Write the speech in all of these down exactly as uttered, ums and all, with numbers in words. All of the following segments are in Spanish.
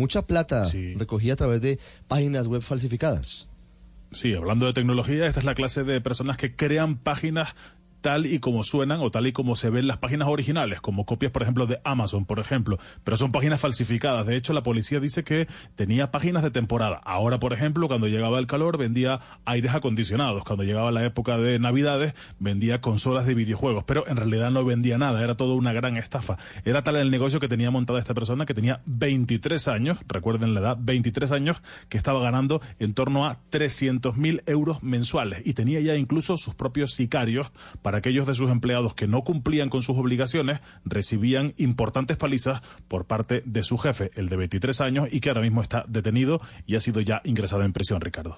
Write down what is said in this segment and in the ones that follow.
mucha plata sí. recogida a través de páginas web falsificadas. Sí, hablando de tecnología, esta es la clase de personas que crean páginas tal y como suenan o tal y como se ven las páginas originales, como copias, por ejemplo, de Amazon, por ejemplo, pero son páginas falsificadas. De hecho, la policía dice que tenía páginas de temporada. Ahora, por ejemplo, cuando llegaba el calor, vendía aires acondicionados. Cuando llegaba la época de Navidades, vendía consolas de videojuegos, pero en realidad no vendía nada, era todo una gran estafa. Era tal el negocio que tenía montada esta persona, que tenía veintitrés años, recuerden la edad, veintitrés años, que estaba ganando en torno a trescientos mil euros mensuales, y tenía ya incluso sus propios sicarios. Para aquellos de sus empleados que no cumplían con sus obligaciones, recibían importantes palizas por parte de su jefe, el de veintitrés años, y que ahora mismo está detenido y ha sido ya ingresado en prisión, Ricardo.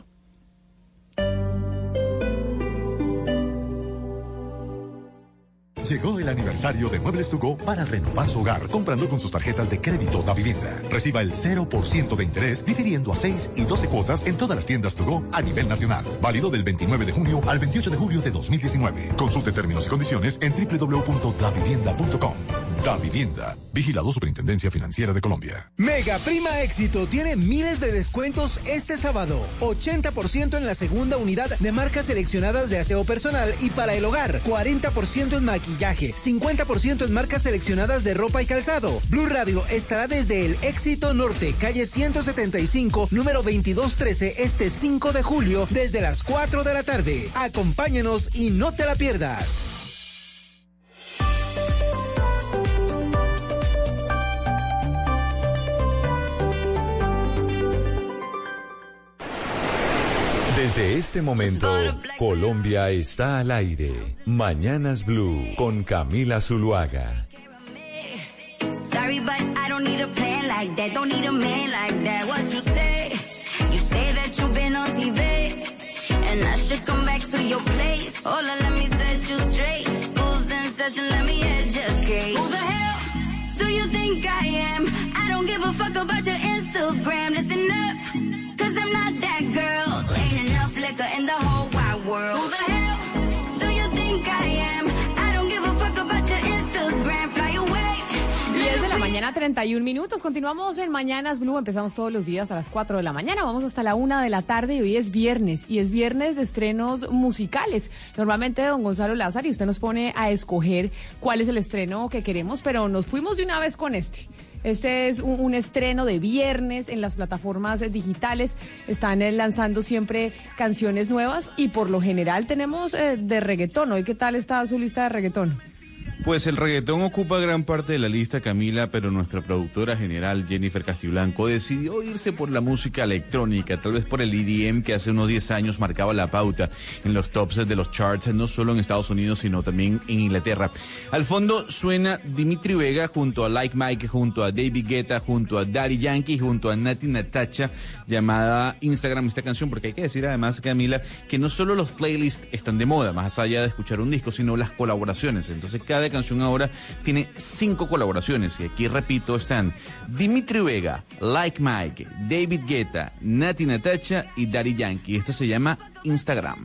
Llegó el aniversario de Muebles to Go para renovar su hogar comprando con sus tarjetas de crédito Davivienda. Reciba el cero por ciento de interés difiriendo a seis y doce cuotas en todas las tiendas to go a nivel nacional. Válido del veintinueve de junio al veintiocho de julio de dos mil diecinueve. Consulte términos y condiciones en doble u doble u doble u punto davivienda punto com. Davivienda. Vigilado Superintendencia Financiera de Colombia. Mega Prima Éxito tiene miles de descuentos este sábado. ochenta por ciento en la segunda unidad de marcas seleccionadas de aseo personal y para el hogar. cuarenta por ciento en maquillaje. cincuenta por ciento en marcas seleccionadas de ropa y calzado. Blue Radio estará desde el Éxito Norte, calle ciento setenta y cinco, número veintidós trece, este cinco de julio, desde las cuatro de la tarde. Acompáñanos y no te la pierdas. Desde este momento, Colombia está al aire. Mañanas Blue con Camila Zuluaga. Sorry, but I don't need a plan like that. Don't need a man like that. What you say? You say that you've been on T V, and I should come back to your place. Hola, let me set you straight. School's in session, let me educate. Who the hell do you think I am? I don't give a fuck about your Instagram. Listen up, cause I'm not that girl. Ain't enough liquor in the whole wide world. Who the hell do you think I am? I don't give a fuck about your Instagram. Fly away. diez de la mañana, treinta y un minutos. Continuamos en Mañanas Blue. Empezamos todos los días a las cuatro de la mañana. Vamos hasta la una de la tarde y hoy es viernes. Y es viernes de estrenos musicales. Normalmente don Gonzalo Lázaro y usted nos pone a escoger cuál es el estreno que queremos, pero nos fuimos de una vez con este. Este es un, un estreno de viernes en las plataformas digitales. Están eh, lanzando siempre canciones nuevas y por lo general tenemos eh, de reggaetón. ¿Hoy qué tal está su lista de reggaetón? Pues el reggaetón ocupa gran parte de la lista, Camila, pero nuestra productora general, Jennifer Castiblanco, decidió irse por la música electrónica, tal vez por el E D M que hace unos diez años marcaba la pauta en los tops de los charts, no solo en Estados Unidos, sino también en Inglaterra. Al fondo suena Dimitri Vega junto a Like Mike, junto a David Guetta, junto a Daddy Yankee, junto a Nati Natacha, llamada Instagram esta canción, porque hay que decir además, Camila, que no solo los playlists están de moda, más allá de escuchar un disco, sino las colaboraciones. Entonces cada canción ahora tiene cinco colaboraciones y aquí repito están Dimitri Vega, Like Mike, David Guetta, Nati Natacha y Daddy Yankee. Esta se llama Instagram.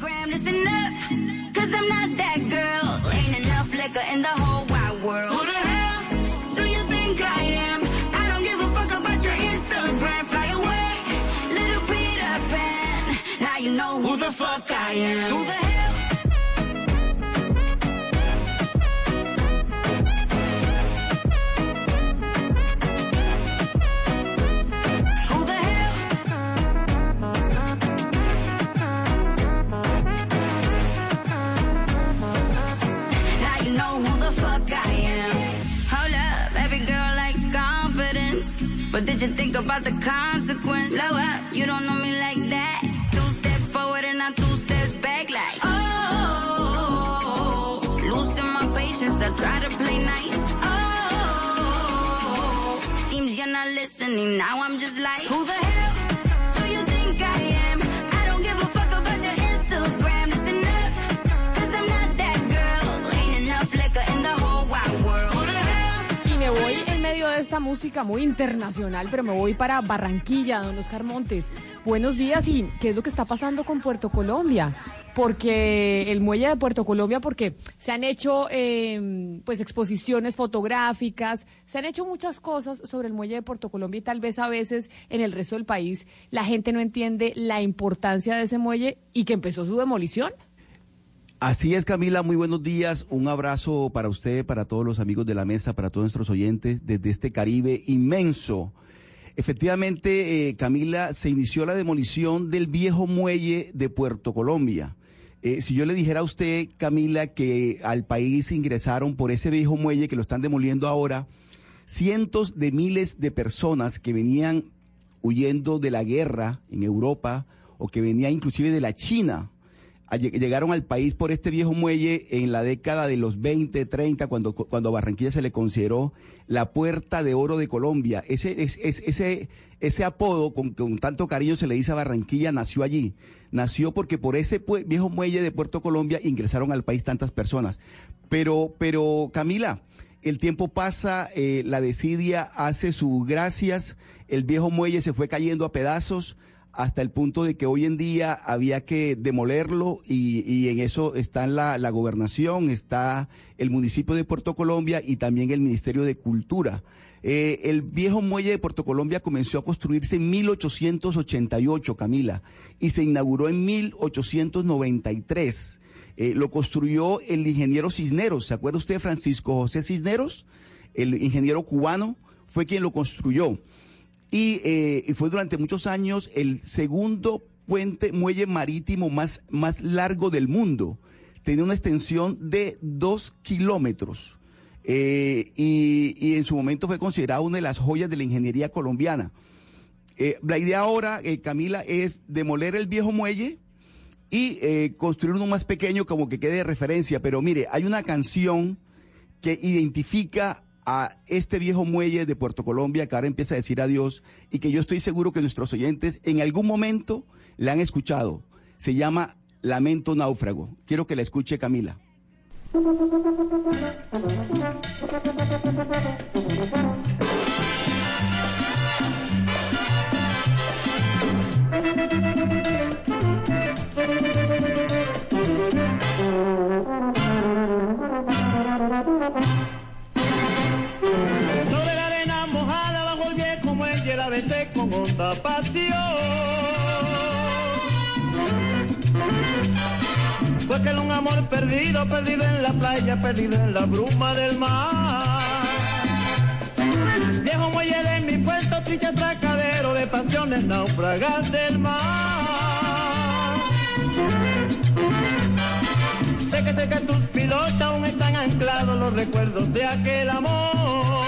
But did you think about the consequence? Slow up, you don't know me like that. Two steps forward and I'm two steps back like, oh, losing my patience, I try to play nice. Oh, seems you're not listening, now I'm just like, who the hell do you think I am? I don't give a fuck about your Instagram. Listen up, cause I'm not that girl. Ain't enough liquor in the whole wide world. Who the hell? Y me voy en medio de esta música muy internacional, pero me voy para Barranquilla, don Oscar Montes. Buenos días, ¿y qué es lo que está pasando con Puerto Colombia? porque el muelle de Puerto Colombia, porque se han hecho eh, pues exposiciones fotográficas, se han hecho muchas cosas sobre el muelle de Puerto Colombia y tal vez a veces en el resto del país la gente no entiende la importancia de ese muelle y que empezó su demolición. Así es, Camila, muy buenos días, un abrazo para usted, para todos los amigos de la mesa, para todos nuestros oyentes desde este Caribe inmenso. Efectivamente, eh, Camila, se inició la demolición del viejo muelle de Puerto Colombia. Eh, si yo le dijera a usted, Camila, que al país ingresaron por ese viejo muelle que lo están demoliendo ahora, cientos de miles de personas que venían huyendo de la guerra en Europa o que venían inclusive de la China, llegaron al país por este viejo muelle en la década de los veinte, treinta, cuando, cuando a Barranquilla se le consideró la puerta de oro de Colombia. Ese, es, es, ese, ese apodo con, con tanto cariño se le dice a Barranquilla nació allí. Nació porque por ese viejo muelle de Puerto Colombia ingresaron al país tantas personas. Pero, pero Camila, el tiempo pasa, eh, la desidia hace sus gracias, el viejo muelle se fue cayendo a pedazos, hasta el punto de que hoy en día había que demolerlo y, y en eso está la, la gobernación, está el municipio de Puerto Colombia y también el Ministerio de Cultura. Eh, el viejo muelle de Puerto Colombia comenzó a construirse en mil ochocientos ochenta y ocho, Camila, y se inauguró en mil ochocientos noventa y tres. Eh, lo construyó el ingeniero Cisneros. ¿Se acuerda usted de Francisco José Cisneros? El ingeniero cubano fue quien lo construyó. Y, eh, y fue durante muchos años el segundo puente, muelle marítimo más, más largo del mundo. Tenía una extensión de dos kilómetros eh, y, y en su momento fue considerado una de las joyas de la ingeniería colombiana. Eh, la idea ahora, eh, Camila, es demoler el viejo muelle y eh, construir uno más pequeño como que quede de referencia. Pero mire, hay una canción que identifica a este viejo muelle de Puerto Colombia que ahora empieza a decir adiós y que yo estoy seguro que nuestros oyentes en algún momento la han escuchado. Se llama Lamento Náufrago. Quiero que la escuche Camila. Besé con honda pasión, fue que era un amor perdido, perdido en la playa, perdido en la bruma del mar. Viejo muelle de mi puerto, triste atracadero de pasiones náufragas del mar. Sé que sé que tus pilotos aún están anclados los recuerdos de aquel amor.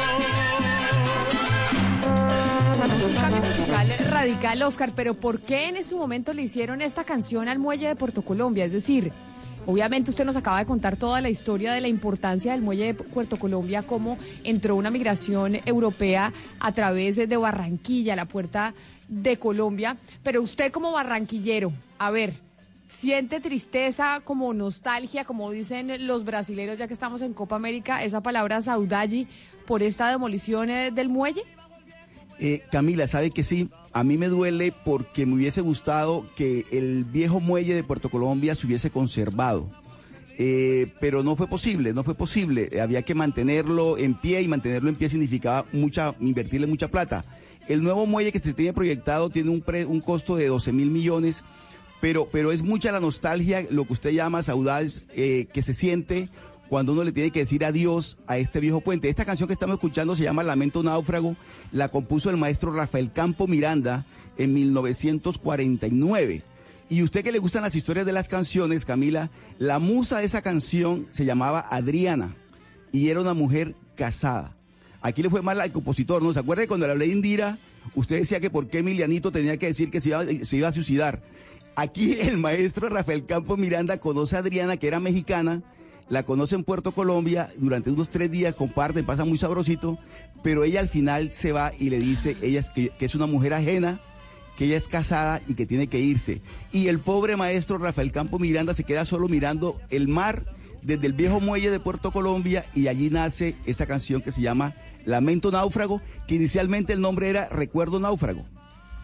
Un cambio musical radical, Oscar, pero ¿por qué en ese momento le hicieron esta canción al muelle de Puerto Colombia? Es decir, obviamente usted nos acaba de contar toda la historia de la importancia del muelle de Puerto Colombia, cómo entró una migración europea a través de Barranquilla, la puerta de Colombia, pero usted como barranquillero, a ver, ¿siente tristeza, como nostalgia, como dicen los brasileros, ya que estamos en Copa América, esa palabra saudade, por esta demolición del muelle? Eh, Camila, sabe que sí, a mí me duele porque me hubiese gustado que el viejo muelle de Puerto Colombia se hubiese conservado, eh, pero no fue posible, no fue posible, había que mantenerlo en pie y mantenerlo en pie significaba mucha, invertirle mucha plata. El nuevo muelle que se tiene proyectado tiene un, pre, un costo de doce mil millones, pero, pero es mucha la nostalgia, lo que usted llama saudades, eh, que se siente cuando uno le tiene que decir adiós a este viejo puente. Esta canción que estamos escuchando se llama Lamento Náufrago, la compuso el maestro Rafael Campo Miranda en mil novecientos cuarenta y nueve. Y usted que le gustan las historias de las canciones, Camila, la musa de esa canción se llamaba Adriana y era una mujer casada. Aquí le fue mal al compositor, ¿no? ¿Se acuerda que cuando le hablé de Indira, usted decía que por qué Emilianito tenía que decir que se iba, se iba a suicidar? Aquí el maestro Rafael Campo Miranda conoce a Adriana, que era mexicana, la conoce en Puerto Colombia, durante unos tres días comparten, pasa muy sabrosito, pero ella al final se va y le dice ella es que, que es una mujer ajena, que ella es casada y que tiene que irse. Y el pobre maestro Rafael Campo Miranda se queda solo mirando el mar desde el viejo muelle de Puerto Colombia y allí nace esa canción que se llama Lamento Náufrago, que inicialmente el nombre era Recuerdo Náufrago.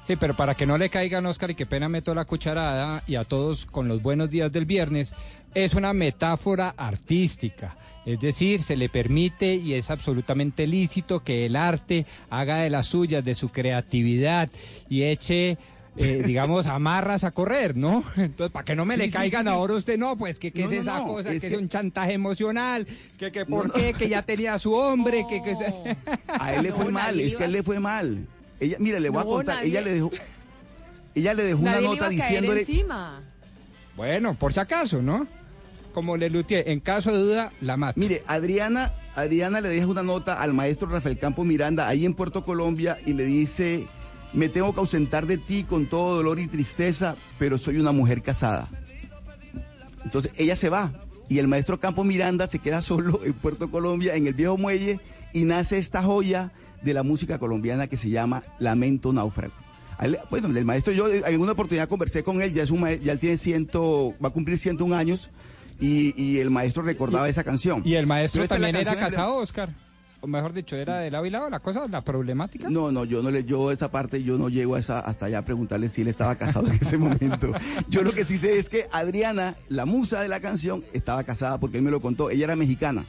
Sí, pero para que no le caigan, Oscar, y qué pena meto la cucharada, y a todos con los buenos días del viernes, es una metáfora artística. Es decir, se le permite y es absolutamente lícito que el arte haga de las suyas, de su creatividad, y eche... Eh, digamos, amarras a correr, ¿no? Entonces, para que no me sí, le caigan sí, sí. ahora usted, no, pues, que qué es no, esa no, cosa, es que, que es un chantaje emocional, que, que por no, qué, que ya tenía a su hombre, no. que... que... A él le fue mal, nadie es que a él le fue mal. Ella, mira, le voy a contar, nadie. ella le dejó, ella le dejó nadie una nota diciéndole... Encima. Bueno, por si acaso, ¿no? Como le lutié, en caso de duda, la mato. Mire, Adriana, Adriana le deja una nota al maestro Rafael Campo Miranda, ahí en Puerto Colombia, y le dice... Me tengo que ausentar de ti con todo dolor y tristeza, pero soy una mujer casada. Entonces ella se va y el maestro Campo Miranda se queda solo en Puerto Colombia, en el viejo muelle, y nace esta joya de la música colombiana que se llama Lamento Náufrago. Bueno, el maestro, yo en una oportunidad conversé con él, ya es un maestro, ya él tiene ciento, va a cumplir ciento un años, y, y el maestro recordaba y, esa canción. Y el maestro también era casado, Oscar. O mejor dicho, ¿era de lado y lado la cosa, la problemática? No, no, yo no le, yo esa parte, yo no llego a esa, hasta allá a preguntarle si él estaba casado en ese momento. Yo lo que sí sé es que Adriana, la musa de la canción, estaba casada porque él me lo contó, ella era mexicana.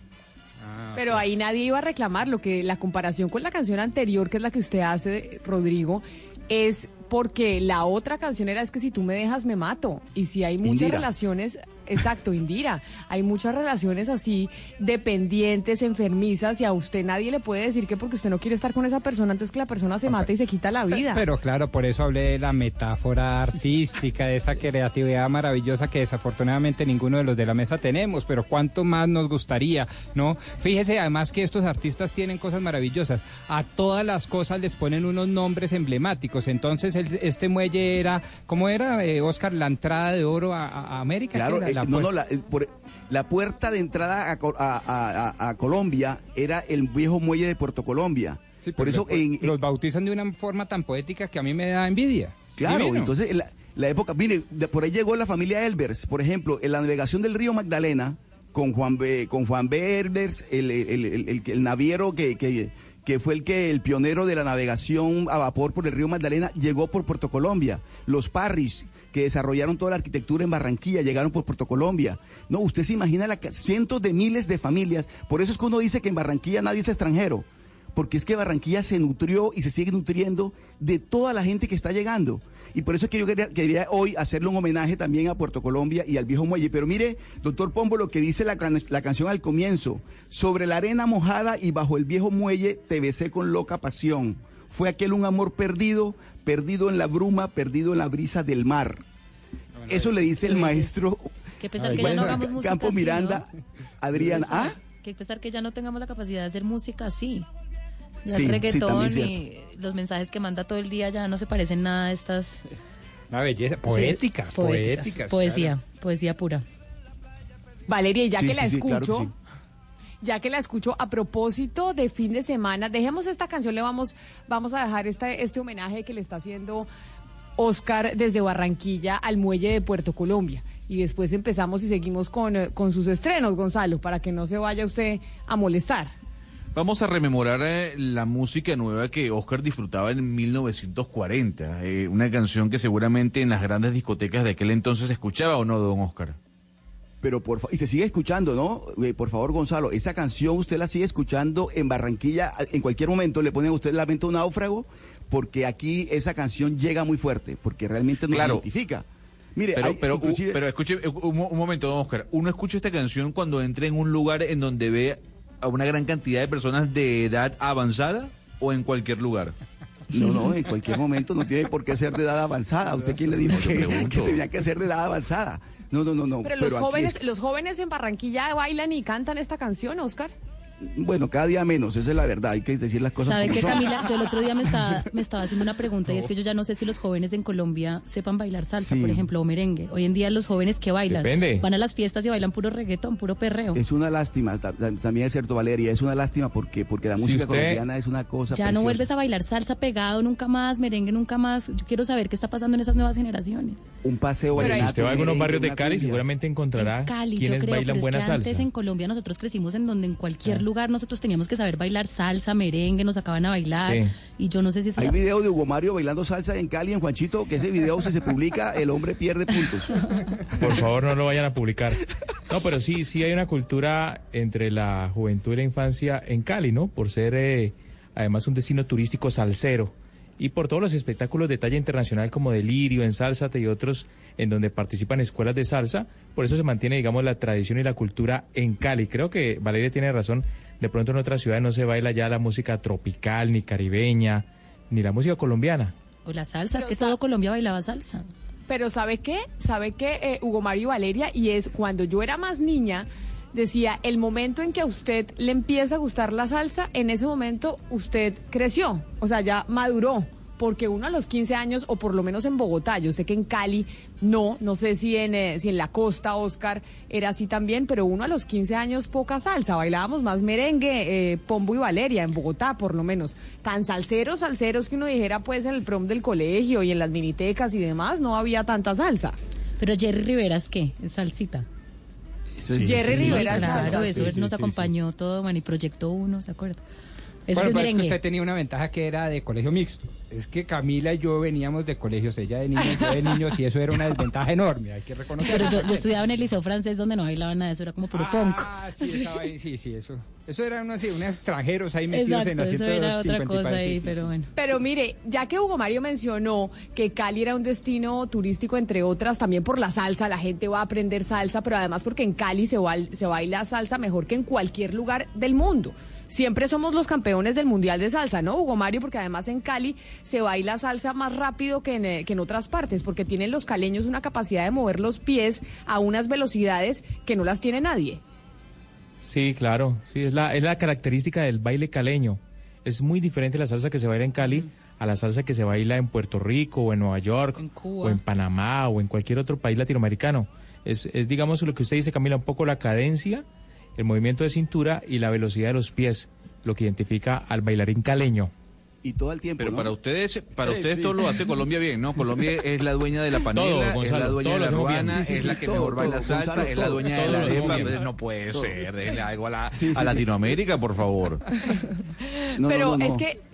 Ah, Pero ahí nadie iba a reclamar, lo que la comparación con la canción anterior, que es la que usted hace, Rodrigo, es porque la otra canción era es que si tú me dejas me mato, y si hay muchas Indira. relaciones, exacto, Indira, hay muchas relaciones así dependientes, enfermizas, y a usted nadie le puede decir que porque usted no quiere estar con esa persona, entonces que la persona se mata y se quita la vida. Pero claro, por eso hablé de la metáfora artística, de esa creatividad maravillosa que desafortunadamente ninguno de los de la mesa tenemos, pero cuánto más nos gustaría, ¿no? Fíjese además que estos artistas tienen cosas maravillosas, a todas las cosas les ponen unos nombres emblemáticos, entonces el, este muelle era, ¿cómo era, eh, Oscar, la entrada de oro a, a América? Claro, la, la no, no, la, por, la puerta de entrada a, a, a, a Colombia era el viejo muelle de Puerto Colombia. Sí, por eso en, los bautizan de una forma tan poética que a mí me da envidia. Claro, Divino. Entonces en la, la época, mire, de, por ahí llegó la familia Elbers, por ejemplo, en la navegación del río Magdalena, con Juan B, con Juan B. Elbers, el, el, el, el, el, el naviero que... que que fue el que el pionero de la navegación a vapor por el río Magdalena, llegó por Puerto Colombia. Los Parris, que desarrollaron toda la arquitectura en Barranquilla, llegaron por Puerto Colombia. No, usted se imagina la, cientos de miles de familias. Por eso es que uno dice que en Barranquilla nadie es extranjero, porque es que Barranquilla se nutrió y se sigue nutriendo de toda la gente que está llegando. Y por eso es que yo quería, quería hoy hacerle un homenaje también a Puerto Colombia y al viejo muelle. Pero mire, doctor Pombo, lo que dice la, can la canción al comienzo: sobre la arena mojada y bajo el viejo muelle te besé con loca pasión. Fue aquel un amor perdido, perdido en la bruma, perdido en la brisa del mar. Eso le dice el maestro que pesar que ya no hagamos música Campo así, Miranda, ¿no? Adrián. ¿Ah? Que pesar que ya no tengamos la capacidad de hacer música así. Ya sí, el reggaetón sí, y los mensajes que manda todo el día ya no se parecen nada a estas... Una belleza, poéticas, sí, poéticas. poéticas poesía, claro. Poesía pura. Valeria, ya sí, que sí, la sí, escucho, claro que sí. ya que la escucho, a propósito de fin de semana, dejemos esta canción, le vamos, vamos a dejar este, este homenaje que le está haciendo Oscar desde Barranquilla al muelle de Puerto Colombia. Y después empezamos y seguimos con, con sus estrenos, Gonzalo, para que no se vaya usted a molestar. Vamos a rememorar eh, la música nueva que Oscar disfrutaba en mil novecientos cuarenta, eh, una canción que seguramente en las grandes discotecas de aquel entonces se escuchaba, ¿o no, don Oscar? Pero por y se sigue escuchando, ¿no? Eh, por favor, Gonzalo, esa canción usted la sigue escuchando en Barranquilla, en cualquier momento le ponen a usted Lamento Náufrago, porque aquí esa canción llega muy fuerte, porque realmente nos claro. identifica. Mire, pero, hay, pero, inclusive... uh, pero escuche un, un momento, don Oscar, uno escucha esta canción cuando entra en un lugar en donde ve a una gran cantidad de personas de edad avanzada o en cualquier lugar. No, no, en cualquier momento no tiene por qué ser de edad avanzada. ¿Usted quién le dijo que, que tenía que ser de edad avanzada? No, no, no, no. Pero, los pero jóvenes, es... los jóvenes en Barranquilla bailan y cantan esta canción, Oscar. Bueno, cada día menos, esa es la verdad, hay que decir las cosas ¿Sabe como qué, son. Camila? Yo el otro día me estaba, me estaba haciendo una pregunta, no. Y es que yo ya no sé si los jóvenes en Colombia sepan bailar salsa, sí. por ejemplo, o merengue. Hoy en día los jóvenes que bailan, Depende. van a las fiestas y bailan puro reggaetón, puro perreo. Es una lástima, también es cierto, Valeria, es una lástima porque, porque la música si usted... colombiana es una cosa Ya preciosa. no vuelves a bailar salsa pegado nunca más, merengue nunca más. Yo quiero saber qué está pasando en esas nuevas generaciones. Un paseo vallenato. Si usted va a algunos barrios de Cali, cumbia. seguramente encontrará en Cali, quienes yo creo, bailan pero buena es que salsa. Antes en Colombia nosotros crecimos en donde en cualquier ah. lugar nosotros teníamos que saber bailar salsa, merengue, nos sacaban a bailar. Sí. Y yo no sé si eso Hay era... video de Hugo Mario bailando salsa en Cali, en Juanchito, que ese video si se publica, el hombre pierde puntos. Por favor, no lo vayan a publicar. No, pero sí, sí hay una cultura entre la juventud y la infancia en Cali, ¿no? Por ser eh, además un destino turístico salsero. Y por todos los espectáculos de talla internacional como Delirio, Ensálzate y otros en donde participan escuelas de salsa, por eso se mantiene, digamos, la tradición y la cultura en Cali. Creo que Valeria tiene razón, de pronto en otras ciudades no se baila ya la música tropical, ni caribeña, ni la música colombiana. O la salsa, es que todo Colombia bailaba salsa. Pero ¿sabe qué? ¿Sabe qué, eh, Hugo Mario y Valeria? Y es cuando yo era más niña, decía, el momento en que a usted le empieza a gustar la salsa, en ese momento usted creció, o sea, ya maduró, porque uno a los quince años, o por lo menos en Bogotá, yo sé que en Cali no, no sé si en, eh, si en la costa, Oscar, era así también, pero uno a los quince años poca salsa, bailábamos más merengue, eh, Pombo y Valeria, en Bogotá por lo menos, tan salseros, salseros que uno dijera pues en el prom del colegio y en las minitecas y demás, no había tanta salsa. Pero Jerry Rivera, ¿qué? ¿Es salsita? Sí, Jerry sí, Rivera, sí, claro, salsa. eso Sí, nos sí, acompañó sí. todo, bueno, y Proyecto Uno, ¿se acuerda? Eso bueno, es pero es que merengue. usted tenía una ventaja que era de colegio mixto. Es que Camila y yo veníamos de colegios, ella de niños, yo de niños, y eso era una desventaja enorme, hay que reconocerlo. Pero yo, yo estudiaba en el liceo francés donde no bailaban nada, eso era como puro ah, punk. Ah, sí, estaba ahí, sí, sí, eso. Eso eran unos, unos extranjeros ahí metidos Exacto, en la eso era otra cosa ahí, sí, pero sí. bueno. Pero mire, ya que Hugo Mario mencionó que Cali era un destino turístico, entre otras, también por la salsa, la gente va a aprender salsa, pero además porque en Cali se, ba se baila salsa mejor que en cualquier lugar del mundo. Siempre somos los campeones del Mundial de Salsa, ¿no, Hugo Mario? Porque además en Cali se baila salsa más rápido que en, que en otras partes, porque tienen los caleños una capacidad de mover los pies a unas velocidades que no las tiene nadie. Sí, claro, sí, es la, es la característica del baile caleño. Es muy diferente la salsa que se baila en Cali a la salsa que se baila en Puerto Rico o en Nueva York en o en Panamá o en cualquier otro país latinoamericano. Es, es, digamos, lo que usted dice, Camila, un poco la cadencia, el movimiento de cintura y la velocidad de los pies, lo que identifica al bailarín caleño. Y todo el tiempo, Pero ¿no? para ustedes, para Sí, ustedes sí. todo lo hace Colombia bien, ¿no? Colombia es la dueña de la panela, Todo, es Gonzalo, la dueña todo de lo la hacemos bien. ruana, Sí, sí, es sí, la que todo, mejor baila todo, salsa, Gonzalo, es la todo, dueña todo de lo la hacemos arepa, bien. entonces no puede Todo. ser, déjenle algo a, la, Sí, sí, a sí. Latinoamérica, por favor. No, pero no, no, es no. que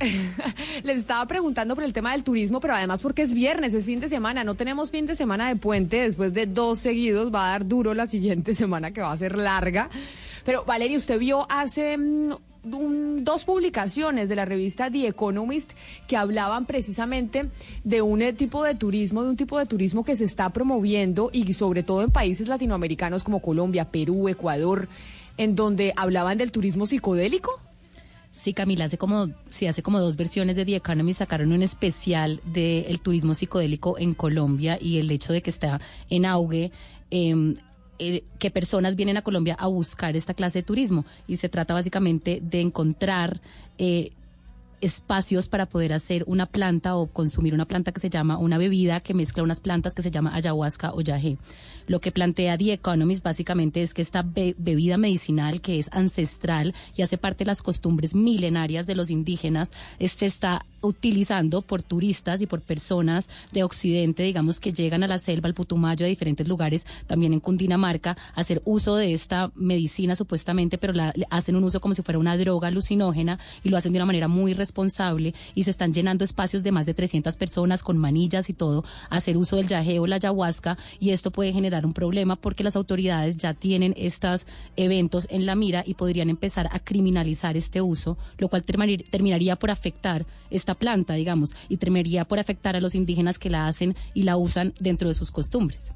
les estaba preguntando por el tema del turismo, pero además porque es viernes, es fin de semana, no tenemos fin de semana de puente, después de dos seguidos va a dar duro la siguiente semana que va a ser larga. Pero Valeria, usted vio hace mm, un, dos publicaciones de la revista The Economist que hablaban precisamente de un eh, tipo de turismo, de un tipo de turismo que se está promoviendo y sobre todo en países latinoamericanos como Colombia, Perú, Ecuador, en donde hablaban del turismo psicodélico. Sí, Camila, hace como, sí, hace como dos versiones de The Economist sacaron un especial del turismo psicodélico en Colombia y el hecho de que está en auge, eh, eh, que personas vienen a Colombia a buscar esta clase de turismo. Y se trata básicamente de encontrar eh, espacios para poder hacer una planta o consumir una planta que se llama, una bebida que mezcla unas plantas que se llama ayahuasca o yagé. Lo que plantea The Economist básicamente es que esta be- bebida medicinal que es ancestral y hace parte de las costumbres milenarias de los indígenas, se está utilizando por turistas y por personas de Occidente, digamos, que llegan a la selva, al Putumayo, de diferentes lugares, también en Cundinamarca, a hacer uso de esta medicina supuestamente, pero la, le hacen un uso como si fuera una droga alucinógena y lo hacen de una manera muy responsable y se están llenando espacios de más de trescientas personas con manillas y todo, a hacer uso del yagé o la ayahuasca, y esto puede generar un problema porque las autoridades ya tienen estos eventos en la mira y podrían empezar a criminalizar este uso, lo cual termar- terminaría por afectar esta planta, digamos, y terminaría por afectar a los indígenas que la hacen y la usan dentro de sus costumbres.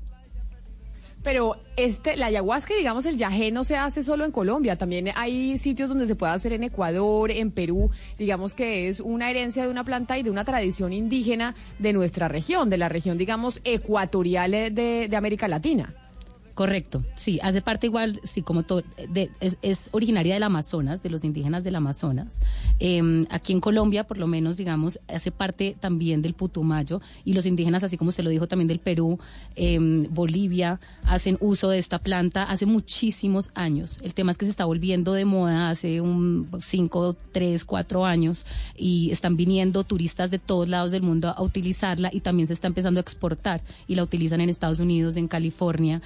Pero este, la ayahuasca, digamos, el yagé no se hace solo en Colombia, también hay sitios donde se puede hacer en Ecuador, en Perú, digamos que es una herencia de una planta y de una tradición indígena de nuestra región, de la región, digamos, ecuatorial de, de América Latina. Correcto, sí, hace parte igual, sí, como todo, de, es, es originaria del Amazonas, de los indígenas del Amazonas. Eh, aquí en Colombia, por lo menos, digamos, hace parte también del Putumayo, y los indígenas, así como usted lo dijo, también del Perú, eh, Bolivia, hacen uso de esta planta hace muchísimos años. El tema es que se está volviendo de moda hace un cinco, tres, cuatro años, y están viniendo turistas de todos lados del mundo a utilizarla, y también se está empezando a exportar, y la utilizan en Estados Unidos, en California, y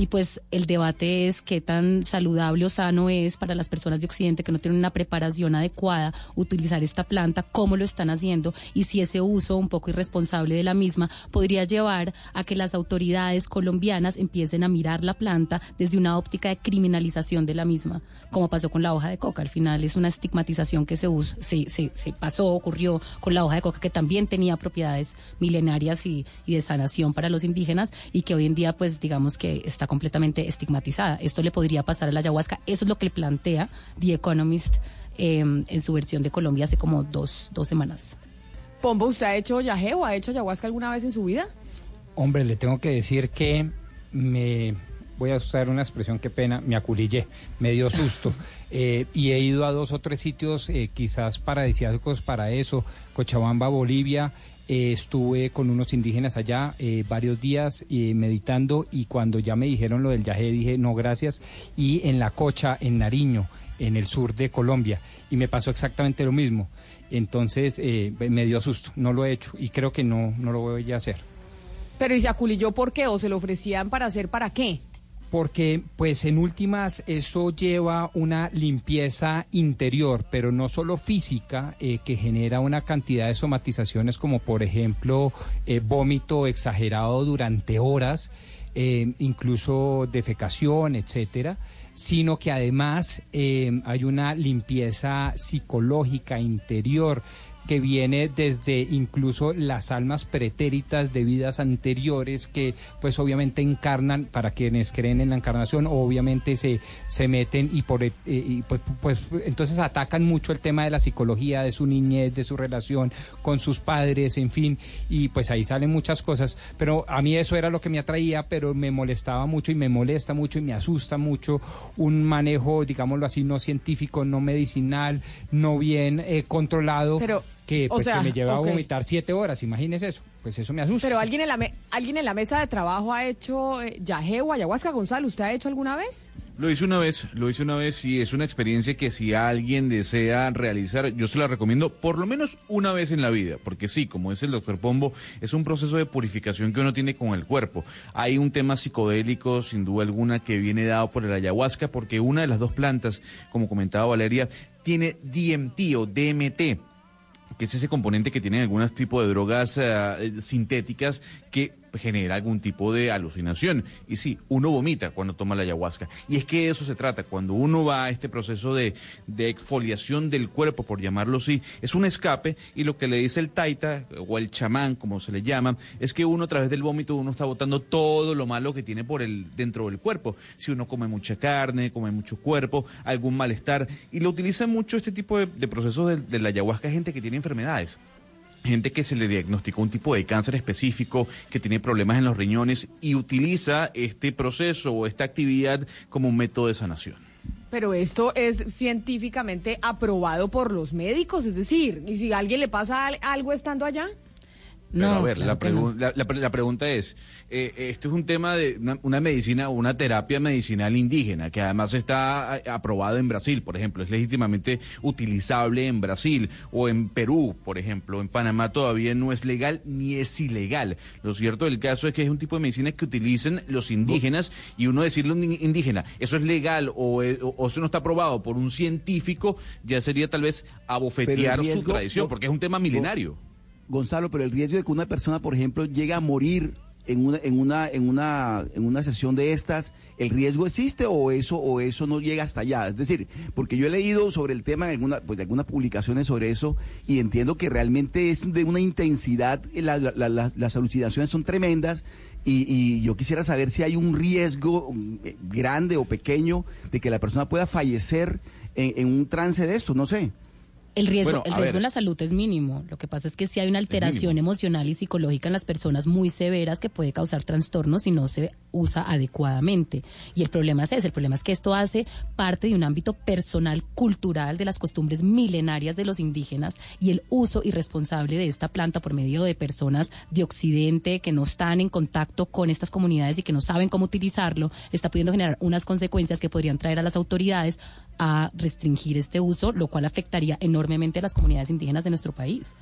y pues el debate es qué tan saludable o sano es para las personas de Occidente que no tienen una preparación adecuada utilizar esta planta, cómo lo están haciendo y si ese uso un poco irresponsable de la misma podría llevar a que las autoridades colombianas empiecen a mirar la planta desde una óptica de criminalización de la misma, como pasó con la hoja de coca. Al final es una estigmatización que se, usa, se, se, se pasó, ocurrió con la hoja de coca, que también tenía propiedades milenarias y, y de sanación para los indígenas y que hoy en día pues digamos que está completamente estigmatizada. Esto le podría pasar a la ayahuasca. Eso es lo que plantea The Economist eh, en su versión de Colombia hace como dos, dos semanas. Pombo, ¿usted ha hecho yagé o ha hecho ayahuasca alguna vez en su vida? Hombre, le tengo que decir que me... voy a usar una expresión, qué pena, me aculillé, me dio susto. Eh, y he ido a dos o tres sitios eh, quizás paradisíacos para eso. Cochabamba, Bolivia, eh, estuve con unos indígenas allá eh, varios días eh, meditando, y cuando ya me dijeron lo del yagé dije no gracias. Y en La Cocha, en Nariño, en el sur de Colombia, y me pasó exactamente lo mismo. Entonces eh, me dio susto, no lo he hecho y creo que no, no lo voy a hacer. Pero ¿y se aculilló por qué? ¿O se lo ofrecían para hacer para qué? Porque, pues, en últimas, eso lleva una limpieza interior, pero no solo física, eh, que genera una cantidad de somatizaciones como, por ejemplo, eh, vómito exagerado durante horas, eh, incluso defecación, etcétera, sino que además eh, hay una limpieza psicológica interior que viene desde incluso las almas pretéritas de vidas anteriores que pues obviamente encarnan, para quienes creen en la encarnación, obviamente se, se meten y por eh, y pues, pues entonces atacan mucho el tema de la psicología, de su niñez, de su relación con sus padres, en fin, y pues ahí salen muchas cosas, pero a mí eso era lo que me atraía, pero me molestaba mucho y me molesta mucho y me asusta mucho un manejo, digámoslo así, no científico, no medicinal, no bien eh, controlado. Pero que, pues, o sea, que me lleva okay. a vomitar siete horas, imagínese eso, pues eso me asusta. Pero alguien en la me alguien en la mesa de trabajo ha hecho eh, yagé o ayahuasca. Gonzalo, ¿usted ha hecho alguna vez? Lo hice una vez, lo hice una vez y es una experiencia que si alguien desea realizar, yo se la recomiendo por lo menos una vez en la vida, porque sí, como dice el doctor Pombo, es un proceso de purificación que uno tiene con el cuerpo. Hay un tema psicodélico, sin duda alguna, que viene dado por el ayahuasca, porque una de las dos plantas, como comentaba Valeria, tiene D M T o D M T, que es ese componente que tienen algunos tipos de drogas uh, sintéticas que genera algún tipo de alucinación. Y sí, uno vomita cuando toma la ayahuasca. Y es que de eso se trata. Cuando uno va a este proceso de, de exfoliación del cuerpo, por llamarlo así, es un escape, y lo que le dice el taita, o el chamán, como se le llama, es que uno a través del vómito uno está botando todo lo malo que tiene por el dentro del cuerpo. Si uno come mucha carne, come mucho cuerpo, algún malestar, y lo utiliza mucho este tipo de, de procesos de, de la ayahuasca gente que tiene enfermedades. Gente que se le diagnosticó un tipo de cáncer específico, que tiene problemas en los riñones y utiliza este proceso o esta actividad como un método de sanación. Pero esto es científicamente aprobado por los médicos, es decir, ¿y si a alguien le pasa algo estando allá? Pero No, a ver, claro la, que pregu no. la, la, la pregunta es, eh, esto es un tema de una, una medicina, una terapia medicinal indígena, que además está a, aprobado en Brasil, por ejemplo, es legítimamente utilizable en Brasil, o en Perú, por ejemplo. En Panamá todavía no es legal ni es ilegal. Lo cierto del caso es que es un tipo de medicina que utilizan los indígenas, y uno decirle a un indígena, eso es legal o, o, o eso no está aprobado por un científico, ya sería tal vez abofetear riesgo, su tradición, porque es un tema milenario. Gonzalo, pero el riesgo de que una persona, por ejemplo, llegue a morir en una en una en una en una sesión de estas, ¿el riesgo existe o eso o eso no llega hasta allá? Es decir, porque yo he leído sobre el tema en alguna, pues, de algunas publicaciones sobre eso, y entiendo que realmente es de una intensidad, la, la, la, las alucinaciones son tremendas, y, y yo quisiera saber si hay un riesgo grande o pequeño de que la persona pueda fallecer en, en un trance de esto, no sé. El riesgo, Bueno, el a riesgo ver. en la salud es mínimo. Lo que pasa es que sí hay una alteración emocional y psicológica en las personas muy severas que puede causar trastornos si no se usa adecuadamente. Y el problema es ese, el problema es que esto hace parte de un ámbito personal, cultural, de las costumbres milenarias de los indígenas, y el uso irresponsable de esta planta por medio de personas de Occidente que no están en contacto con estas comunidades y que no saben cómo utilizarlo, está pudiendo generar unas consecuencias que podrían traer a las autoridades a restringir este uso, lo cual afectaría enormemente a las comunidades indígenas de nuestro país.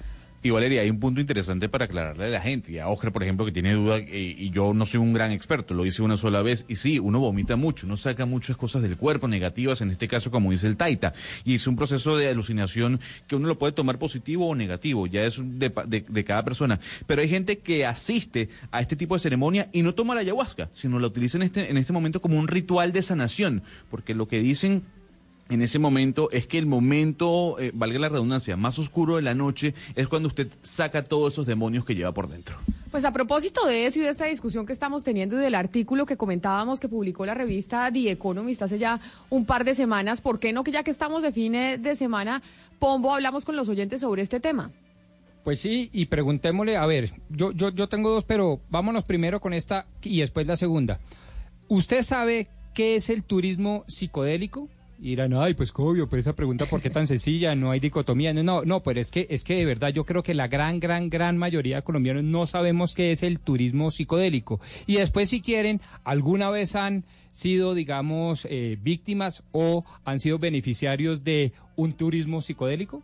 Y Valeria, hay un punto interesante para aclararle a la gente. Y a Oscar, por ejemplo, que tiene duda, eh, y yo no soy un gran experto, lo hice una sola vez. Y sí, uno vomita mucho, uno saca muchas cosas del cuerpo, negativas, en este caso, como dice el Taita. Y es un proceso de alucinación que uno lo puede tomar positivo o negativo, ya es de, de, de cada persona. Pero hay gente que asiste a este tipo de ceremonia y no toma la ayahuasca, sino la utiliza en este, en este momento como un ritual de sanación. Porque lo que dicen en ese momento es que el momento, eh, valga la redundancia, más oscuro de la noche es cuando usted saca todos esos demonios que lleva por dentro. Pues a propósito de eso y de esta discusión que estamos teniendo y del artículo que comentábamos que publicó la revista The Economist hace ya un par de semanas, ¿por qué no que ya que estamos de fin de semana, Pombo, hablamos con los oyentes sobre este tema? Pues sí, y preguntémosle, a ver, yo, yo, yo tengo dos, pero vámonos primero con esta y después la segunda. ¿Usted sabe qué es el turismo psicodélico? Y dirán, ay, pues obvio, pues esa pregunta, ¿por qué tan sencilla? No hay dicotomía. No, no, no, pero es que, es que de verdad yo creo que la gran, gran, gran mayoría de colombianos no sabemos qué es el turismo psicodélico. Y después, si quieren, ¿alguna vez han sido, digamos, eh, víctimas o han sido beneficiarios de un turismo psicodélico?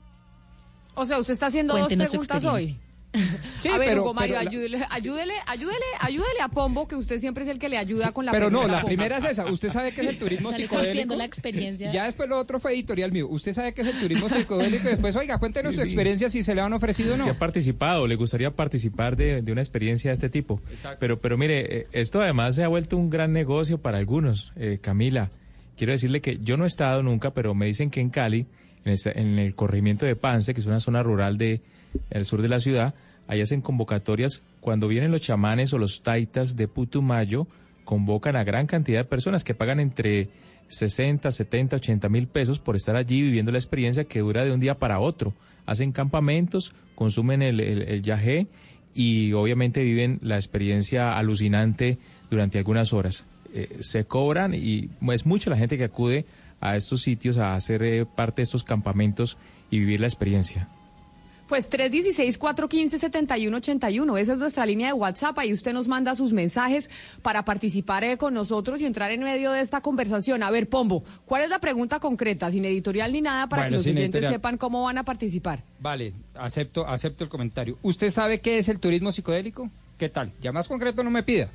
O sea, usted está haciendo Cuéntenos dos preguntas hoy. Sí, a ver, pero, Hugo Mario, pero la... ayúdele, ayúdele, ayúdele, ayúdele a Pombo, que usted siempre es el que le ayuda con la Pero pregunta. no, la Pombo. primera es esa. Usted sabe qué es el turismo psicodélico. La experiencia. Ya después lo otro fue editorial mío. Usted sabe qué es el turismo psicodélico y después, oiga, cuéntenos Sí, su sí. experiencia, si se le han ofrecido o no. Si ha participado, le gustaría participar de, de una experiencia de este tipo. Exacto. Pero, pero mire, eh, esto además se ha vuelto un gran negocio para algunos. Eh, Camila, quiero decirle que yo no he estado nunca, pero me dicen que en Cali, en, esta- en el corregimiento de Pance, que es una zona rural de el sur de la ciudad, ahí hacen convocatorias. Cuando vienen los chamanes o los taitas de Putumayo, convocan a gran cantidad de personas que pagan entre sesenta, setenta, ochenta mil pesos por estar allí viviendo la experiencia que dura de un día para otro. Hacen campamentos, consumen el, el, el yagé y obviamente viven la experiencia alucinante durante algunas horas. Eh, se cobran y es mucha la gente que acude a estos sitios a hacer eh, parte de estos campamentos y vivir la experiencia. Pues tres uno seis, cuatro uno cinco, siete uno ocho uno, esa es nuestra línea de WhatsApp, ahí usted nos manda sus mensajes para participar eh, con nosotros y entrar en medio de esta conversación. A ver, Pombo, ¿cuál es la pregunta concreta? Sin editorial ni nada, para Bueno, que los sin oyentes editorial. sepan cómo van a participar. Vale, acepto, acepto el comentario. ¿Usted sabe qué es el turismo psicodélico? ¿Qué tal? Ya más concreto no me pida.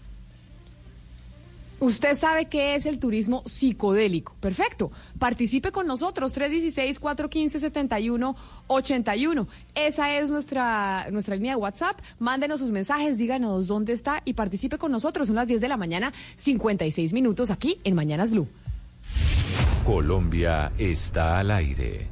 Usted sabe qué es el turismo psicodélico. Perfecto. Participe con nosotros, tres uno seis, cuatro uno cinco, siete uno ocho uno. Esa es nuestra, nuestra línea de WhatsApp. Mándenos sus mensajes, díganos dónde está y participe con nosotros. Son las diez de la mañana, cincuenta y seis minutos aquí en Mañanas Blue. Colombia está al aire.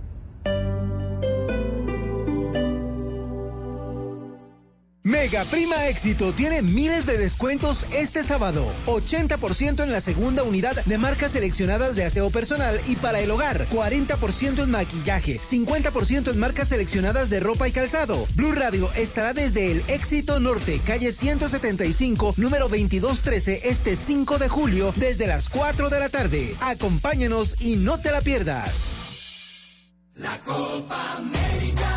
Mega Prima Éxito tiene miles de descuentos este sábado. ochenta por ciento en la segunda unidad de marcas seleccionadas de aseo personal y para el hogar. cuarenta por ciento en maquillaje. cincuenta por ciento en marcas seleccionadas de ropa y calzado. Blue Radio estará desde el Éxito Norte, calle ciento setenta y cinco, número veintidós trece, este cinco de julio, desde las cuatro de la tarde. Acompáñanos y no te la pierdas. La Copa América.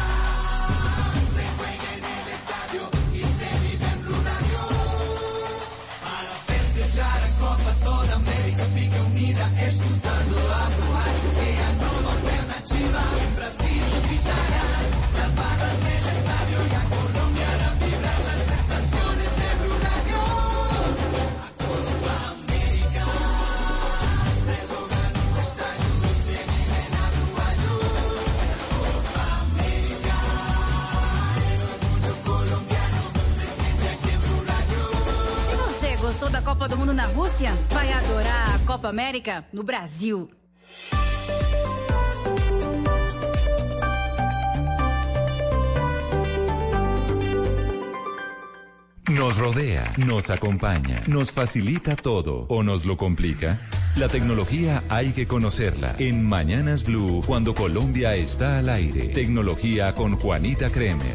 Toda América fica unida, escutando a tu rádio, que é a nova alternativa. En Brasil gritarán las barras del estadio y a Colombia harán vibrar las estaciones de Blue Radio. A Copa América se joga no estádio, se vive en Aruayo. Copa América, el orgullo colombiano se siente aquí en Blue Radio. Se você gostou da Copa do Mundo na Rússia, vai adorar a Copa América no Brasil. Nos rodea, nos acompaña, nos facilita todo o nos lo complica. La tecnología hay que conocerla. En Mañanas Blue, cuando Colombia está al aire. Tecnología con Juanita Kremer.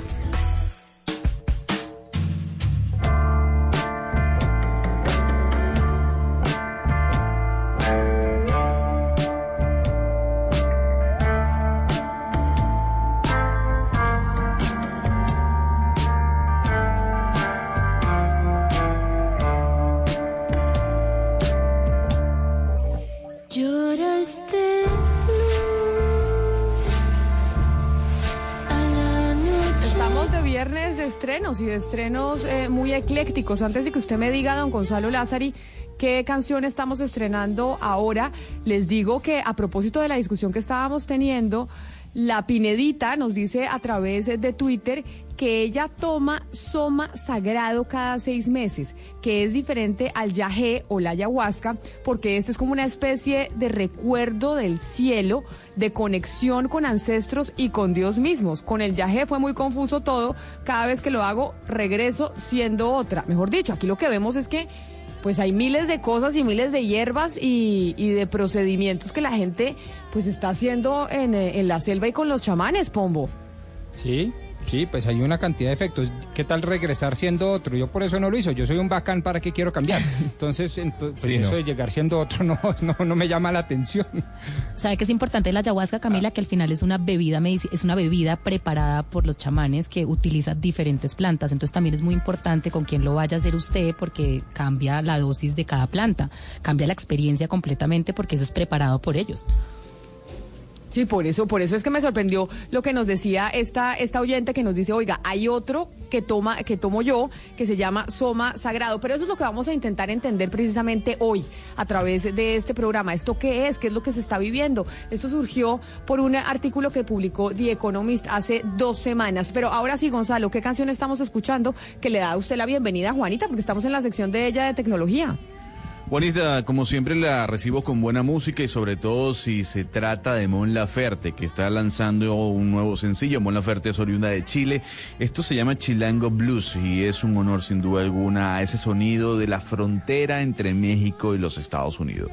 viernes de estrenos y de estrenos eh, muy eclécticos. Antes de que usted me diga, don Gonzalo Lázari, qué canción estamos estrenando ahora, les digo que a propósito de la discusión que estábamos teniendo, la Pinedita nos dice a través de Twitter que ella toma soma sagrado cada seis meses, que es diferente al yagé o la ayahuasca, porque este es como una especie de recuerdo del cielo, de conexión con ancestros y con Dios mismos. Con el yagé fue muy confuso todo, cada vez que lo hago regreso siendo otra. Mejor dicho, aquí lo que vemos es que pues hay miles de cosas y miles de hierbas y, y de procedimientos que la gente pues está haciendo en, en la selva y con los chamanes, Pombo. Sí, sí, pues hay una cantidad de efectos. ¿Qué tal regresar siendo otro? Yo por eso no lo hizo. Yo soy un bacán, ¿para qué quiero cambiar? Entonces, ento, pues sí, eso no. de llegar siendo otro no, no, no me llama la atención. ¿Sabe que es importante la ayahuasca, Camila? Que al final es una bebida medici- es una bebida preparada por los chamanes que utiliza diferentes plantas. Entonces también es muy importante con quién lo vaya a hacer usted, porque cambia la dosis de cada planta, cambia la experiencia completamente, porque eso es preparado por ellos. Sí, por eso, por eso es que me sorprendió lo que nos decía esta, esta oyente que nos dice, oiga, hay otro que toma, que tomo yo, que se llama Soma Sagrado, pero eso es lo que vamos a intentar entender precisamente hoy a través de este programa. ¿Esto qué es? ¿Qué es lo que se está viviendo? Esto surgió por un artículo que publicó The Economist hace dos semanas. Pero ahora sí, Gonzalo, ¿qué canción estamos escuchando que le da a usted la bienvenida a Juanita? Porque estamos en la sección de ella de tecnología. Juanita, como siempre la recibo con buena música y sobre todo si se trata de Mon Laferte, que está lanzando un nuevo sencillo. Mon Laferte es oriunda de Chile. Esto se llama Chilango Blues y es un honor sin duda alguna a ese sonido de la frontera entre México y los Estados Unidos.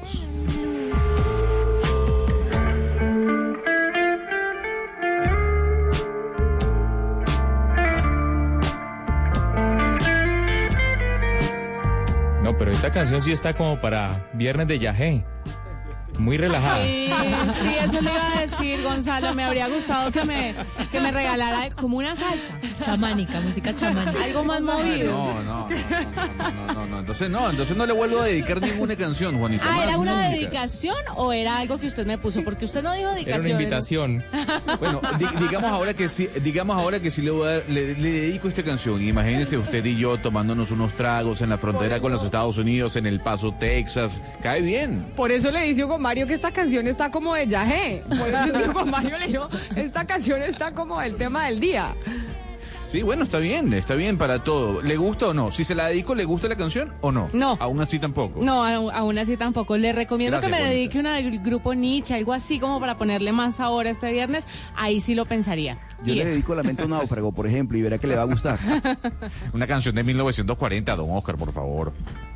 No, pero esta canción sí está como para viernes de yagé. Muy relajada. Sí, sí, eso me iba a decir, Gonzalo. Me habría gustado que me, que me regalara como una salsa. Chamánica, música chamánica. Algo más movido. No, no, no, no, no, no, no. Entonces no, entonces no le vuelvo a dedicar ninguna canción, Juanita. Ah, ¿era una nunca. dedicación o era algo que usted me puso? Porque usted no dijo dedicación. Era una invitación. Bueno, di, digamos ahora que sí, digamos ahora que sí le voy a dar, le, le dedico esta canción. Imagínense usted y yo tomándonos unos tragos en la frontera con los Estados Unidos, en El Paso, Texas. Cae bien. Por eso le dice Hugo Mario que esta canción está como de yagé. Por eso es que Hugo Mario le dijo, esta canción está como el tema del día. Sí, bueno, está bien, está bien para todo. ¿Le gusta o no? Si se la dedico, ¿le gusta la canción o no? No. Aún así tampoco. No, aún, aún así tampoco. Le recomiendo Gracias, que me Juanita. dedique una del grupo Nietzsche, algo así como para ponerle más sabor a este viernes. Ahí sí lo pensaría. Yo Y le eso. dedico Lamento Náufrago, por ejemplo, y verá que le va a gustar. Una canción de mil novecientos cuarenta, don Oscar, por favor.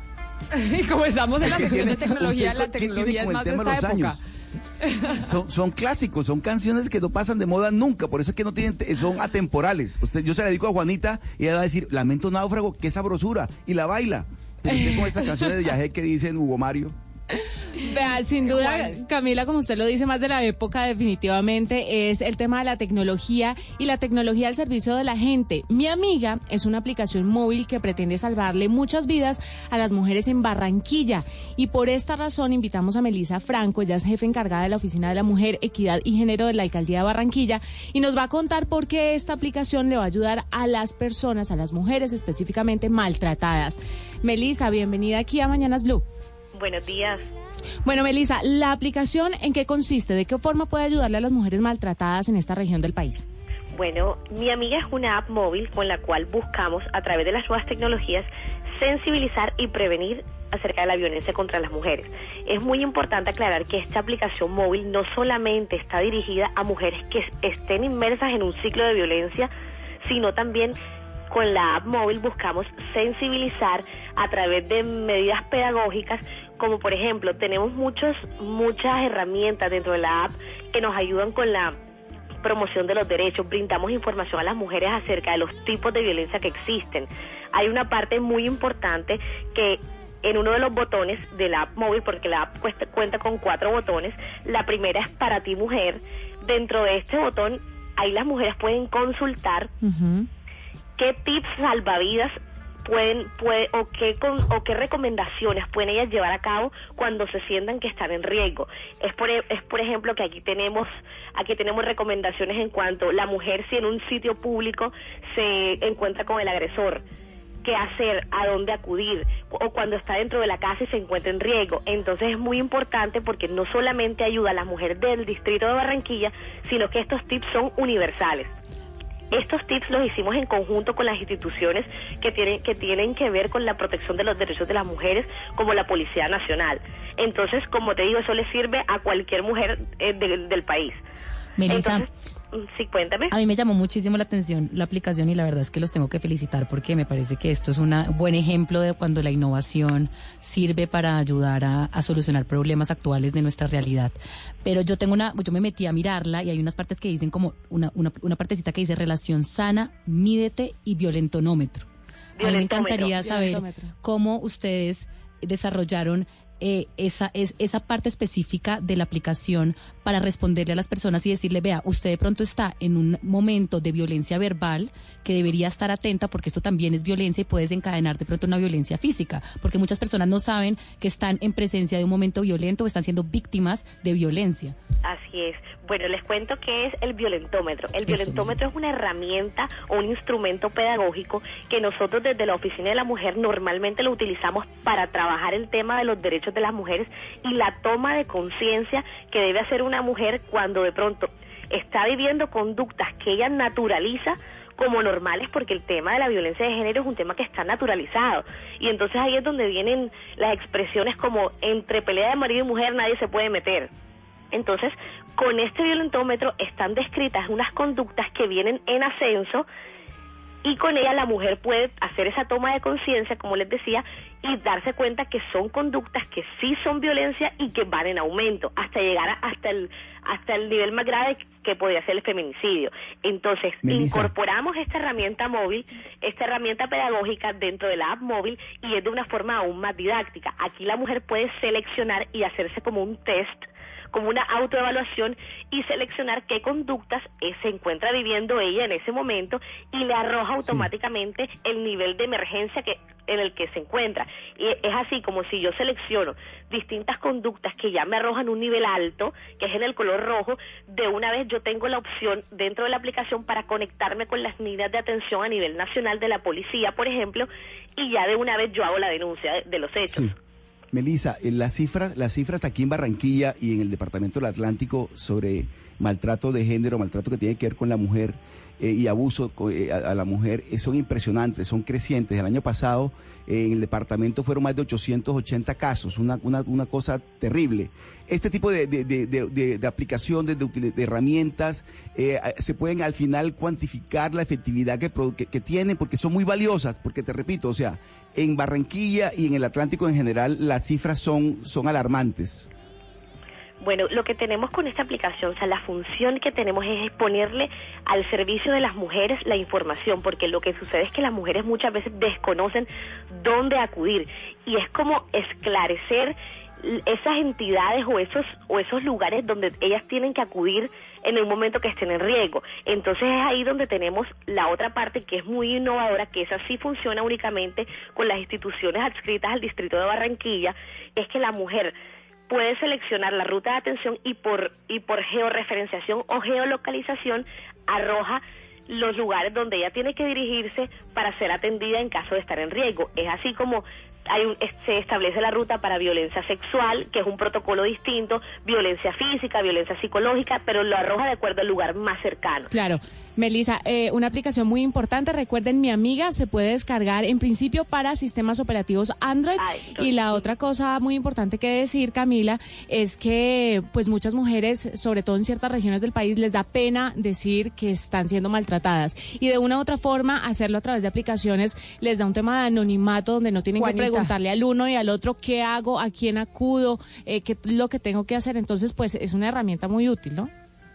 Y como estamos en la sección de tecnología, usted, la ¿qué tiene tecnología es con el más de tema de esta los época. años? Son, son clásicos, son canciones que no pasan de moda nunca, por eso es que no tienen, son atemporales. Usted, yo se la dedico a Juanita y ella va a decir, Lamento Náufrago, qué sabrosura, y la baila. Pero usted con estas canciones de yagé que dicen Hugo Mario. Vea, sin duda, Camila, como usted lo dice, más de la época definitivamente es el tema de la tecnología y la tecnología al servicio de la gente. Mi Amiga es una aplicación móvil que pretende salvarle muchas vidas a las mujeres en Barranquilla y por esta razón invitamos a Melisa Franco, ella es jefe encargada de la Oficina de la Mujer, Equidad y Género de la Alcaldía de Barranquilla y nos va a contar por qué esta aplicación le va a ayudar a las personas, a las mujeres específicamente maltratadas. Melisa, bienvenida aquí a Mañanas Blue. Buenos días. Bueno, Melisa, ¿la aplicación en qué consiste? ¿De qué forma puede ayudarle a las mujeres maltratadas en esta región del país? Bueno, Mi Amiga es una app móvil con la cual buscamos, a través de las nuevas tecnologías, sensibilizar y prevenir acerca de la violencia contra las mujeres. Es muy importante aclarar que esta aplicación móvil no solamente está dirigida a mujeres que estén inmersas en un ciclo de violencia, sino también con la app móvil buscamos sensibilizar a través de medidas pedagógicas, como por ejemplo, tenemos muchos, muchas herramientas dentro de la app que nos ayudan con la promoción de los derechos, brindamos información a las mujeres acerca de los tipos de violencia que existen. Hay una parte muy importante que en uno de los botones de la app móvil, porque la app cuesta, cuenta con cuatro botones, la primera es para ti mujer. Dentro de este botón, ahí las mujeres pueden consultar Uh-huh. qué tips salvavidas pueden, puede, o qué con, o qué recomendaciones pueden ellas llevar a cabo cuando se sientan que están en riesgo. Es por es por ejemplo que aquí tenemos aquí tenemos recomendaciones en cuanto la mujer si en un sitio público se encuentra con el agresor, qué hacer, a dónde acudir, o cuando está dentro de la casa y se encuentra en riesgo. Entonces es muy importante porque no solamente ayuda a las mujeres del distrito de Barranquilla, sino que estos tips son universales. Estos tips los hicimos en conjunto con las instituciones que tienen que tienen que ver con la protección de los derechos de las mujeres, como la Policía Nacional. Entonces, como te digo, eso le sirve a cualquier mujer eh, de, del país. Melissa, Entonces, sí, cuéntame. A mí me llamó muchísimo la atención la aplicación y la verdad es que los tengo que felicitar porque me parece que esto es un buen ejemplo de cuando la innovación sirve para ayudar a, a solucionar problemas actuales de nuestra realidad. Pero yo tengo una, yo me metí a mirarla y hay unas partes que dicen como una, una, una partecita que dice relación sana, mídete y violentonómetro. A mí me encantaría saber cómo ustedes desarrollaron Eh, esa es esa parte específica de la aplicación para responderle a las personas y decirle, vea, usted de pronto está en un momento de violencia verbal que debería estar atenta porque esto también es violencia y puede desencadenar de pronto una violencia física, porque muchas personas no saben que están en presencia de un momento violento o están siendo víctimas de violencia. Así es. Bueno, les cuento qué es el violentómetro. El violentómetro es una herramienta o un instrumento pedagógico que nosotros desde la Oficina de la Mujer normalmente lo utilizamos para trabajar el tema de los derechos de las mujeres y la toma de conciencia que debe hacer una mujer cuando de pronto está viviendo conductas que ella naturaliza como normales, porque el tema de la violencia de género es un tema que está naturalizado, y entonces ahí es donde vienen las expresiones como entre pelea de marido y mujer nadie se puede meter. Entonces, con este violentómetro están descritas unas conductas que vienen en ascenso y con ella la mujer puede hacer esa toma de conciencia, como les decía, y darse cuenta que son conductas que sí son violencia y que van en aumento, hasta llegar a, hasta el hasta el nivel más grave que podría ser el feminicidio. Entonces, Melissa, incorporamos esta herramienta móvil, esta herramienta pedagógica dentro de la app móvil y es de una forma aún más didáctica. Aquí la mujer puede seleccionar y hacerse como un test, como una autoevaluación y seleccionar qué conductas eh, se encuentra viviendo ella en ese momento y le arroja automáticamente sí. el nivel de emergencia que en el que se encuentra. Y es así como si yo selecciono distintas conductas que ya me arrojan un nivel alto, que es en el color rojo, de una vez yo tengo la opción dentro de la aplicación para conectarme con las líneas de atención a nivel nacional de la policía, por ejemplo, y ya de una vez yo hago la denuncia de, de los hechos. Sí. Melissa, las cifras, las cifras aquí en Barranquilla y en el departamento del Atlántico sobre maltrato de género, maltrato que tiene que ver con la mujer eh, y abuso eh, a, a la mujer eh, son impresionantes, son crecientes. El año pasado eh, en el departamento fueron más de ochocientos ochenta casos, una, una, una cosa terrible. Este tipo de, de, de, de, de, de aplicaciones, de, de herramientas, eh, se pueden al final cuantificar la efectividad que, que, que tienen porque son muy valiosas, porque te repito, o sea, en Barranquilla y en el Atlántico en general las cifras son, son alarmantes. Bueno, lo que tenemos con esta aplicación, o sea, la función que tenemos es ponerle al servicio de las mujeres la información, porque lo que sucede es que las mujeres muchas veces desconocen dónde acudir y es como esclarecer esas entidades o esos o esos lugares donde ellas tienen que acudir en el momento que estén en riesgo. Entonces es ahí donde tenemos la otra parte que es muy innovadora, que esa sí funciona únicamente con las instituciones adscritas al distrito de Barranquilla, es que la mujer puede seleccionar la ruta de atención y por y por georreferenciación o geolocalización arroja los lugares donde ella tiene que dirigirse para ser atendida en caso de estar en riesgo. Es así como hay un, se establece la ruta para violencia sexual, que es un protocolo distinto, violencia física, violencia psicológica, pero lo arroja de acuerdo al lugar más cercano. Claro. Melissa, eh, una aplicación muy importante, recuerden, Mi Amiga, se puede descargar en principio para sistemas operativos Android. Ay, y la otra cosa muy importante que decir, Camila, es que pues muchas mujeres, sobre todo en ciertas regiones del país, les da pena decir que están siendo maltratadas. Y de una u otra forma, hacerlo a través de aplicaciones les da un tema de anonimato donde no tienen Juanita. que preguntarle al uno y al otro qué hago, a quién acudo, eh, qué es lo que tengo que hacer. Entonces, pues es una herramienta muy útil, ¿no?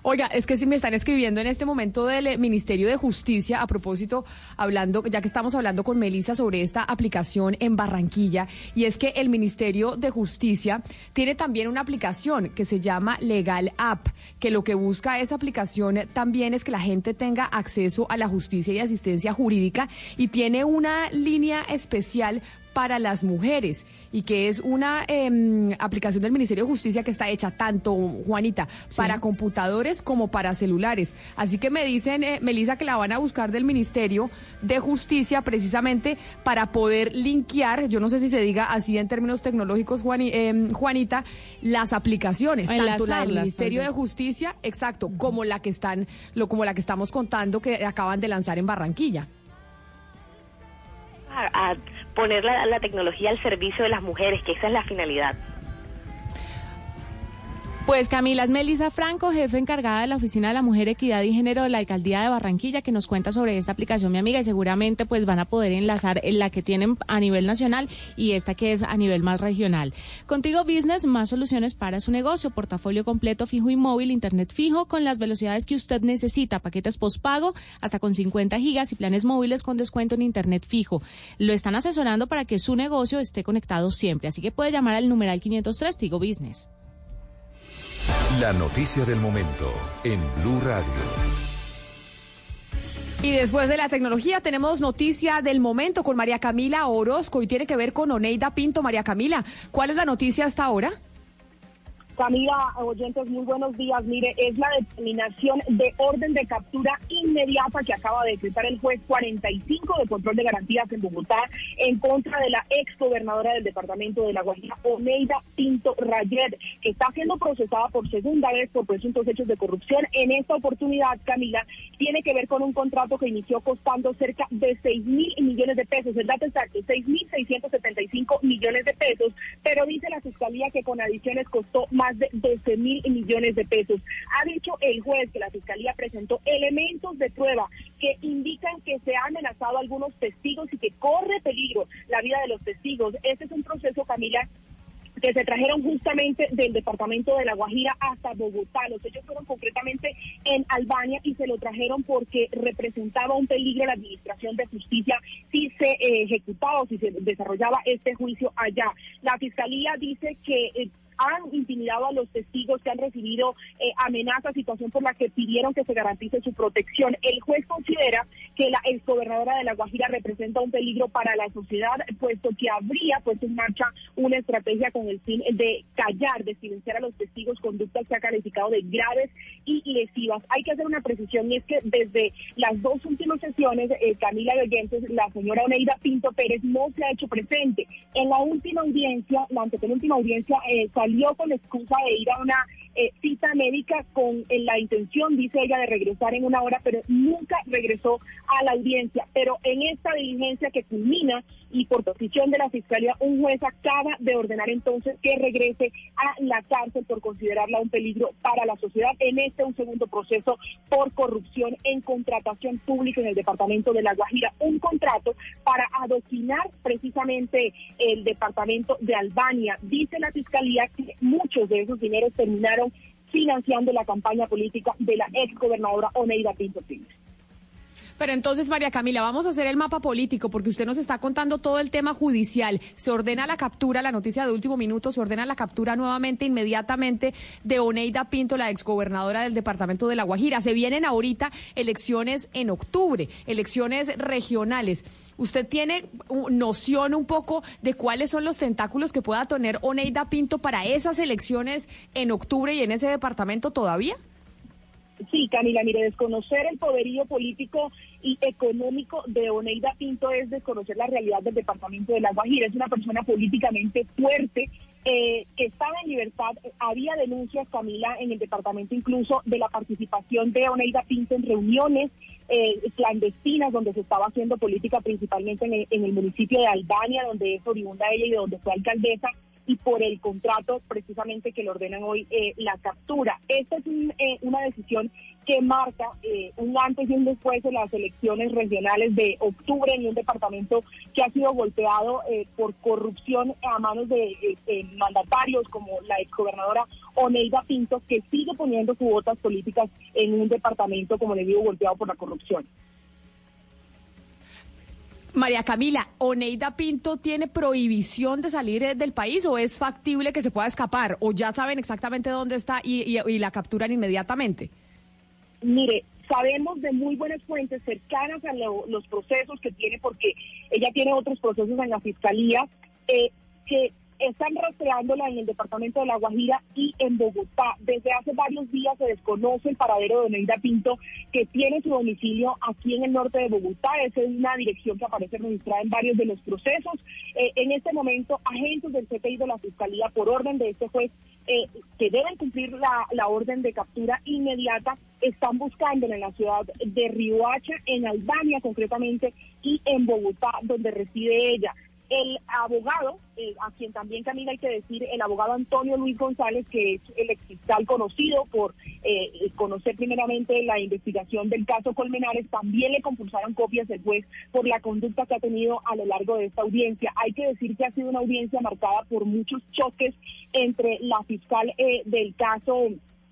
Oiga, es que si me están escribiendo en este momento del Ministerio de Justicia, a propósito, hablando, ya que estamos hablando con Melissa sobre esta aplicación en Barranquilla, y es que el Ministerio de Justicia tiene también una aplicación que se llama Legal App, que lo que busca esa aplicación también es que la gente tenga acceso a la justicia y asistencia jurídica, y tiene una línea especial para las mujeres, y que es una eh, aplicación del Ministerio de Justicia que está hecha tanto, Juanita, sí, para computadores como para celulares. Así que me dicen, eh, Melissa, que la van a buscar del Ministerio de Justicia precisamente para poder linkear, yo no sé si se diga así en términos tecnológicos, Juani, eh, Juanita, las aplicaciones, tanto la del Ministerio de Justicia, exacto, uh-huh, como la que están, lo como la que estamos contando que acaban de lanzar en Barranquilla. A, a poner la, la tecnología al servicio de las mujeres, que esa es la finalidad. Pues Camila, es Melissa Franco, jefe encargada de la Oficina de la Mujer, Equidad y Género de la Alcaldía de Barranquilla, que nos cuenta sobre esta aplicación, mi amiga, y seguramente pues van a poder enlazar en la que tienen a nivel nacional y esta que es a nivel más regional. Contigo Business, más soluciones para su negocio, portafolio completo fijo y móvil, internet fijo con las velocidades que usted necesita, paquetes postpago hasta con cincuenta gigas y planes móviles con descuento en internet fijo. Lo están asesorando para que su negocio esté conectado siempre, así que puede llamar al numeral quinientos tres Tigo Business. La noticia del momento en Blue Radio. Y después de la tecnología tenemos noticia del momento con María Camila Orozco y tiene que ver con Oneida Pinto. María Camila, ¿cuál es la noticia hasta ahora? Camila, oyentes, muy buenos días. Mire, es la determinación de orden de captura inmediata que acaba de decretar el juez cuarenta y cinco de control de garantías en Bogotá en contra de la exgobernadora del departamento de La Guajira, Oneida Pinto Rayet, que está siendo procesada por segunda vez por presuntos hechos de corrupción. En esta oportunidad, Camila, tiene que ver con un contrato que inició costando cerca de seis mil millones de pesos. El dato exacto, seis mil seiscientos setenta y cinco millones de pesos, pero dice la Fiscalía que con adiciones costó más más de doce mil millones de pesos. Ha dicho el juez que la Fiscalía presentó elementos de prueba que indican que se ha amenazado a algunos testigos y que corre peligro la vida de los testigos. Este es un proceso, Camila, que se trajeron justamente del departamento de La Guajira hasta Bogotá. Los hechos fueron concretamente en Albania y se lo trajeron porque representaba un peligro a la administración de justicia si se eh, ejecutaba o si se desarrollaba este juicio allá. La Fiscalía dice que eh, han intimidado a los testigos, que han recibido eh, amenazas, situación por la que pidieron que se garantice su protección. El juez considera que la exgobernadora de La Guajira representa un peligro para la sociedad, puesto que habría puesto en marcha una estrategia con el fin de callar, de silenciar a los testigos, conductas que ha calificado de graves y lesivas. Hay que hacer una precisión, y es que desde las dos últimas sesiones, eh, Camila de oyentes, la señora Oneida Pinto Pérez no se ha hecho presente. En la última audiencia, la antepenúltima audiencia, eh, salió con la excusa de ir a una eh, cita médica con eh, la intención, dice ella, de regresar en una hora, pero nunca regresó a la audiencia. Pero en esta diligencia que culmina y por petición de la Fiscalía, un juez acaba de ordenar entonces que regrese a la cárcel por considerarla un peligro para la sociedad en este un segundo proceso por corrupción en contratación pública en el departamento de La Guajira. Un contrato para adoquinar precisamente el departamento de Albania. Dice la Fiscalía que muchos de esos dineros terminaron financiando la campaña política de la exgobernadora Oneida Pinto Pérez. Pero entonces, María Camila, vamos a hacer el mapa político, porque usted nos está contando todo el tema judicial. Se ordena la captura, la noticia de último minuto, se ordena la captura nuevamente, inmediatamente, de Oneida Pinto, la exgobernadora del departamento de La Guajira. Se vienen ahorita elecciones en octubre, elecciones regionales. ¿Usted tiene noción un poco de cuáles son los tentáculos que pueda tener Oneida Pinto para esas elecciones en octubre y en ese departamento todavía? Sí, Camila, mire, desconocer el poderío político y económico de Oneida Pinto es desconocer la realidad del departamento de La Guajira. Es una persona políticamente fuerte, eh, que estaba en libertad. Había denuncias, Camila, en el departamento incluso de la participación de Oneida Pinto en reuniones eh, clandestinas donde se estaba haciendo política, principalmente en el, en el municipio de Albania, donde es oriunda ella y de donde fue alcaldesa, y por el contrato precisamente que le ordenan hoy eh, la captura. Esta es un, eh, una decisión que marca eh, un antes y un después de las elecciones regionales de octubre en un departamento que ha sido golpeado eh, por corrupción a manos de eh, eh, mandatarios como la exgobernadora Oneida Pinto, que sigue poniendo cuotas políticas en un departamento, como le digo, golpeado por la corrupción. María Camila, ¿Oneida Pinto tiene prohibición de salir eh, del país o es factible que se pueda escapar? ¿O ya saben exactamente dónde está y, y, y la capturan inmediatamente? Mire, sabemos de muy buenas fuentes cercanas a lo, los procesos que tiene, porque ella tiene otros procesos en la Fiscalía, eh, que están rastreándola en el departamento de La Guajira y en Bogotá. Desde hace varios días se desconoce el paradero de Oneida Pinto, que tiene su domicilio aquí en el norte de Bogotá. Esa es una dirección que aparece registrada en varios de los procesos. Eh, en este momento, agentes del C T I de la Fiscalía, por orden de este juez, eh, que deben cumplir la, la orden de captura inmediata, están buscándola en la ciudad de Riohacha, en Albania concretamente, y en Bogotá, donde reside ella. El abogado, eh, a quien también, Camila, hay que decir, el abogado Antonio Luis González, que es el exfiscal conocido por eh, conocer primeramente la investigación del caso Colmenares, también le compulsaron copias del juez por la conducta que ha tenido a lo largo de esta audiencia. Hay que decir que ha sido una audiencia marcada por muchos choques entre la fiscal eh, del caso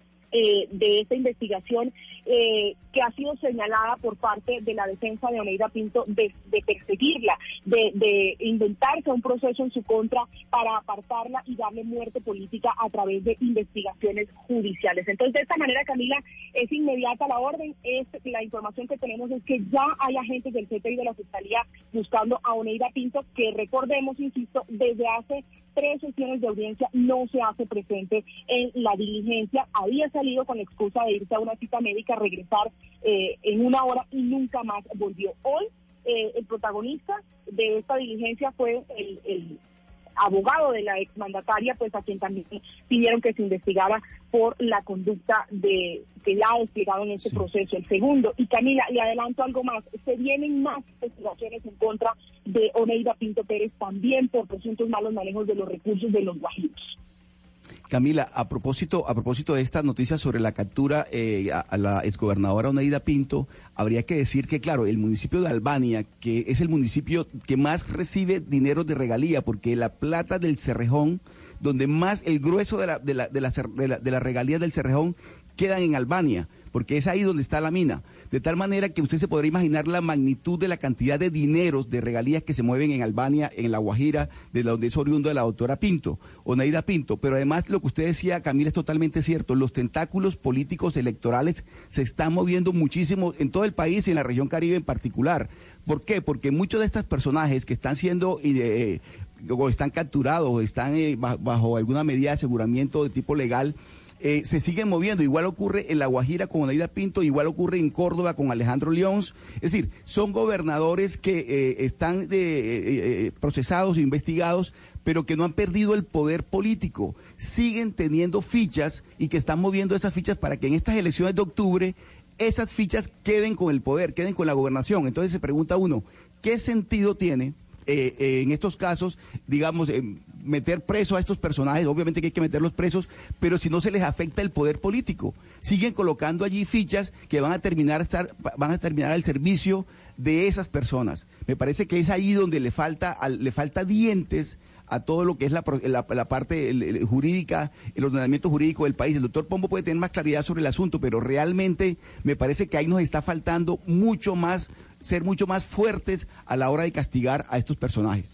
Eh, de esta investigación, eh, que ha sido señalada por parte de la defensa de Oneida Pinto de, de perseguirla, de, de inventarse un proceso en su contra para apartarla y darle muerte política a través de investigaciones judiciales. Entonces, de esta manera, Camila, es inmediata la orden. Es, la información que tenemos es que ya hay agentes del C T I de la Fiscalía buscando a Oneida Pinto, que recordemos, insisto, desde hace tres sesiones de audiencia no se hace presente en la diligencia. Había salido con la excusa de irse a una cita médica, regresar eh, en una hora y nunca más volvió. Hoy eh, el protagonista de esta diligencia fue el, el abogado de la exmandataria, pues a quien también pidieron que se investigara por la conducta de que ya ha desplegado en este sí. proceso, el segundo. Y Camila, le adelanto algo más, se vienen más investigaciones en contra de Oneida Pinto Pérez, también por presuntos malos manejos de los recursos de los guajiros. Camila, a propósito, a propósito de esta noticia sobre la captura eh, a, a la exgobernadora Oneida Pinto, habría que decir que, claro, el municipio de Albania, que es el municipio que más recibe dinero de regalía, porque la plata del Cerrejón, donde más el grueso de la, de la, de la, de la, de la regalía del Cerrejón quedan en Albania, porque es ahí donde está la mina. De tal manera que usted se podrá imaginar la magnitud de la cantidad de dineros, de regalías que se mueven en Albania, en La Guajira, de donde es oriundo de la doctora Pinto, Oneida Pinto. Pero además lo que usted decía, Camila, es totalmente cierto. Los tentáculos políticos electorales se están moviendo muchísimo en todo el país y en la región Caribe en particular. ¿Por qué? Porque muchos de estos personajes que están siendo eh, o están capturados o están eh, bajo, bajo alguna medida de aseguramiento de tipo legal, Eh, se siguen moviendo. Igual ocurre en La Guajira con Oneida Pinto, igual ocurre en Córdoba con Alejandro Leons. Es decir, son gobernadores que eh, están de, eh, eh, procesados e investigados, pero que no han perdido el poder político. Siguen teniendo fichas y que están moviendo esas fichas para que en estas elecciones de octubre esas fichas queden con el poder, queden con la gobernación. Entonces se pregunta uno, ¿qué sentido tiene eh, eh, en estos casos, digamos, eh, meter preso a estos personajes? Obviamente que hay que meterlos presos, pero si no se les afecta el poder político, siguen colocando allí fichas que van a terminar estar, van a terminar al servicio de esas personas. Me parece que es ahí donde le falta, le falta dientes a todo lo que es la, la, la parte el, el, jurídica, el ordenamiento jurídico del país. El doctor Pombo puede tener más claridad sobre el asunto, pero realmente me parece que ahí nos está faltando mucho más, ser mucho más fuertes a la hora de castigar a estos personajes.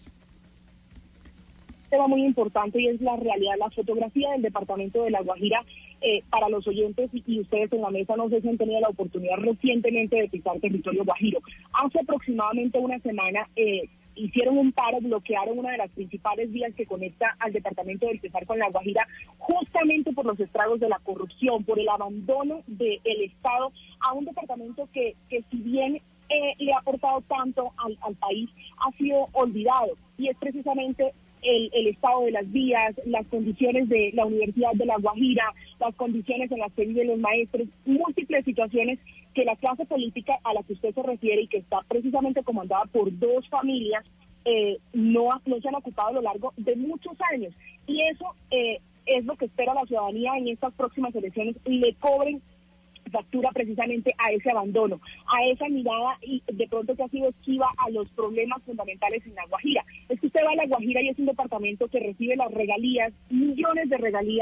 Tema muy importante, y es la realidad, la fotografía del departamento de La Guajira. Eh, para los oyentes y, y ustedes en la mesa, no sé si han tenido la oportunidad recientemente de pisar territorio guajiro. Hace aproximadamente una semana eh, hicieron un paro, bloquearon una de las principales vías que conecta al departamento del Cesar con La Guajira, justamente por los estragos de la corrupción, por el abandono del Estado a un departamento que, que si bien eh, le ha aportado tanto al, al país, ha sido olvidado, y es precisamente El, el estado de las vías, las condiciones de la Universidad de La Guajira, las condiciones en las que viven los maestros, múltiples situaciones que la clase política a la que usted se refiere y que está precisamente comandada por dos familias, eh, no, no se han ocupado a lo largo de muchos años. Y eso eh, es lo que espera la ciudadanía en estas próximas elecciones, le cobren factura precisamente a ese abandono, a esa mirada y de pronto que ha sido esquiva a los problemas fundamentales en La Guajira. Es que usted va a La Guajira y es un departamento que recibe las regalías, millones de regalías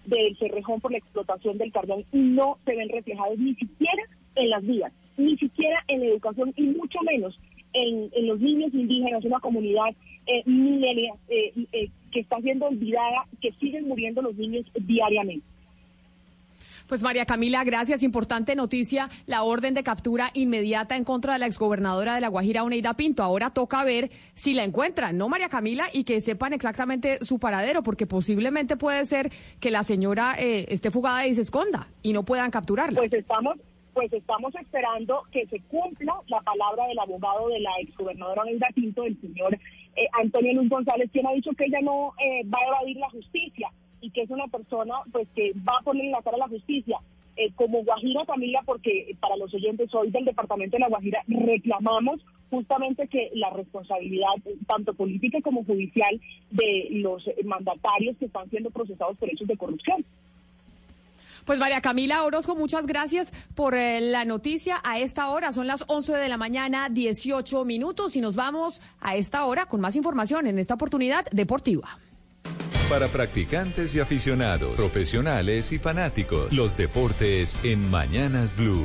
del Cerrejón por la explotación del carbón no se ven reflejados ni siquiera en las vías, ni siquiera en la educación y mucho menos en, en los niños indígenas, una comunidad eh, milenaria eh, eh, que está siendo olvidada, que siguen muriendo los niños diariamente. Pues María Camila, gracias. Importante noticia, la orden de captura inmediata en contra de la exgobernadora de La Guajira, Oneida Pinto. Ahora toca ver si la encuentran, ¿no, María Camila? Y que sepan exactamente su paradero, porque posiblemente puede ser que la señora eh, esté fugada y se esconda y no puedan capturarla. Pues estamos, pues estamos esperando que se cumpla la palabra del abogado de la exgobernadora Oneida Pinto, el señor eh, Antonio Luis González, quien ha dicho que ella no eh, va a evadir la justicia y que es una persona pues que va a ponerle la cara a la justicia. Eh, como Guajira, Camila, porque para los oyentes hoy del departamento de La Guajira reclamamos justamente que la responsabilidad tanto política como judicial de los mandatarios que están siendo procesados por hechos de corrupción. Pues María Camila Orozco, muchas gracias por eh, la noticia a esta hora. Son las once de la mañana, dieciocho minutos, y nos vamos a esta hora con más información en esta oportunidad deportiva. Para practicantes y aficionados, profesionales y fanáticos, los deportes en Mañanas Blue.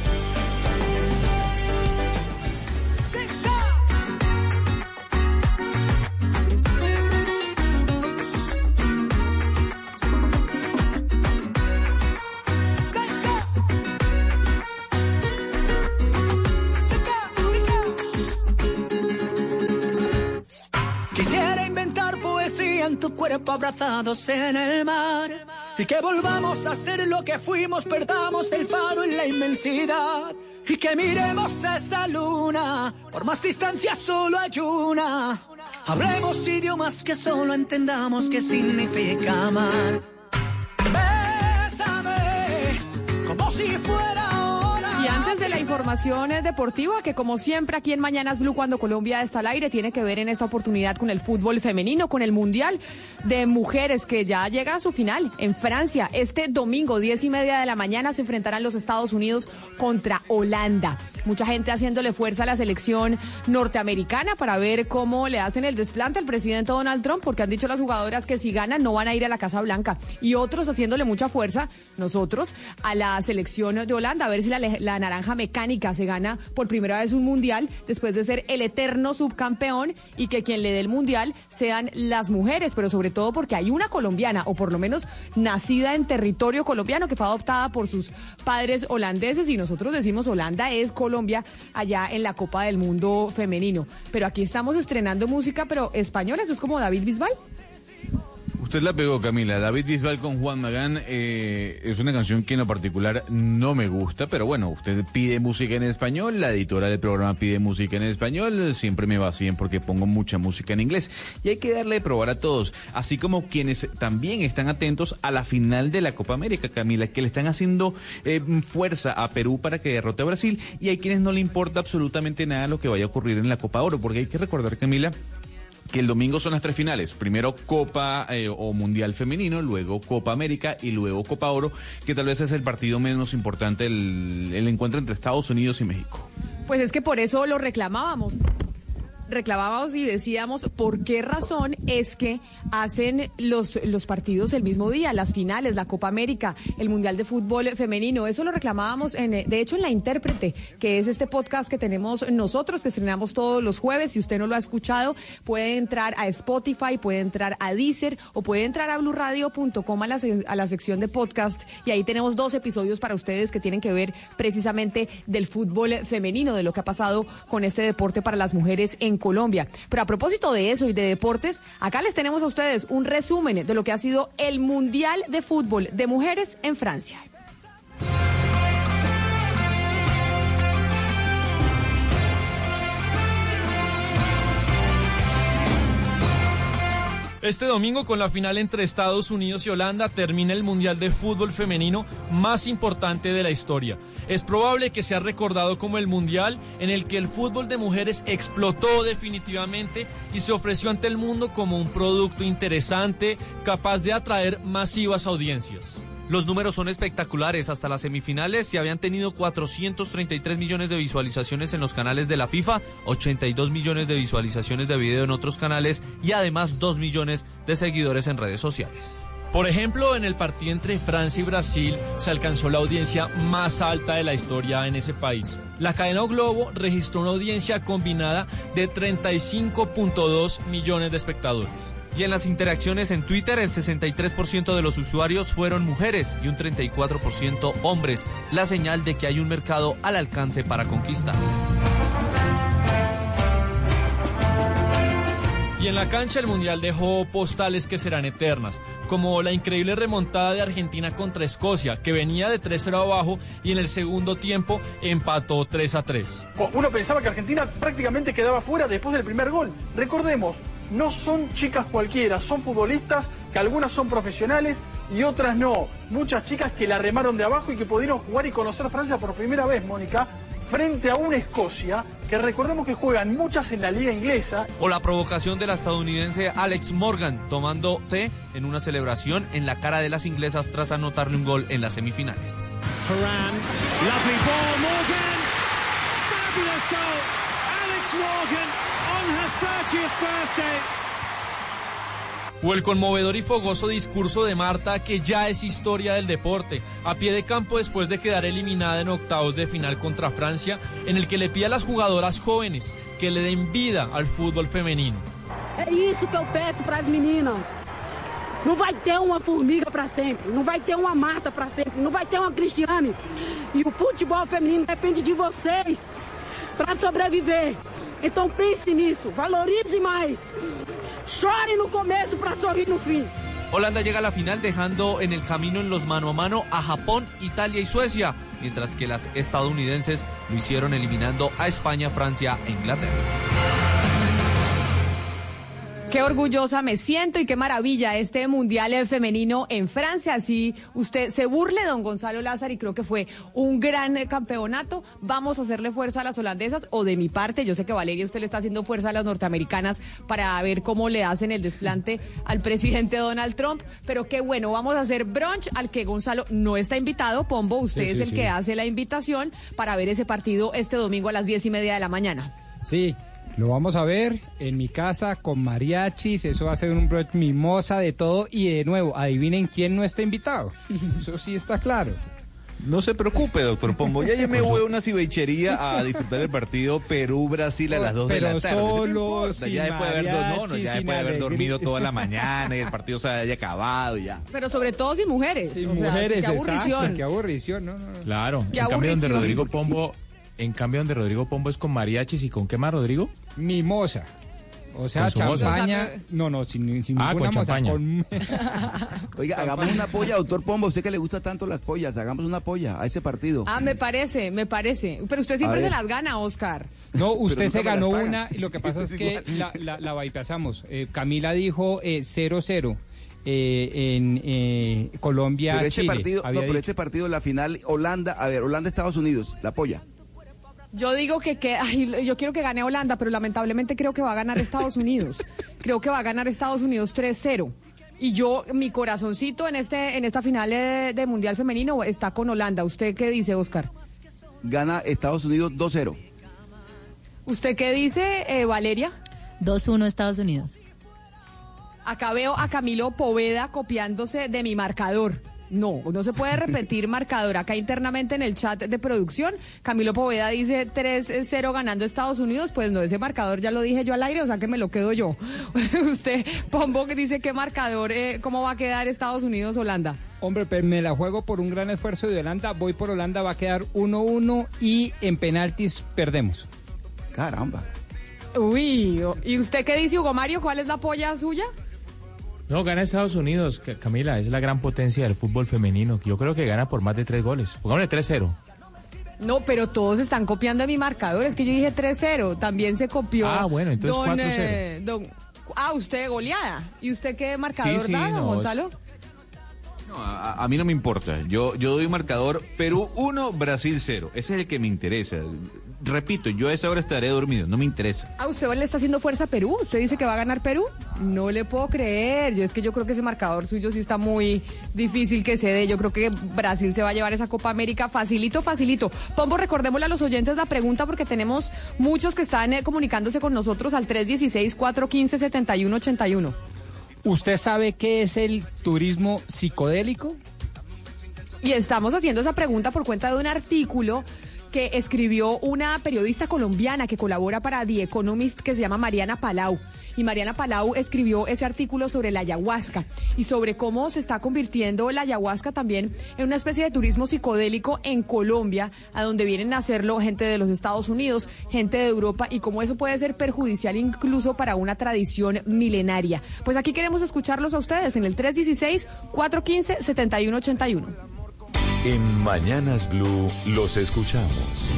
En tu cuerpo abrazados en el mar y que volvamos a ser lo que fuimos, perdamos el faro en la inmensidad y que miremos esa luna, por más distancia solo hay una, hablemos idiomas que solo entendamos qué significa amar. Bésame como si fuera Y antes de la información deportiva, que como siempre aquí en Mañanas Blue, cuando Colombia está al aire, tiene que ver en esta oportunidad con el fútbol femenino, con el Mundial de Mujeres, que ya llega a su final en Francia. Este domingo, diez y media de la mañana, se enfrentarán los Estados Unidos contra Holanda. Mucha gente haciéndole fuerza a la selección norteamericana para ver cómo le hacen el desplante al presidente Donald Trump, porque han dicho las jugadoras que si ganan no van a ir a la Casa Blanca. Y otros haciéndole mucha fuerza, nosotros, a la selección de Holanda, a ver si la, la naranja mecánica se gana por primera vez un mundial después de ser el eterno subcampeón, y que quien le dé el mundial sean las mujeres, pero sobre todo porque hay una colombiana, o por lo menos nacida en territorio colombiano, que fue adoptada por sus padres holandeses, y nosotros decimos Holanda es Colombia allá en la Copa del Mundo femenino. Pero aquí estamos estrenando música, pero española, eso es como David Bisbal. Usted la pegó, Camila. David Bisbal con Juan Magán eh, es una canción que en lo particular no me gusta, pero bueno, usted pide música en español, la editora del programa pide música en español, siempre me vacían porque pongo mucha música en inglés. Y hay que darle de probar a todos, así como quienes también están atentos a la final de la Copa América, Camila, que le están haciendo eh, fuerza a Perú para que derrote a Brasil, y hay quienes no le importa absolutamente nada lo que vaya a ocurrir en la Copa Oro, porque hay que recordar, Camila, que el domingo son las tres finales, primero Copa eh, o Mundial Femenino, luego Copa América y luego Copa Oro, que tal vez es el partido menos importante, el, el encuentro entre Estados Unidos y México. Pues es que por eso lo reclamábamos. reclamábamos y decíamos por qué razón es que hacen los, los partidos el mismo día, las finales, la Copa América, el Mundial de Fútbol Femenino. Eso lo reclamábamos, en, de hecho, en La Intérprete, que es este podcast que tenemos nosotros, que estrenamos todos los jueves. Si usted no lo ha escuchado, puede entrar a Spotify, puede entrar a Deezer o puede entrar a blue radio punto com a la, a la sección de podcast, y ahí tenemos dos episodios para ustedes que tienen que ver precisamente del fútbol femenino, de lo que ha pasado con este deporte para las mujeres en Colombia. Pero a propósito de eso y de deportes, acá les tenemos a ustedes un resumen de lo que ha sido el Mundial de Fútbol de Mujeres en Francia. Este domingo, con la final entre Estados Unidos y Holanda, termina el Mundial de Fútbol Femenino más importante de la historia. Es probable que sea recordado como el Mundial en el que el fútbol de mujeres explotó definitivamente y se ofreció ante el mundo como un producto interesante, capaz de atraer masivas audiencias. Los números son espectaculares. Hasta las semifinales se habían tenido cuatrocientos treinta y tres millones de visualizaciones en los canales de la FIFA, ochenta y dos millones de visualizaciones de video en otros canales y además dos millones de seguidores en redes sociales. Por ejemplo, en el partido entre Francia y Brasil se alcanzó la audiencia más alta de la historia en ese país. La cadena O Globo registró una audiencia combinada de treinta y cinco punto dos millones de espectadores. Y en las interacciones en Twitter, el sesenta y tres por ciento de los usuarios fueron mujeres y un treinta y cuatro por ciento hombres, la señal de que hay un mercado al alcance para conquistar. Y en la cancha el Mundial dejó postales que serán eternas, como la increíble remontada de Argentina contra Escocia, que venía de tres cero abajo y en el segundo tiempo empató tres a tres. Uno pensaba que Argentina prácticamente quedaba fuera después del primer gol. Recordemos, no son chicas cualquiera, son futbolistas que algunas son profesionales y otras no. Muchas chicas que la remaron de abajo y que pudieron jugar y conocer a Francia por primera vez, Mónica, frente a una Escocia que recordemos que juegan muchas en la liga inglesa. O la provocación de la estadounidense Alex Morgan tomando té en una celebración en la cara de las inglesas tras anotarle un gol en las semifinales. Varane, lovely ball, Morgan, fabulous goal, Alex Morgan on her thirtieth birthday. O el conmovedor y fogoso discurso de Marta, que ya es historia del deporte, a pie de campo después de quedar eliminada en octavos de final contra Francia, en el que le pide a las jugadoras jóvenes que le den vida al fútbol femenino. É isso que eu peço para as meninas. Não vai ter uma formiga para sempre, não vai ter uma Marta para sempre, não vai ter uma Cristiane. E o futebol feminino depende de vocês para sobreviver. Então pense nisso, valorize mais. Chore no começo para sorrir no fin. Holanda llega a la final dejando en el camino en los mano a mano a Japón, Italia y Suecia, mientras que las estadounidenses lo hicieron eliminando a España, Francia e Inglaterra. Qué orgullosa me siento y qué maravilla este Mundial femenino en Francia. Así usted se burle, don Gonzalo Lázaro, y creo que fue un gran campeonato. Vamos a hacerle fuerza a las holandesas, o de mi parte, yo sé que Valeria, usted le está haciendo fuerza a las norteamericanas para ver cómo le hacen el desplante al presidente Donald Trump. Pero qué bueno, vamos a hacer brunch al que Gonzalo no está invitado. Pombo, usted Sí, es sí, el sí. que hace la invitación para ver ese partido este domingo a las diez y media de la mañana. Sí, lo vamos a ver en mi casa con mariachis, eso va a ser un brunch mimosa de todo y de nuevo, adivinen quién no está invitado. Eso sí está claro. No se preocupe, doctor Pombo. Ya, ya me voy a una cibechería a disfrutar el partido Perú-Brasil a las dos de la Pero tarde. solo, No importa, sin ya después de haber, do- no, no, mariachi, ya sin después de haber alegría. dormido toda la mañana y el partido se haya acabado y ya. Pero sobre todo sin mujeres. Sin o sea, mujeres, qué aburrición. exacto, qué aburrición, no, no, no. Claro, Qué en cambio donde aburrición. Rodrigo Pombo, en cambio donde Rodrigo Pombo es con mariachis y con qué más, Rodrigo? Mimosa. O sea, Con su moza. champaña. No, no, sin, sin Ah, ninguna con moza, champaña. con- Oiga, hagamos una polla, doctor Pombo. Usted que le gusta tanto las pollas, hagamos una polla a ese partido. Ah, me parece, me parece. Pero usted siempre A se ver. las gana, Oscar. No, usted Pero se nunca me ganó las paga. una y lo que pasa Eso es es que la, la, la bypassamos. Eh, Camila dijo eh, cero cero eh, en eh, Colombia, Pero este Chile. partido, no, había pero dicho. este partido, la final, Holanda, a ver, Holanda, Estados Unidos, la polla. Yo digo que, que ay, yo quiero que gane Holanda, pero lamentablemente creo que va a ganar Estados Unidos. Creo que va a ganar Estados Unidos tres cero. Y yo, mi corazoncito en este en esta final de, de Mundial Femenino está con Holanda. ¿Usted qué dice, Oscar? Gana Estados Unidos dos cero. ¿Usted qué dice, eh, Valeria? dos uno Estados Unidos. Acá veo a Camilo Poveda copiándose de mi marcador. No, no se puede repetir marcador. Acá internamente en el chat de producción, Camilo Poveda dice tres cero ganando Estados Unidos. Pues no, ese marcador ya lo dije yo al aire, o sea que me lo quedo yo. Usted, Pombo, que dice qué marcador, eh, cómo va a quedar Estados Unidos-Holanda. Hombre, pero me la juego por un gran esfuerzo de Holanda. Voy por Holanda, va a quedar uno uno y en penaltis perdemos. Caramba. Uy, ¿y usted qué dice, Hugo Mario? ¿Cuál es la polla suya? No, gana Estados Unidos, Ca- Camila, es la gran potencia del fútbol femenino. Yo creo que gana por más de tres goles. Pongámosle tres cero. No, pero todos están copiando de mi marcador. Es que yo dije tres cero. También se copió. Ah, bueno, entonces don, cuatro cero. eh, don- ah, usted goleada. ¿Y usted qué marcador Sí, sí, da, don no, Gonzalo? No, a, a mí no me importa. Yo, yo doy marcador Perú uno, Brasil cero. Ese es el que me interesa. Repito, yo a esa hora estaré dormido. No me interesa. ¿A usted le está haciendo fuerza a Perú? ¿Usted dice que va a ganar Perú? No le puedo creer. Yo es que yo creo que ese marcador suyo sí está muy difícil que se dé. Yo creo que Brasil se va a llevar esa Copa América facilito, facilito. Pombo, recordémosle a los oyentes la pregunta porque tenemos muchos que están eh, comunicándose con nosotros al tres uno seis, cuatro uno cinco, siete uno ocho uno. ¿Usted sabe qué es el turismo psicodélico? Y estamos haciendo esa pregunta por cuenta de un artículo que escribió una periodista colombiana que colabora para The Economist, que se llama Mariana Palau. Y Mariana Palau escribió ese artículo sobre la ayahuasca y sobre cómo se está convirtiendo la ayahuasca también en una especie de turismo psicodélico en Colombia, a donde vienen a hacerlo gente de los Estados Unidos, gente de Europa, y cómo eso puede ser perjudicial incluso para una tradición milenaria. Pues aquí queremos escucharlos a ustedes en el tres uno seis, cuatro uno cinco, siete uno ocho uno. En Mañanas Blue los escuchamos.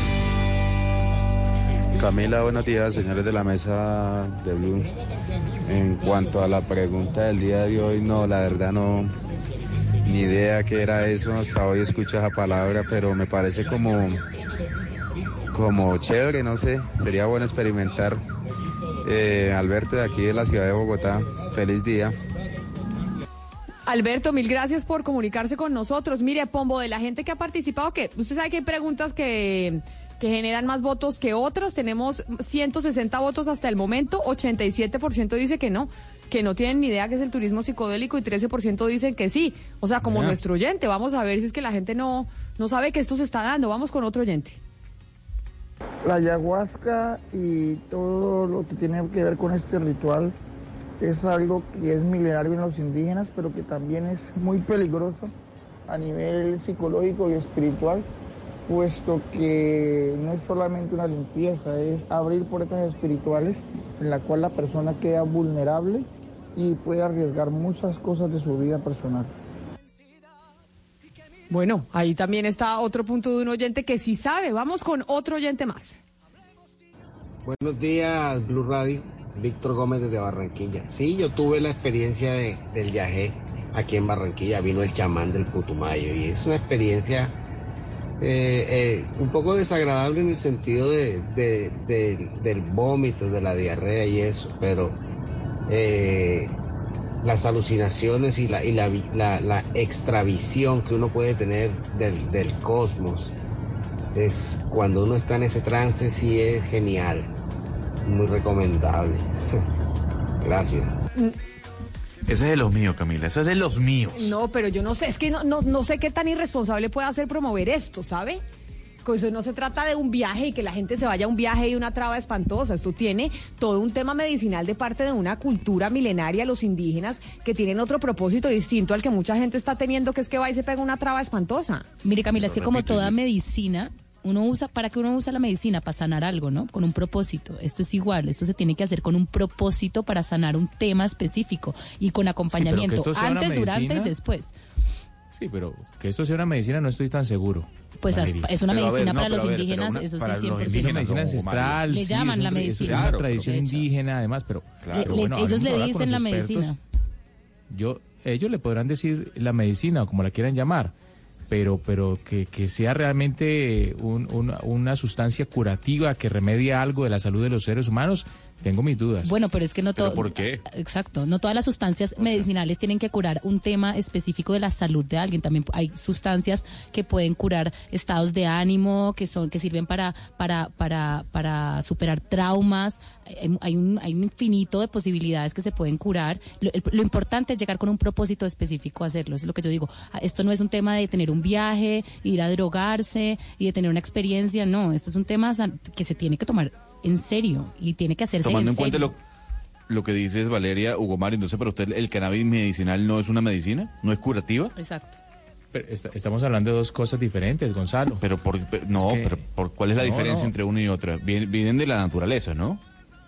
Camila, buenos días, señores de la mesa de Blue. En cuanto a la pregunta del día de hoy, no, la verdad no, ni idea qué era eso, hasta hoy escucho esa palabra, pero me parece como, como chévere, no sé, sería bueno experimentar. Eh, Alberto, de aquí de la ciudad de Bogotá, feliz día. Alberto, mil gracias por comunicarse con nosotros. Mire, Pombo, de la gente que ha participado, que usted sabe que hay preguntas que... que generan más votos que otros. Tenemos ciento sesenta votos hasta el momento, ochenta y siete por ciento dice que no, que no tienen ni idea que es el turismo psicodélico y trece por ciento dicen que sí. O sea, como Mira. nuestro oyente. Vamos a ver si es que la gente no, no sabe que esto se está dando. Vamos con otro oyente. La ayahuasca y todo lo que tiene que ver con este ritual es algo que es milenario en los indígenas, pero que también es muy peligroso a nivel psicológico y espiritual, puesto que no es solamente una limpieza, es abrir puertas espirituales en la cual la persona queda vulnerable y puede arriesgar muchas cosas de su vida personal. Bueno, ahí también está otro punto de un oyente que sí sabe. Vamos con otro oyente más. Buenos días, Blue Radio. Víctor Gómez desde Barranquilla. Sí, yo tuve la experiencia de, del yagé aquí en Barranquilla. Vino el chamán del Putumayo y es una experiencia Eh, eh, un poco desagradable en el sentido de, de, de, del vómito, de la diarrea y eso, pero eh, las alucinaciones y la, y la, la, la extravisión que uno puede tener del, del cosmos, es cuando uno está en ese trance, sí es genial, muy recomendable. Gracias. Ese es de los míos, Camila, ese es de los míos. No, pero yo no sé, es que no, no, no sé qué tan irresponsable puede hacer promover esto, ¿sabe? Pues no se trata de un viaje y que la gente se vaya a un viaje y una traba espantosa. Esto tiene todo un tema medicinal de parte de una cultura milenaria, los indígenas, que tienen otro propósito distinto al que mucha gente está teniendo, que es que va y se pega una traba espantosa. Mire, Camila, es que como toda medicina, uno usa, ¿para qué uno usa la medicina? Para sanar algo, ¿no? Con un propósito. Esto es igual, esto se tiene que hacer con un propósito para sanar un tema específico y con acompañamiento, sí, antes, medicina, durante y después. Sí, pero que esto sea una medicina no estoy tan seguro. Pues Valeria. es una Pero, medicina ver, no, para los ver, indígenas, una, eso para sí, cien por ciento. los indígenas, medicina ancestral. Le sí, llaman es la un- medicina. Es una Claro, tradición de hecho. indígena, además, pero claro, Le- bueno, ellos vamos a le hablar con dicen los la expertos. medicina. Yo, ellos le podrán decir la medicina o como la quieran llamar, pero pero que, que sea realmente un- una, una sustancia curativa que remedie algo de la salud de los seres humanos, tengo mis dudas. Bueno, pero es que no todo. ¿Por qué? Exacto, no todas las sustancias medicinales tienen que curar un tema específico de la salud de alguien. También hay sustancias que pueden curar estados de ánimo, que son que sirven para para para para superar traumas. Hay, hay un hay un infinito de posibilidades que se pueden curar. Lo, el- lo importante es llegar con un propósito específico a hacerlo. Eso es lo que yo digo. Ah, Esto no es un tema de tener un viaje, ir a drogarse y de tener una experiencia. No, esto es un tema san- que se tiene que tomar en serio y tiene que hacerse Tomando en en cuenta serio. lo, lo que dices, Valeria, Hugo Mario, entonces para usted el cannabis medicinal no es una medicina, no es curativa. Exacto. Pero est- estamos hablando de dos cosas diferentes, Gonzalo. Pero por, pero- no, Es que- pero por, ¿cuál es la No, diferencia no. entre una y otra? Vienen, vienen de la naturaleza, ¿no?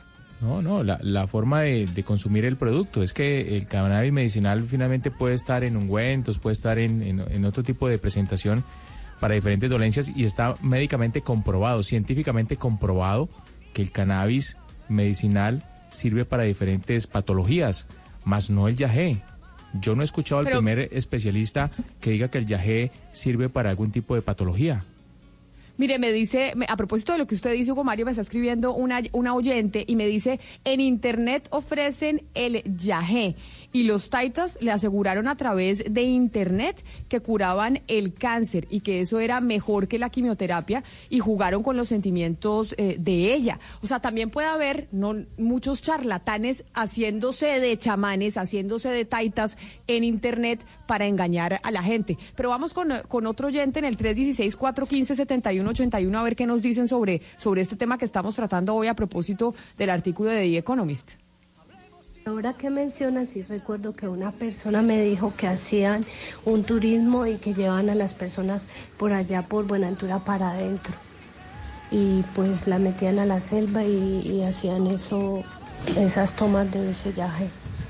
No, no, la, la forma de, de consumir el producto. Es que el cannabis medicinal finalmente puede estar en ungüentos, puede estar en, en, en otro tipo de presentación para diferentes dolencias y está médicamente comprobado, científicamente comprobado que el cannabis medicinal sirve para diferentes patologías, más no el yagé. Yo no he escuchado al Pero- primer especialista que diga que el yagé sirve para algún tipo de patología. Mire, me dice, me- a propósito de lo que usted dice, Hugo Mario, me está escribiendo una, una oyente y me dice, en internet ofrecen el yagé y los taitas le aseguraron a través de internet que curaban el cáncer y que eso era mejor que la quimioterapia y jugaron con los sentimientos eh, de ella. O sea, también puede haber no muchos charlatanes haciéndose de chamanes, haciéndose de taitas en internet para engañar a la gente. Pero vamos con, con otro oyente en el tres uno seis, cuatro uno cinco, siete uno ocho uno a ver qué nos dicen sobre, sobre este tema que estamos tratando hoy a propósito del artículo de The Economist. Ahora que mencionas, sí recuerdo que una persona me dijo que hacían un turismo y que llevaban a las personas por allá por Buenaventura para adentro. Y pues la metían a la selva y, y hacían eso, esas tomas de ese viaje.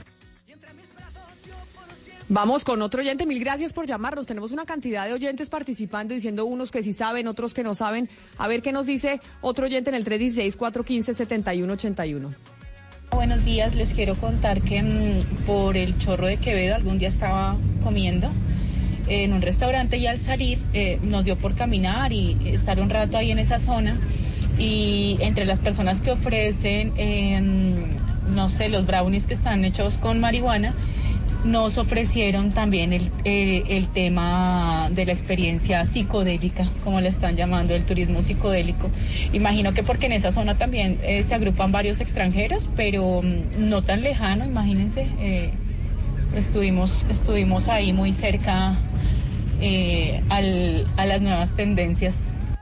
Vamos con otro oyente, mil gracias por llamarnos. Tenemos una cantidad de oyentes participando, diciendo unos que sí saben, otros que no saben. A ver qué nos dice otro oyente en el tres uno seis, cuatro uno cinco, siete uno ocho uno. Buenos días, les quiero contar que mmm, por el Chorro de Quevedo algún día estaba comiendo en un restaurante y al salir eh, nos dio por caminar y estar un rato ahí en esa zona y entre las personas que ofrecen, eh, no sé, los brownies que están hechos con marihuana, nos ofrecieron también el, el, el tema de la experiencia psicodélica, como le están llamando, el turismo psicodélico. Imagino que porque en esa zona también eh, se agrupan varios extranjeros, pero mm, no tan lejano, imagínense. Eh, estuvimos, estuvimos ahí muy cerca eh, al, a las nuevas tendencias.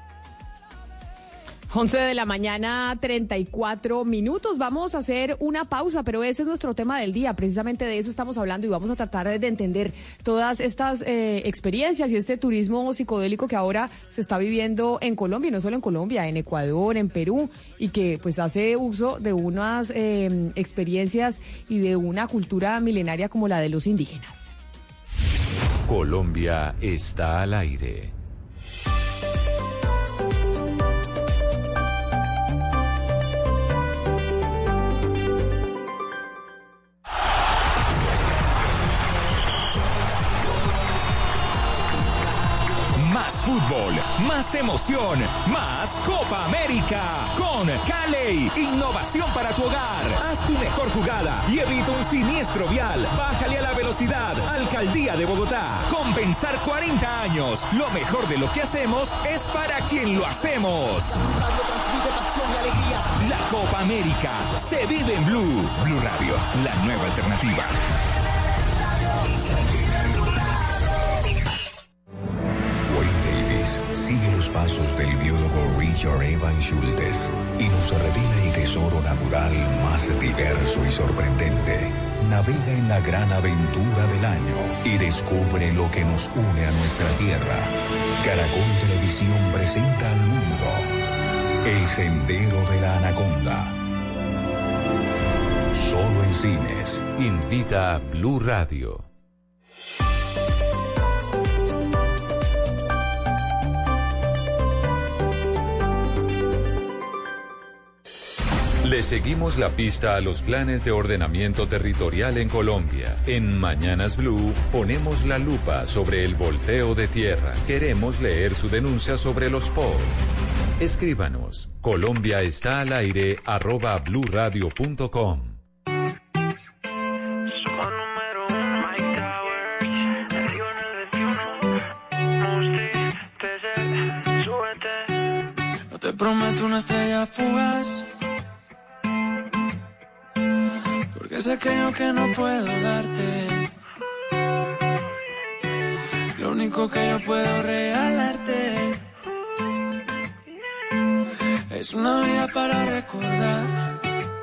once de la mañana, treinta y cuatro minutos. Vamos a hacer una pausa, pero ese es nuestro tema del día. Precisamente de eso estamos hablando y vamos a tratar de entender todas estas eh, experiencias y este turismo psicodélico que ahora se está viviendo en Colombia, y no solo en Colombia, en Ecuador, en Perú, y que pues hace uso de unas eh, experiencias y de una cultura milenaria como la de los indígenas. Colombia está al aire. Más fútbol, más emoción, más Copa América. Con Cali, innovación para tu hogar. Haz tu mejor jugada y evita un siniestro vial. Bájale a la velocidad. Alcaldía de Bogotá. Compensar cuarenta años. Lo mejor de lo que hacemos es para quien lo hacemos. Radio transmite pasión y alegría. La Copa América se vive en Blue. Blue Radio, la nueva alternativa. Sigue los pasos del biólogo Richard Evan Schultes y nos revela el tesoro natural más diverso y sorprendente. Navega en la gran aventura del año y descubre lo que nos une a nuestra tierra. Caracol Televisión presenta al mundo El Sendero de la Anaconda. Solo en cines. Invita a Blue Radio. Le seguimos la pista a los planes de ordenamiento territorial en Colombia. En Mañanas Blue ponemos la lupa sobre el volteo de tierra. Queremos leer su denuncia sobre los P O R. Escríbanos. Colombia está al aire arroba bluradio punto com. No te prometo una estrella fugaz, porque sé que yo que no puedo darte. Lo único que yo puedo regalarte es una vida para recordar.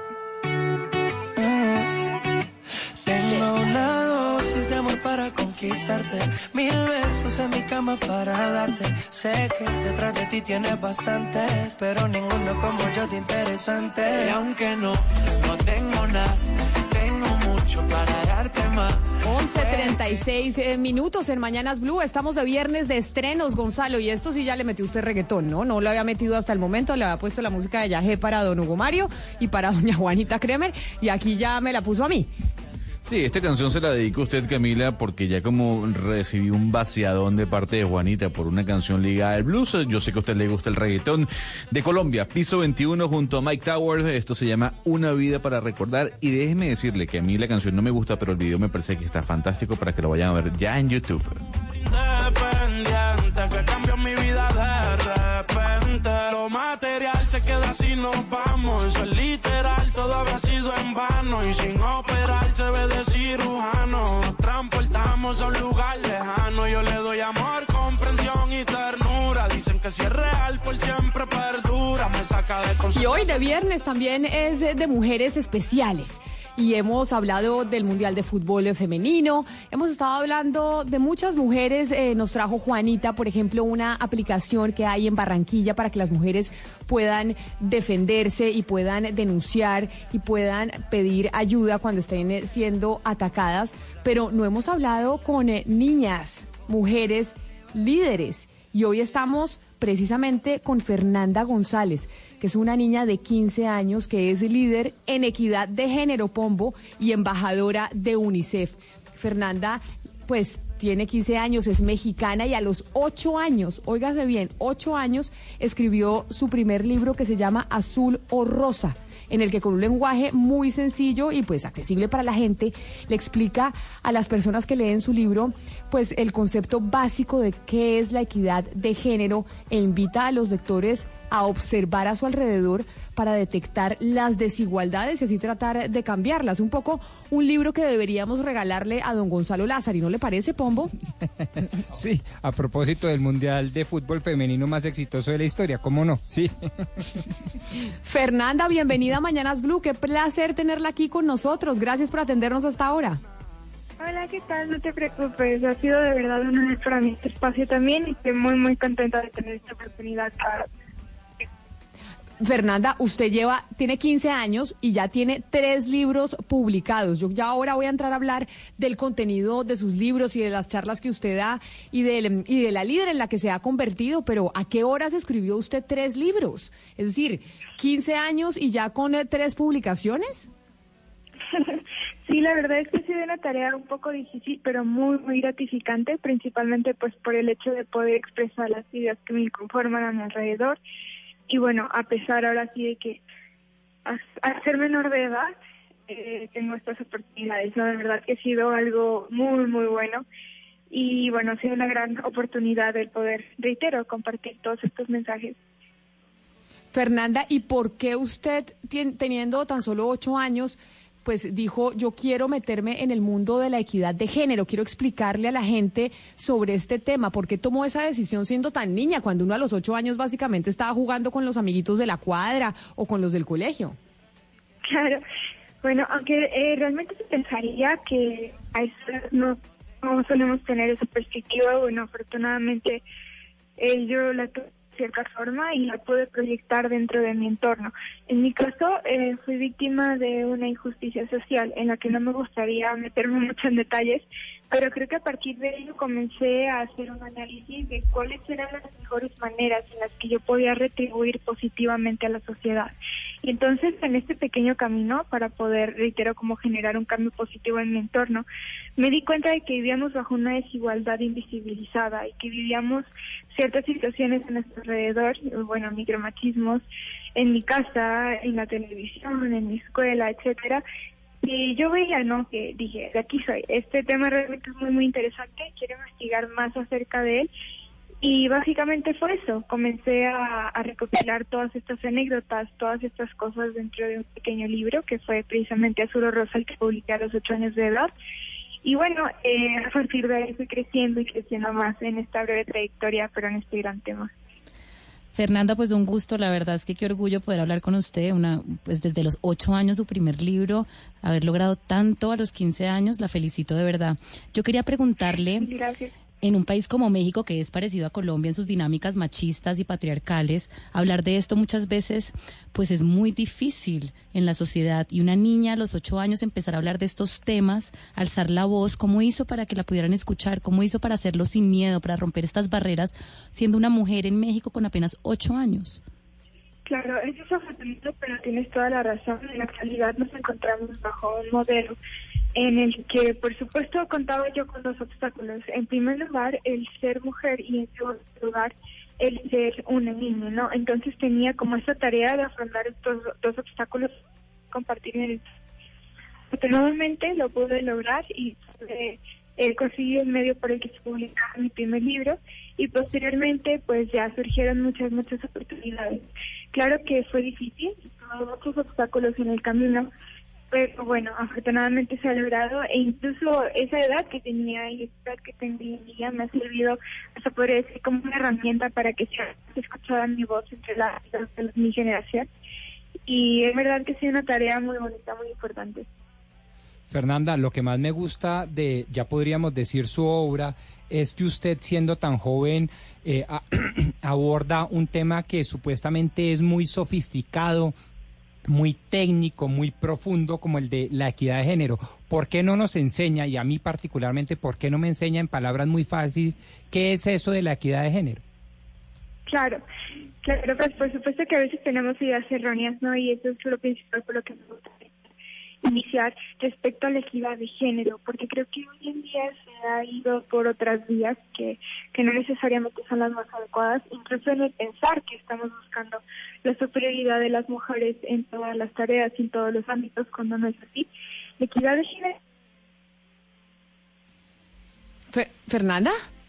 Mm. Tengo una dosis de amor para conquistarte, mil besos en mi cama para darte. Sé que detrás de ti tienes bastante, pero ninguno como yo te interesante. Y aunque no, no tengo nada, tengo mucho para darte más. once treinta y seis eh, minutos en Mañanas Blue. Estamos de viernes de estrenos, Gonzalo, y esto sí ya le metió usted reggaetón, ¿no? No lo había metido hasta el momento, le había puesto la música de Yagé para don Hugo Mario y para doña Juanita Kremer, y aquí ya me la puso a mí. Sí, esta canción se la dedico a usted, Camila, porque ya como recibí un vaciadón de parte de Juanita por una canción ligada al blues, yo sé que a usted le gusta el reggaetón de Colombia. Piso veintiuno junto a Mike Towers, esto se llama Una vida para recordar, y déjeme decirle que a mí la canción no me gusta, pero el video me parece que está fantástico para que lo vayan a ver ya en YouTube. Independiente, que cambió mi vida de repente. Lo material se queda si nos vamos. Eso es literal, todo habrá sido en vano. Y sin operar se ve de cirujano. Nos transportamos a un lugar lejano. Yo le doy amor, comprensión y ternura. Dicen que si es real, por siempre perdura. Me saca de conciencia. Y hoy de viernes también es de mujeres especiales. Y hemos hablado del Mundial de Fútbol Femenino, hemos estado hablando de muchas mujeres, eh, nos trajo Juanita, por ejemplo, una aplicación que hay en Barranquilla para que las mujeres puedan defenderse y puedan denunciar y puedan pedir ayuda cuando estén siendo atacadas, pero no hemos hablado con eh, niñas, mujeres, líderes, y hoy estamos precisamente con Fernanda González, que es una niña de quince años que es líder en equidad de género, Pombo, y embajadora de UNICEF. Fernanda, pues, tiene quince años, es mexicana y a los ocho años, óigase bien, ocho años, escribió su primer libro que se llama Azul o Rosa, en el que con un lenguaje muy sencillo y pues accesible para la gente, le explica a las personas que leen su libro pues el concepto básico de qué es la equidad de género e invita a los lectores a observar a su alrededor para detectar las desigualdades y así tratar de cambiarlas. Un poco un libro que deberíamos regalarle a don Gonzalo Lázari, ¿no le parece, Pombo? Sí, a propósito del Mundial de Fútbol Femenino más exitoso de la historia, ¿cómo no? Sí. Fernanda, bienvenida a Mañanas Blue, qué placer tenerla aquí con nosotros, gracias por atendernos hasta ahora. Hola, ¿qué tal? No te preocupes, ha sido de verdad un honor para mí este espacio también y estoy muy, muy contenta de tener esta oportunidad para... Fernanda, usted lleva, tiene quince años y ya tiene tres libros publicados. Yo ya ahora voy a entrar a hablar del contenido de sus libros y de las charlas que usted da y de, y de la líder en la que se ha convertido, pero ¿a qué horas escribió usted tres libros? Es decir, quince años y ya con eh, tres publicaciones. Sí, la verdad es que ha sido una tarea un poco difícil, pero muy, muy gratificante, principalmente pues por el hecho de poder expresar las ideas que me conforman a mi alrededor. Y bueno, a pesar ahora sí de que al ser menor de edad, eh, tengo estas oportunidades, ¿no? De verdad que ha sido algo muy, muy bueno. Y bueno, ha sido una gran oportunidad el poder, reitero, compartir todos estos mensajes. Fernanda, ¿y por qué usted, teniendo tan solo ocho años, pues dijo, yo quiero meterme en el mundo de la equidad de género, quiero explicarle a la gente sobre este tema? ¿Por qué tomó esa decisión siendo tan niña, cuando uno a los ocho años básicamente estaba jugando con los amiguitos de la cuadra o con los del colegio? Claro, bueno, aunque eh, realmente se pensaría que a eso no, no solemos tener esa perspectiva, bueno, afortunadamente eh, yo la tuve cierta forma y la pude proyectar dentro de mi entorno. En mi caso, eh, fui víctima de una injusticia social en la que no me gustaría meterme mucho en detalles, pero creo que a partir de ello comencé a hacer un análisis de cuáles eran las mejores maneras en las que yo podía retribuir positivamente a la sociedad. Y entonces, en este pequeño camino, para poder, reitero, como generar un cambio positivo en mi entorno, me di cuenta de que vivíamos bajo una desigualdad invisibilizada y que vivíamos ciertas situaciones en nuestro alrededor, bueno, micromachismos, en mi casa, en la televisión, en mi escuela, etcétera. Y yo veía, ¿no?, que dije, de aquí soy, este tema realmente es muy, muy interesante, quiero investigar más acerca de él. Y básicamente fue eso, comencé a, a recopilar todas estas anécdotas, todas estas cosas dentro de un pequeño libro que fue precisamente Azul o Rosa, el que publiqué a los ocho años de edad. Y bueno, eh, a partir de ahí fui creciendo y creciendo más en esta breve trayectoria, pero en este gran tema. Fernanda, pues un gusto, la verdad es que qué orgullo poder hablar con usted, una, pues desde los ocho años su primer libro, haber logrado tanto a los quince años, la felicito de verdad. Yo quería preguntarle... Gracias. En un país como México, que es parecido a Colombia en sus dinámicas machistas y patriarcales, hablar de esto muchas veces pues es muy difícil en la sociedad. Y una niña a los ocho años empezar a hablar de estos temas, alzar la voz, ¿cómo hizo para que la pudieran escuchar? ¿Cómo hizo para hacerlo sin miedo, para romper estas barreras, siendo una mujer en México con apenas ocho años? Claro, eso es afortunado, pero tienes toda la razón. En la actualidad nos encontramos bajo un modelo en el que, por supuesto, contaba yo con dos obstáculos. En primer lugar, el ser mujer, y en segundo lugar, el ser una niña, ¿no? Entonces tenía como esa tarea de afrontar estos dos obstáculos, compartir en el... Afortunadamente lo pude lograr y pude eh, conseguir el medio por el que se publicaba mi primer libro, y posteriormente pues ya surgieron muchas, muchas oportunidades. Claro que fue difícil, hubo muchos obstáculos en el camino, pero bueno, afortunadamente se ha logrado, e incluso esa edad que tenía y esa edad que tengo hoy en día me ha servido, hasta podría decir, como una herramienta para que sea escuchada mi voz entre la, la, la, mi generación, y es verdad que ha sido una tarea muy bonita, muy importante. Fernanda, lo que más me gusta de, ya podríamos decir, su obra, es que usted, siendo tan joven, eh, a, aborda un tema que supuestamente es muy sofisticado, muy técnico, muy profundo, como el de la equidad de género. ¿Por qué no nos enseña, y a mí particularmente, por qué no me enseña en palabras muy fáciles, qué es eso de la equidad de género? Claro, claro, pues por supuesto que a veces tenemos ideas erróneas, ¿no? Y eso es lo principal por lo que me gusta iniciar respecto a la equidad de género, porque creo que hoy en día se ha ido por otras vías que, que no necesariamente son las más adecuadas, incluso en el pensar que estamos buscando la superioridad de las mujeres en todas las tareas y en todos los ámbitos, cuando no es así. La equidad de género... Fe- ¿Fernanda?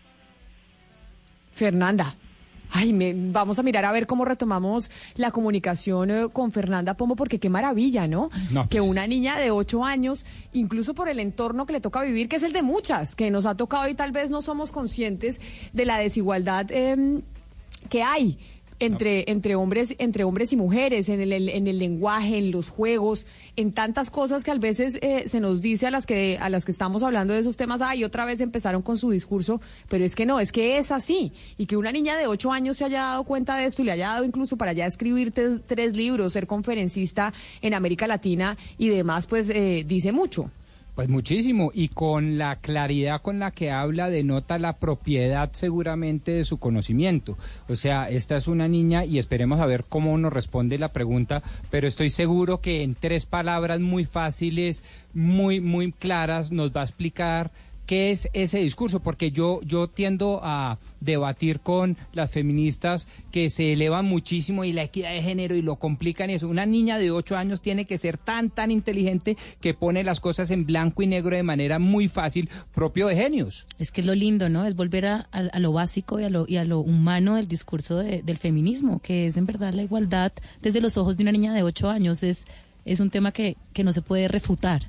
Fernanda. Ay, me, vamos a mirar a ver cómo retomamos la comunicación eh, con Fernanda Pombo, porque qué maravilla, ¿no? No. Que una niña de ocho años, incluso por el entorno que le toca vivir, que es el de muchas, que nos ha tocado y tal vez no somos conscientes de la desigualdad eh, que hay entre no. entre hombres entre hombres y mujeres, en el, en el lenguaje, en los juegos, en tantas cosas que a veces eh, se nos dice a las que a las que estamos hablando de esos temas. Ay, otra vez empezaron con su discurso, pero es que no, es que es así, y que una niña de ocho años se haya dado cuenta de esto y le haya dado incluso para ya escribir te, tres libros, ser conferencista en América Latina y demás, pues eh, dice mucho. Pues muchísimo, y con la claridad con la que habla denota la propiedad seguramente de su conocimiento. O sea, esta es una niña, y esperemos a ver cómo nos responde la pregunta, pero estoy seguro que en tres palabras muy fáciles, muy, muy claras, nos va a explicar qué es ese discurso, porque yo, yo tiendo a debatir con las feministas que se elevan muchísimo y la equidad de género y lo complican y eso. Una niña de ocho años tiene que ser tan, tan inteligente que pone las cosas en blanco y negro de manera muy fácil, propio de genios. Es que es lo lindo, ¿no? Es volver a, a, a lo básico y a lo, y a lo humano del discurso de, del feminismo, que es en verdad la igualdad desde los ojos de una niña de ocho años. Es, es un tema que, que no se puede refutar.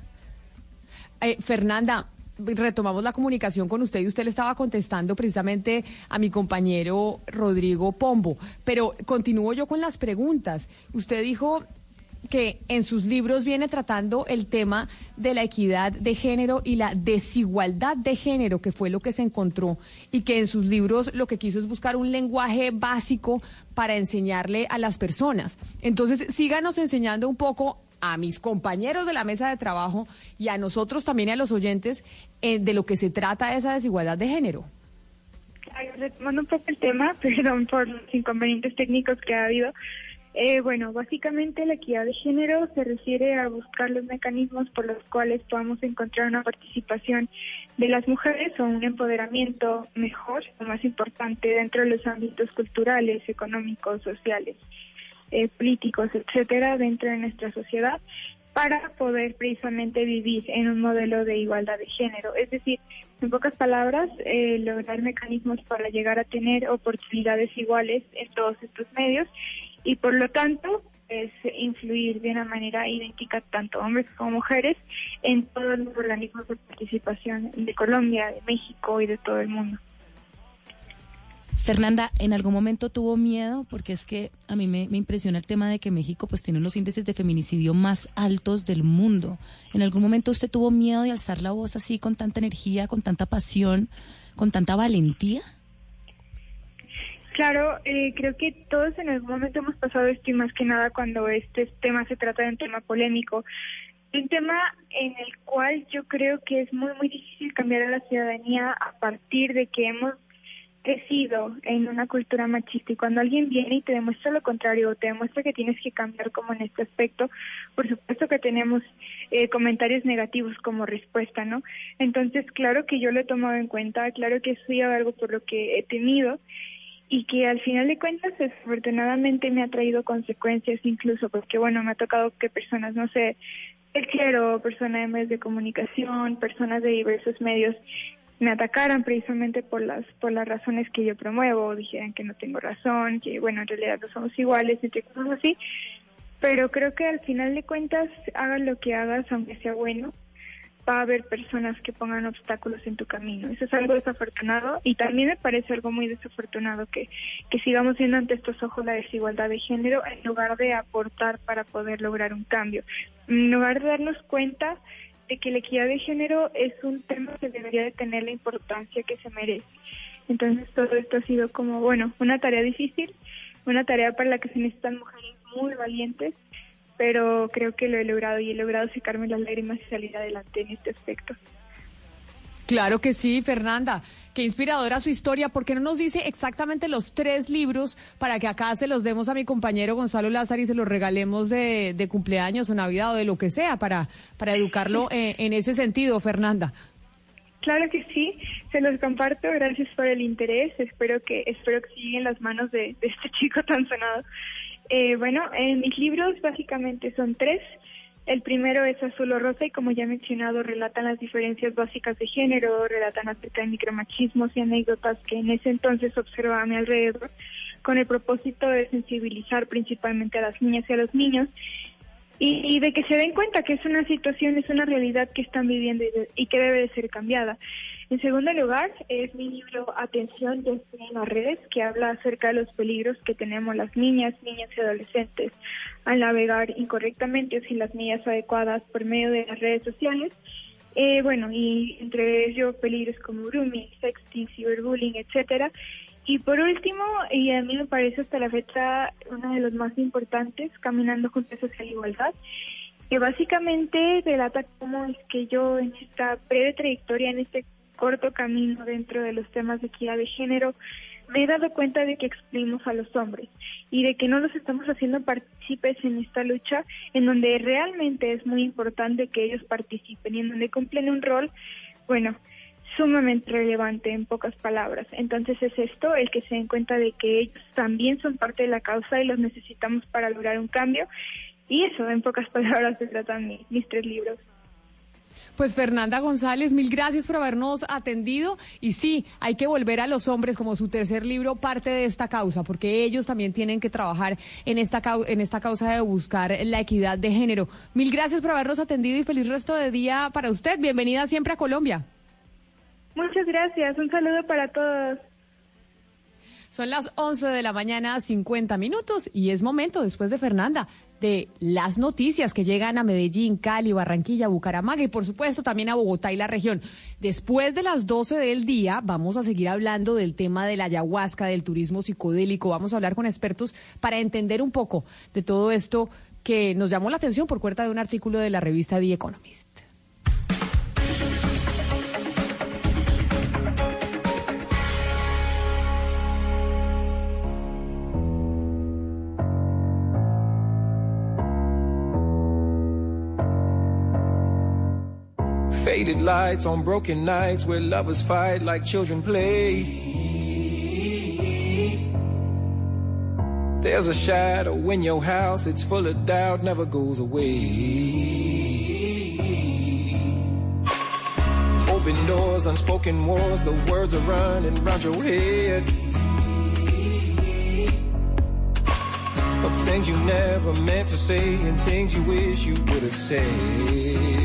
Eh, Fernanda, retomamos la comunicación con usted y usted le estaba contestando precisamente a mi compañero Rodrigo Pombo, pero continúo yo con las preguntas. Usted dijo que en sus libros viene tratando el tema de la equidad de género y la desigualdad de género, que fue lo que se encontró, y que en sus libros lo que quiso es buscar un lenguaje básico para enseñarle a las personas. Entonces, síganos enseñando un poco a mis compañeros de la mesa de trabajo y a nosotros también y a los oyentes eh, de lo que se trata esa desigualdad de género. Retomando un poco el tema, perdón por los inconvenientes técnicos que ha habido. Eh, bueno, básicamente la equidad de género se refiere a buscar los mecanismos por los cuales podamos encontrar una participación de las mujeres o un empoderamiento mejor, o más importante, dentro de los ámbitos culturales, económicos, sociales, eh, políticos, etcétera, dentro de nuestra sociedad, para poder precisamente vivir en un modelo de igualdad de género. Es decir, en pocas palabras, eh, lograr mecanismos para llegar a tener oportunidades iguales en todos estos medios y, por lo tanto, es influir de una manera idéntica tanto hombres como mujeres en todos los organismos de participación de Colombia, de México y de todo el mundo. Fernanda, ¿en algún momento tuvo miedo? Porque es que a mí me, me impresiona el tema de que México pues tiene unos índices de feminicidio más altos del mundo. ¿En algún momento usted tuvo miedo de alzar la voz así, con tanta energía, con tanta pasión, con tanta valentía? Claro, eh, creo que todos en algún momento hemos pasado esto, y más que nada cuando este tema se trata de un tema polémico. Un tema en el cual yo creo que es muy, muy difícil cambiar a la ciudadanía a partir de que hemos crecido en una cultura machista y cuando alguien viene y te demuestra lo contrario, o te demuestra que tienes que cambiar como en este aspecto, por supuesto que tenemos eh, comentarios negativos como respuesta, ¿no? Entonces, claro que yo lo he tomado en cuenta, claro que soy algo por lo que he temido y que al final de cuentas desafortunadamente me ha traído consecuencias incluso porque, bueno, me ha tocado que personas, no sé, el clero, personas de medios de comunicación, personas de diversos medios me atacaran precisamente por las por las razones que yo promuevo, dijeran que no tengo razón, que bueno, en realidad no somos iguales, entre cosas así, pero creo que al final de cuentas, hagas lo que hagas, aunque sea bueno, va a haber personas que pongan obstáculos en tu camino. Eso es algo desafortunado y también me parece algo muy desafortunado que, que sigamos viendo ante estos ojos la desigualdad de género en lugar de aportar para poder lograr un cambio, en lugar de darnos cuenta de que la equidad de género es un tema que debería de tener la importancia que se merece. Entonces todo esto ha sido como, bueno, una tarea difícil, una tarea para la que se necesitan mujeres muy valientes, pero creo que lo he logrado y he logrado secarme las lágrimas y salir adelante en este aspecto. Claro que sí, Fernanda. Qué inspiradora su historia. ¿Por qué no nos dice exactamente los tres libros para que acá se los demos a mi compañero Gonzalo Lázaro y se los regalemos de, de cumpleaños o Navidad o de lo que sea para, para educarlo en, en ese sentido, Fernanda? Claro que sí, se los comparto. Gracias por el interés. Espero que espero que sigan en las manos de, de este chico tan sonado. Eh, bueno, eh, mis libros básicamente son tres. El primero es Azul o Rosa y como ya he mencionado relatan las diferencias básicas de género, relatan acerca de micromachismos y anécdotas que en ese entonces observaba a mi alrededor con el propósito de sensibilizar principalmente a las niñas y a los niños y, y de que se den cuenta que es una situación, es una realidad que están viviendo y, de, y que debe de ser cambiada. En segundo lugar, es mi libro Atención, ya estoy en las redes, que habla acerca de los peligros que tenemos las niñas, niñas y adolescentes al navegar incorrectamente o sin las medidas adecuadas por medio de las redes sociales. Eh, bueno, y entre ellos peligros como grooming, sexting, ciberbullying, etcétera. Y por último, y a mí me parece hasta la fecha uno de los más importantes, Caminando Juntos hacia la Igualdad, que básicamente relata cómo es que yo en esta breve trayectoria, en este corto camino dentro de los temas de equidad de género, me he dado cuenta de que excluimos a los hombres y de que no los estamos haciendo partícipes en esta lucha en donde realmente es muy importante que ellos participen y en donde cumplen un rol, bueno, sumamente relevante en pocas palabras. Entonces es esto, el que se den cuenta de que ellos también son parte de la causa y los necesitamos para lograr un cambio y eso, en pocas palabras, se tratan mis, mis tres libros. Pues Fernanda González, mil gracias por habernos atendido y sí, hay que volver a los hombres como su tercer libro parte de esta causa, porque ellos también tienen que trabajar en esta en esta causa de buscar la equidad de género. Mil gracias por habernos atendido y feliz resto de día para usted. Bienvenida siempre a Colombia. Muchas gracias, un saludo para todos. Son las once de la mañana, cincuenta minutos y es momento, después de Fernanda, de las noticias que llegan a Medellín, Cali, Barranquilla, Bucaramanga y por supuesto también a Bogotá y la región. Después de las doce del día vamos a seguir hablando del tema de la ayahuasca, del turismo psicodélico. Vamos a hablar con expertos para entender un poco de todo esto que nos llamó la atención por cuenta de un artículo de la revista The Economist. Faded lights on broken nights where lovers fight like children play. There's a shadow in your house, it's full of doubt, never goes away. Open doors, unspoken wars, the words are running round your head. Of things you never meant to say and things you wish you would have said.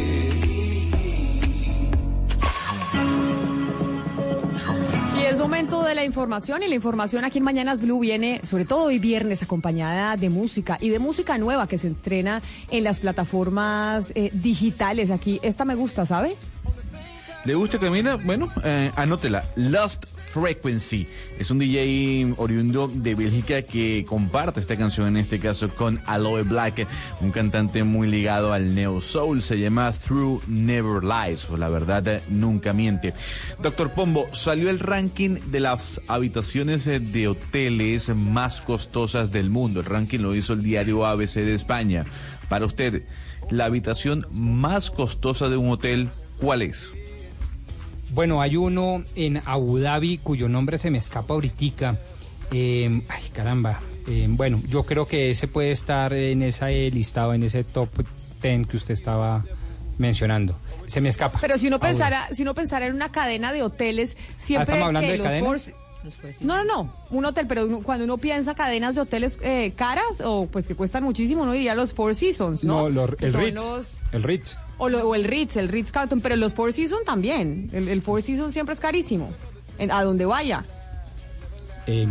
Es momento de la información y la información aquí en Mañanas Blue viene sobre todo hoy viernes acompañada de música y de música nueva que se estrena en las plataformas eh, digitales. Aquí esta me gusta, ¿sabe? ¿Le gusta, Camila? Bueno, eh, anótela. Lost Frequency. Es un D J oriundo de Bélgica que comparte esta canción, en este caso con Aloe Black, un cantante muy ligado al neo soul. Se llama Through Never Lies, o La Verdad Nunca Miente. Doctor Pombo, salió el ranking de las habitaciones de hoteles más costosas del mundo. El ranking lo hizo el diario A B C de España. Para usted, la habitación más costosa de un hotel, ¿cuál es? Bueno, hay uno en Abu Dhabi cuyo nombre se me escapa ahoritica. Eh, ay, caramba. Eh, bueno, yo creo que ese puede estar en ese listado, en ese top diez que usted estaba mencionando. Se me escapa. Pero si uno pensara, si uno pensara en una cadena de hoteles, siempre ¿Ah, estamos hablando que de los cadenas? Four... No, no, no, un hotel, pero uno, cuando uno piensa cadenas de hoteles eh, caras o pues que cuestan muchísimo, uno diría los Four Seasons, ¿no? No, los, Que el son Ritz. los- El Ritz. O, lo- o el Ritz, el Ritz Carlton, pero los Four Seasons también. El, el Four Seasons siempre es carísimo, en- a donde vaya. Eh,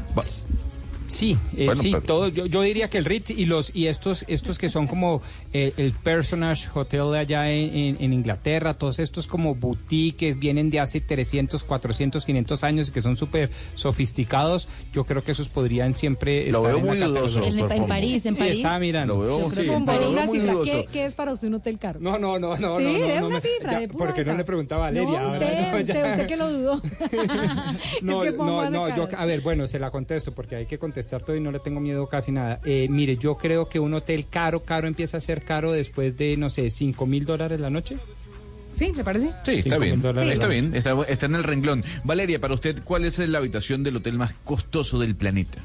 sí, eh, Bueno, sí, pero- todo. Yo, yo diría que el Ritz y los y estos estos que son como eh, el Personage Hotel de allá en, en- en Inglaterra, todos estos como boutiques vienen de hace trescientos, cuatrocientos, quinientos años y que son súper sofisticados. Yo creo que esos podrían siempre Lo estar veo en la muy categoría. dudoso, En, en París, en Sí, París. estaba mirando. Lo veo, Yo creo sí, que un lo veo una muy cifra. dudoso. ¿Qué, ¿Qué es para usted un hotel caro? No, no, no, no, Sí, no, no, de no una me- cifra, ya, de pura porque no alta. le preguntaba a Valeria. No, ahora usted, no, usted, ya. usted que lo dudó. No, Es que pongo no, más de no, yo, caras. a ver, bueno, se la contesto porque hay que contestar todo y no le tengo miedo casi nada. Eh, mire, yo creo que un hotel caro, caro empieza a ser caro después de, no sé, cinco mil dólares la noche. ¿Sí? ¿Le parece? Sí, está Cinco bien, mil dólares. está bien, está, está en el renglón. Valeria, para usted, ¿cuál es la habitación del hotel más costoso del planeta?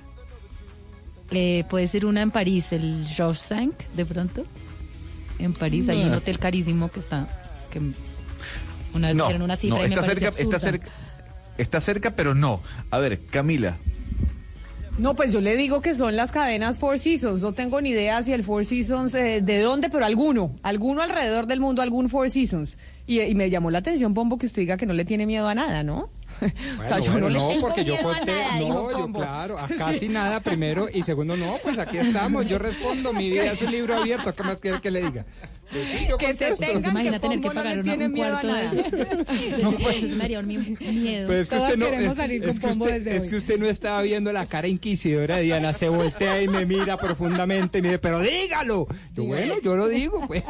Eh, puede ser una en París, el Georges Cinq, de pronto. En París hay un No. hotel carísimo que está... Que una vez No, dijeron una cifra no, y me está pareció cerca, está absurda. cerca, está cerca, pero no. A ver, Camila. No, pues yo le digo que son las cadenas Four Seasons. No tengo ni idea si el Four Seasons, eh, de dónde, pero alguno. Alguno alrededor del mundo, algún Four Seasons. Y, y me llamó la atención, Pombo, que usted diga que no le tiene miedo a nada, ¿no? o sea, yo bueno, no, le no, tengo porque yo miedo a conté, nada, dijo no, yo Pombo. claro, a casi Sí. nada primero y segundo, no, pues aquí estamos, yo respondo, mi vida es un libro abierto, ¿qué más quiere que le diga? Pues sí, yo Que se contesto. tengan Imagina que tener que Pombo no pagar le una- tiene un miedo a cuarto nada. de eso. Desde eso me haría dormir miedo. Pero es que Todas usted no, queremos es, salir con es que Pombo usted, desde es hoy. que usted no estaba viendo la cara inquisidora de Diana, se voltea y me mira profundamente y me dice, pero dígalo. Yo, bueno, yo lo digo, pues.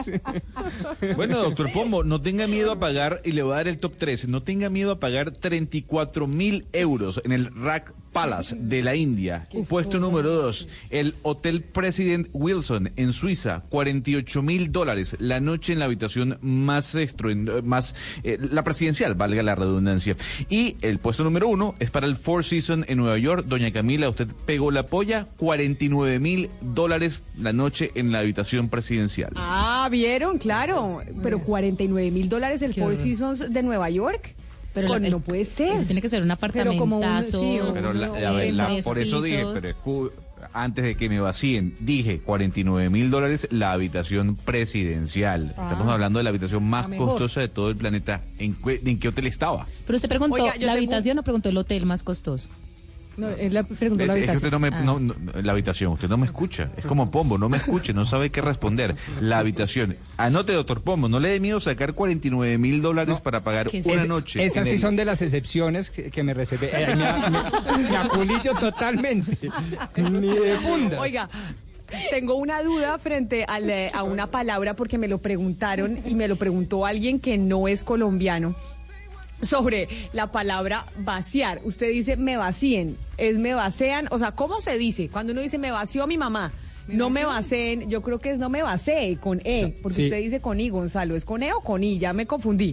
Bueno, doctor Pombo, no tenga miedo a pagar, y le voy a dar el top tres, no tenga miedo a pagar treinta y cuatro mil euros en el Raj Palace de la India. Puesto número dos, el Hotel President Wilson en Suiza, cuarenta y ocho mil dólares la noche en la habitación más, estruendo- más eh, la presidencial, valga la redundancia. Y el puesto número uno es para el Four Seasons en Nueva York. Doña Camila, usted pegó la polla, cuarenta y nueve mil dólares la noche en la habitación presidencial. Ah, ¿vieron? Claro. Pero cuarenta y nueve mil dólares el Qué Four horror. Seasons de Nueva York. Pero Con- la- no puede ser. Eso tiene que ser un Pero como un- apartamentazo. sí, un- Pero la- no, a ver, la- varios por eso dije, pisos. pero escu- antes de que me vacíen, dije cuarenta y nueve mil dólares la habitación presidencial. Ah. Estamos hablando de la habitación más La mejor. costosa de todo el planeta. ¿En, cue- en qué hotel estaba? Pero usted preguntó Oiga, yo la tengo- habitación o preguntó el hotel más costoso. No, él le preguntó Es, la es que habitación. usted no me, Ah. no, no, la habitación, usted no me escucha. Es como Pombo, no me escuche, no sabe qué responder. La habitación. Anote, doctor Pombo, no le dé miedo sacar cuarenta y nueve mil dólares para pagar ¿qué es una eso? noche. Esas en sí el- son de las excepciones que, que me reservé. Eh, me, me- me aculillo totalmente. Ni de fundas. Oiga, tengo una duda frente al, eh, a una palabra porque me lo preguntaron y me lo preguntó alguien que no es colombiano sobre la palabra vaciar. Usted dice me vacíen, es me vacean, o sea, ¿cómo se dice? Cuando uno dice me vació mi mamá, no me vaceen, yo creo que es no me vacee con E, porque Sí. usted dice con I, Gonzalo, ¿es con E o con I? Ya me confundí.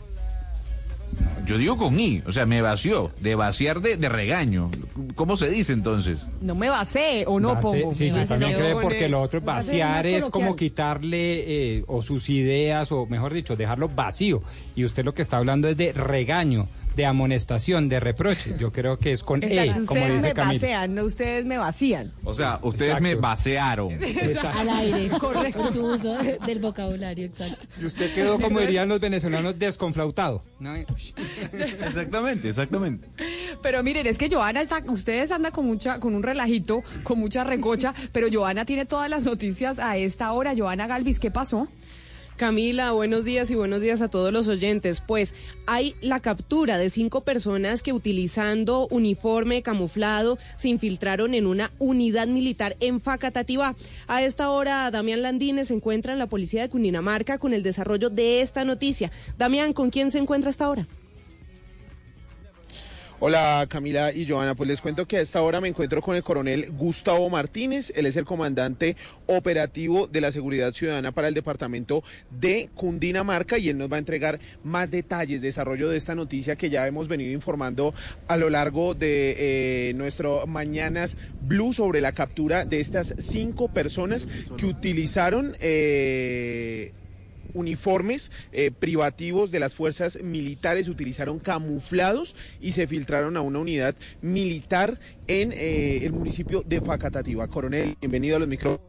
Yo digo con I, o sea, me vació, de vaciar de, de regaño. ¿Cómo se dice entonces? No me vacee o no Vace- pongo. Sí, Me yo también vaceo. creo porque lo otro, Me vaceo vaciar más es como coloquial. quitarle eh, o sus ideas, o mejor dicho, dejarlo vacío. Y usted lo que está hablando es de regaño, de amonestación, de reproche. Yo creo que es con Exacto, E, como ustedes dice me Camila. vacean, no ustedes me vacían. O sea, ustedes Exacto. me vacearon. Al aire. Correcto. Por su uso de- del vocabulario, exacto. Y usted quedó, como dirían los venezolanos, desconflautado. ¿no? Exactamente, exactamente. Pero miren, es que Joana está, ustedes andan con mucha, con un relajito, con mucha recocha, pero Joana tiene todas las noticias a esta hora. Joana Galvis, ¿qué pasó? Camila, buenos días y buenos días a todos los oyentes. Pues hay la captura de cinco personas que utilizando uniforme camuflado se infiltraron en una unidad militar en Facatativá. A esta hora, Damián Landines se encuentra en la policía de Cundinamarca con el desarrollo de esta noticia. Damián, ¿con quién se encuentra hasta ahora? Hola Camila y Joana, pues les cuento que a esta hora me encuentro con el coronel Gustavo Martínez, él es el comandante operativo de la Seguridad Ciudadana para el departamento de Cundinamarca y él nos va a entregar más detalles, desarrollo de esta noticia que ya hemos venido informando a lo largo de eh, nuestro Mañanas Blue sobre la captura de estas cinco personas que utilizaron eh, uniformes eh, privativos de las fuerzas militares, utilizaron camuflados y se filtraron a una unidad militar en eh, el municipio de Facatativá. Coronel, bienvenido a los micrófonos.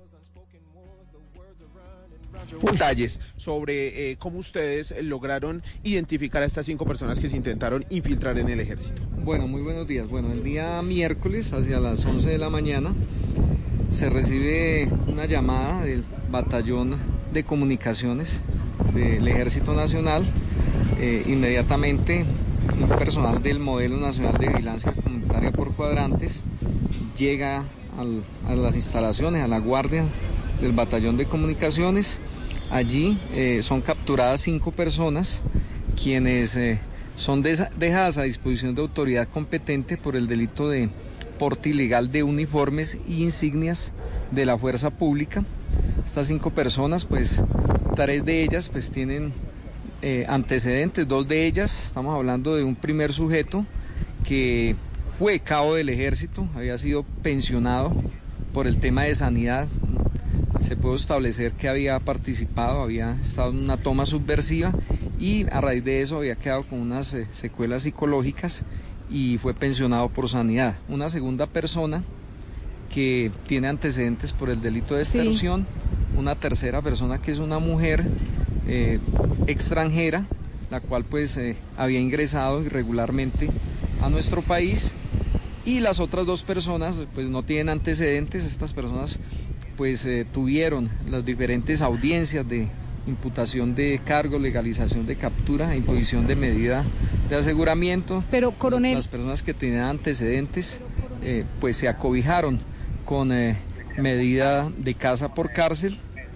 Detalles sobre eh, cómo ustedes lograron identificar a estas cinco personas que se intentaron infiltrar en el ejército. Bueno, muy buenos días. Bueno, el día miércoles, hacia las once de la mañana, se recibe una llamada del batallón de comunicaciones del Ejército Nacional. Eh, inmediatamente un personal del Modelo Nacional de Vigilancia Comunitaria por Cuadrantes llega al, a las instalaciones, a la guardia del batallón de comunicaciones. Allí eh, son capturadas cinco personas quienes eh, son de, dejadas a disposición de autoridad competente por el delito de porte ilegal de uniformes y insignias de la fuerza pública. Estas cinco personas, pues tres de ellas pues tienen eh, antecedentes, dos de ellas, estamos hablando de un primer sujeto que fue cabo del ejército, había sido pensionado por el tema de sanidad, se pudo establecer que había participado, había estado en una toma subversiva y a raíz de eso había quedado con unas eh, secuelas psicológicas y fue pensionado por sanidad. Una segunda persona que tiene antecedentes por el delito de extorsión, sí. Una tercera persona que es una mujer eh, extranjera, la cual pues eh, había ingresado irregularmente a nuestro país, y las otras dos personas pues no tienen antecedentes. Estas personas pues eh, tuvieron las diferentes audiencias de imputación de cargo, legalización de captura, imposición de medida de aseguramiento. Pero, coronel, las personas que tenían antecedentes eh, pues se acobijaron con eh, medida de casa por cárcel.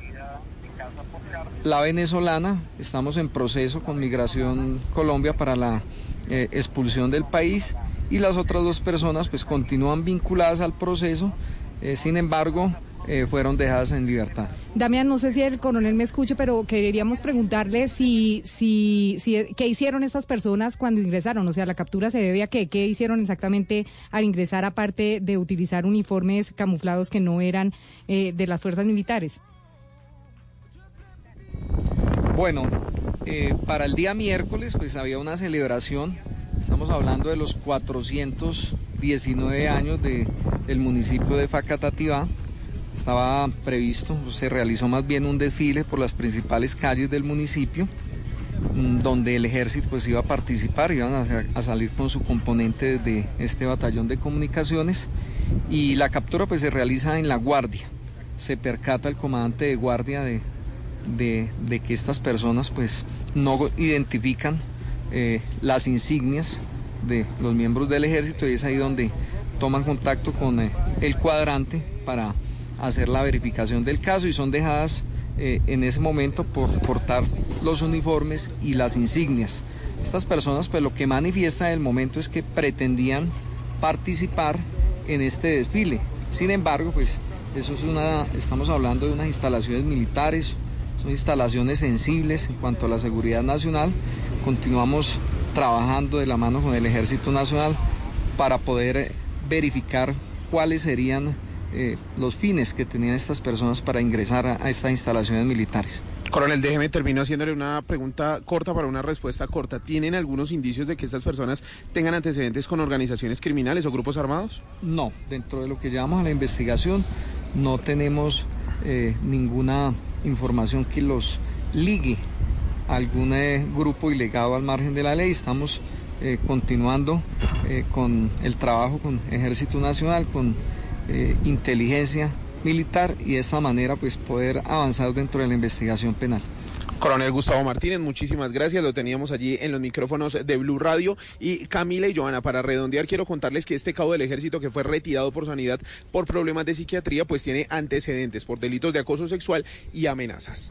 La venezolana, estamos en proceso con Migración Colombia para la eh, expulsión del país, y las otras dos personas pues continúan vinculadas al proceso, eh, sin embargo eh, fueron dejadas en libertad. Damián, no sé si el coronel me escuche, pero queríamos preguntarle si, si, si qué hicieron estas personas cuando ingresaron, o sea, la captura se debe a qué, qué hicieron exactamente al ingresar, aparte de utilizar uniformes camuflados que no eran eh, de las fuerzas militares. Bueno, eh, para el día miércoles pues había una celebración, estamos hablando de los cuatrocientos diecinueve años de, del municipio de Facatativá. Estaba previsto, se realizó más bien un desfile por las principales calles del municipio, donde el ejército pues iba a participar, iban a, a salir con su componente de este batallón de comunicaciones, y la captura pues se realiza en la guardia. Se percata el comandante de guardia de, de, de que estas personas pues no identifican eh, las insignias de los miembros del ejército, y es ahí donde toman contacto con eh, el cuadrante para hacer la verificación del caso, y son dejadas eh, en ese momento por portar los uniformes y las insignias. Estas personas pues lo que manifiestan en el momento es que pretendían participar en este desfile. Sin embargo, pues eso es una, estamos hablando de unas instalaciones militares, son instalaciones sensibles en cuanto a la seguridad nacional. Continuamos trabajando de la mano con el Ejército Nacional para poder eh, verificar cuáles serían Eh, los fines que tenían estas personas para ingresar a, a estas instalaciones militares. Coronel, déjeme termino haciéndole una pregunta corta para una respuesta corta. ¿Tienen algunos indicios de que estas personas tengan antecedentes con organizaciones criminales o grupos armados? No, dentro de lo que llevamos a la investigación no tenemos eh, ninguna información que los ligue a algún eh, grupo ilegal al margen de la ley. Estamos eh, continuando eh, con el trabajo con Ejército Nacional, con Eh, inteligencia militar, y de esta manera pues poder avanzar dentro de la investigación penal. Coronel Gustavo Martínez, muchísimas gracias, lo teníamos allí en los micrófonos de Blue Radio. Y Camila y Joana, para redondear, quiero contarles que este cabo del ejército que fue retirado por Sanidad por problemas de psiquiatría, pues tiene antecedentes por delitos de acoso sexual y amenazas.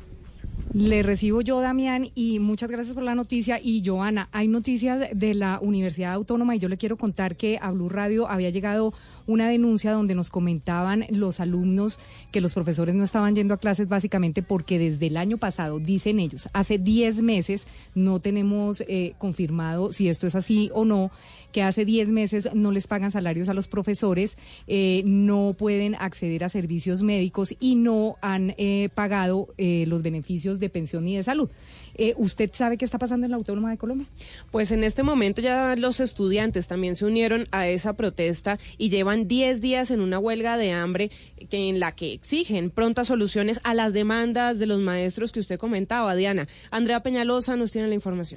Le recibo yo, Damián, y muchas gracias por la noticia. Y Joana, hay noticias de la Universidad Autónoma y yo le quiero contar que a Blue Radio había llegado una denuncia donde nos comentaban los alumnos que los profesores no estaban yendo a clases básicamente porque desde el año pasado, dicen ellos, hace diez meses, no tenemos eh, confirmado si esto es así o no, que hace diez meses no les pagan salarios a los profesores, eh, no pueden acceder a servicios médicos y no han eh, pagado eh, los beneficios de pensión y de salud. Eh, ¿Usted sabe qué está pasando en la Autónoma de Colombia? Pues en este momento ya los estudiantes también se unieron a esa protesta y llevan diez días en una huelga de hambre que, en la que exigen prontas soluciones a las demandas de los maestros que usted comentaba, Diana. Andrea Peñalosa nos tiene la información.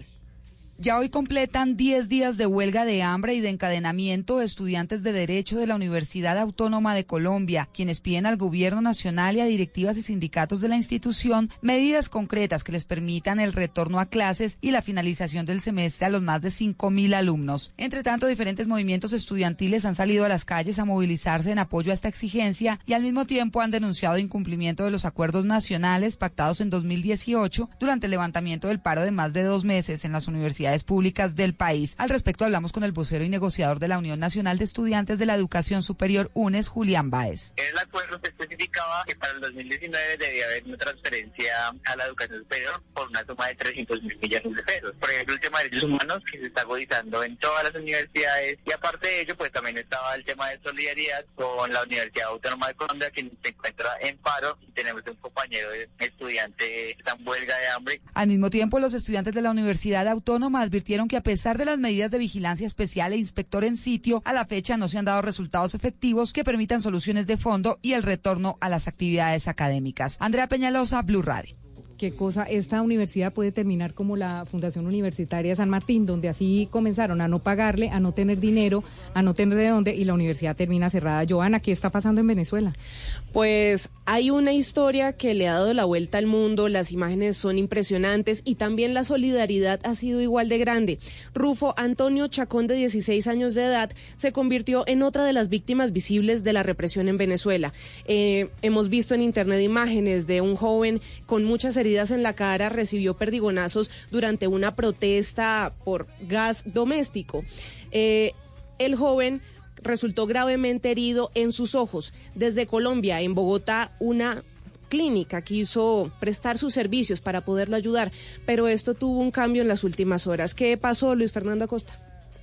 Ya hoy completan diez días de huelga de hambre y de encadenamiento estudiantes de Derecho de la Universidad Autónoma de Colombia, quienes piden al Gobierno Nacional y a directivas y sindicatos de la institución medidas concretas que les permitan el retorno a clases y la finalización del semestre a los más de cinco mil alumnos. Entre tanto, diferentes movimientos estudiantiles han salido a las calles a movilizarse en apoyo a esta exigencia y al mismo tiempo han denunciado incumplimiento de los acuerdos nacionales pactados en dos mil dieciocho durante el levantamiento del paro de más de dos meses en las universidades públicas del país. Al respecto hablamos con el vocero y negociador de la Unión Nacional de Estudiantes de la Educación Superior, UNES, Julián Báez. El acuerdo se especificaba que para el dos mil diecinueve debía haber una transferencia a la educación superior por una suma de trescientos mil millones de pesos. Por ejemplo, el tema de derechos humanos que se está agudizando en todas las universidades y aparte de ello, pues también estaba el tema de solidaridad con la Universidad Autónoma de Colombia, que se encuentra en paro y tenemos un compañero estudiante que está en huelga de hambre. Al mismo tiempo, los estudiantes de la Universidad Autónoma advirtieron que a pesar de las medidas de vigilancia especial e inspector en sitio, a la fecha no se han dado resultados efectivos que permitan soluciones de fondo y el retorno a las actividades académicas. Andrea Peñalosa, Blue Radio. Qué cosa, esta universidad puede terminar como la Fundación Universitaria de San Martín, donde así comenzaron a no pagarle, a no tener dinero, a no tener de dónde, y la universidad termina cerrada. Joana, ¿qué está pasando en Venezuela? Pues hay una historia que le ha dado la vuelta al mundo, las imágenes son impresionantes y también la solidaridad ha sido igual de grande. Rufo Antonio Chacón, de dieciséis años de edad, se convirtió en otra de las víctimas visibles de la represión en Venezuela. Eh, hemos visto en internet imágenes de un joven con muchas heridas en la cara, recibió perdigonazos durante una protesta por gas doméstico. Eh, el joven resultó gravemente herido en sus ojos. Desde Colombia, en Bogotá, una clínica quiso prestar sus servicios para poderlo ayudar, pero esto tuvo un cambio en las últimas horas. ¿Qué pasó, Luis Fernando Acosta?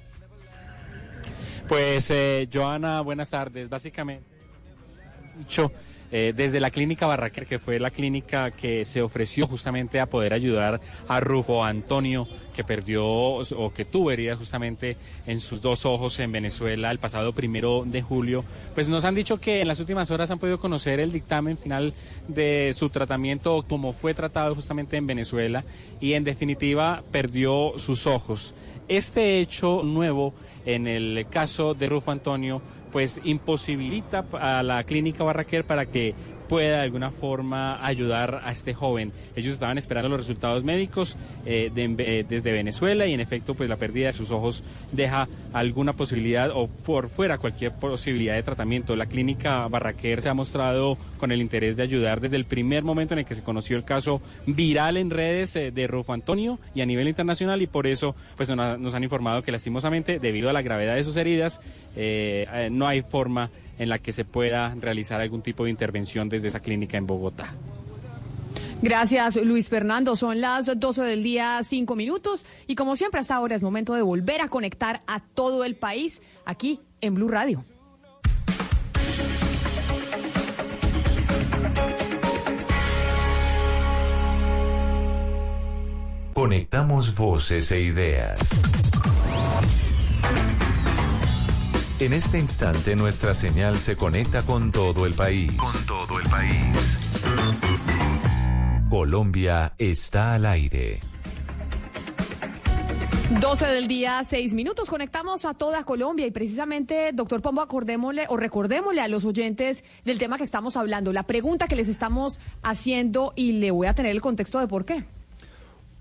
Pues, eh, Joana, buenas tardes. Básicamente, dicho, eh, desde la clínica Barraquer, que fue la clínica que se ofreció justamente a poder ayudar a Rufo Antonio, que perdió o que tuvo heridas justamente en sus dos ojos en Venezuela el pasado primero de julio, pues nos han dicho que en las últimas horas han podido conocer el dictamen final de su tratamiento, cómo fue tratado justamente en Venezuela, y en definitiva perdió sus ojos. Este hecho nuevo en el caso de Rufo Antonio pues imposibilita a la clínica Barraquer para que pueda de alguna forma ayudar a este joven. Ellos estaban esperando los resultados médicos eh, de, eh, desde Venezuela y en efecto pues la pérdida de sus ojos deja alguna posibilidad o por fuera cualquier posibilidad de tratamiento. La clínica Barraquer se ha mostrado con el interés de ayudar desde el primer momento en el que se conoció el caso viral en redes eh, de Rufo Antonio y a nivel internacional, y por eso pues nos, nos han informado que lastimosamente debido a la gravedad de sus heridas eh, eh, no hay forma en la que se pueda realizar algún tipo de intervención desde esa clínica en Bogotá. Gracias, Luis Fernando. Son las doce del día, cinco minutos. Y como siempre, hasta ahora es momento de volver a conectar a todo el país aquí en Blue Radio. Conectamos voces e ideas. En este instante nuestra señal se conecta con todo el país. Con todo el país. Colombia está al aire. doce del día, seis minutos. Conectamos a toda Colombia y precisamente, doctor Pombo, acordémosle o recordémosle a los oyentes del tema que estamos hablando, la pregunta que les estamos haciendo, y le voy a tener el contexto de por qué.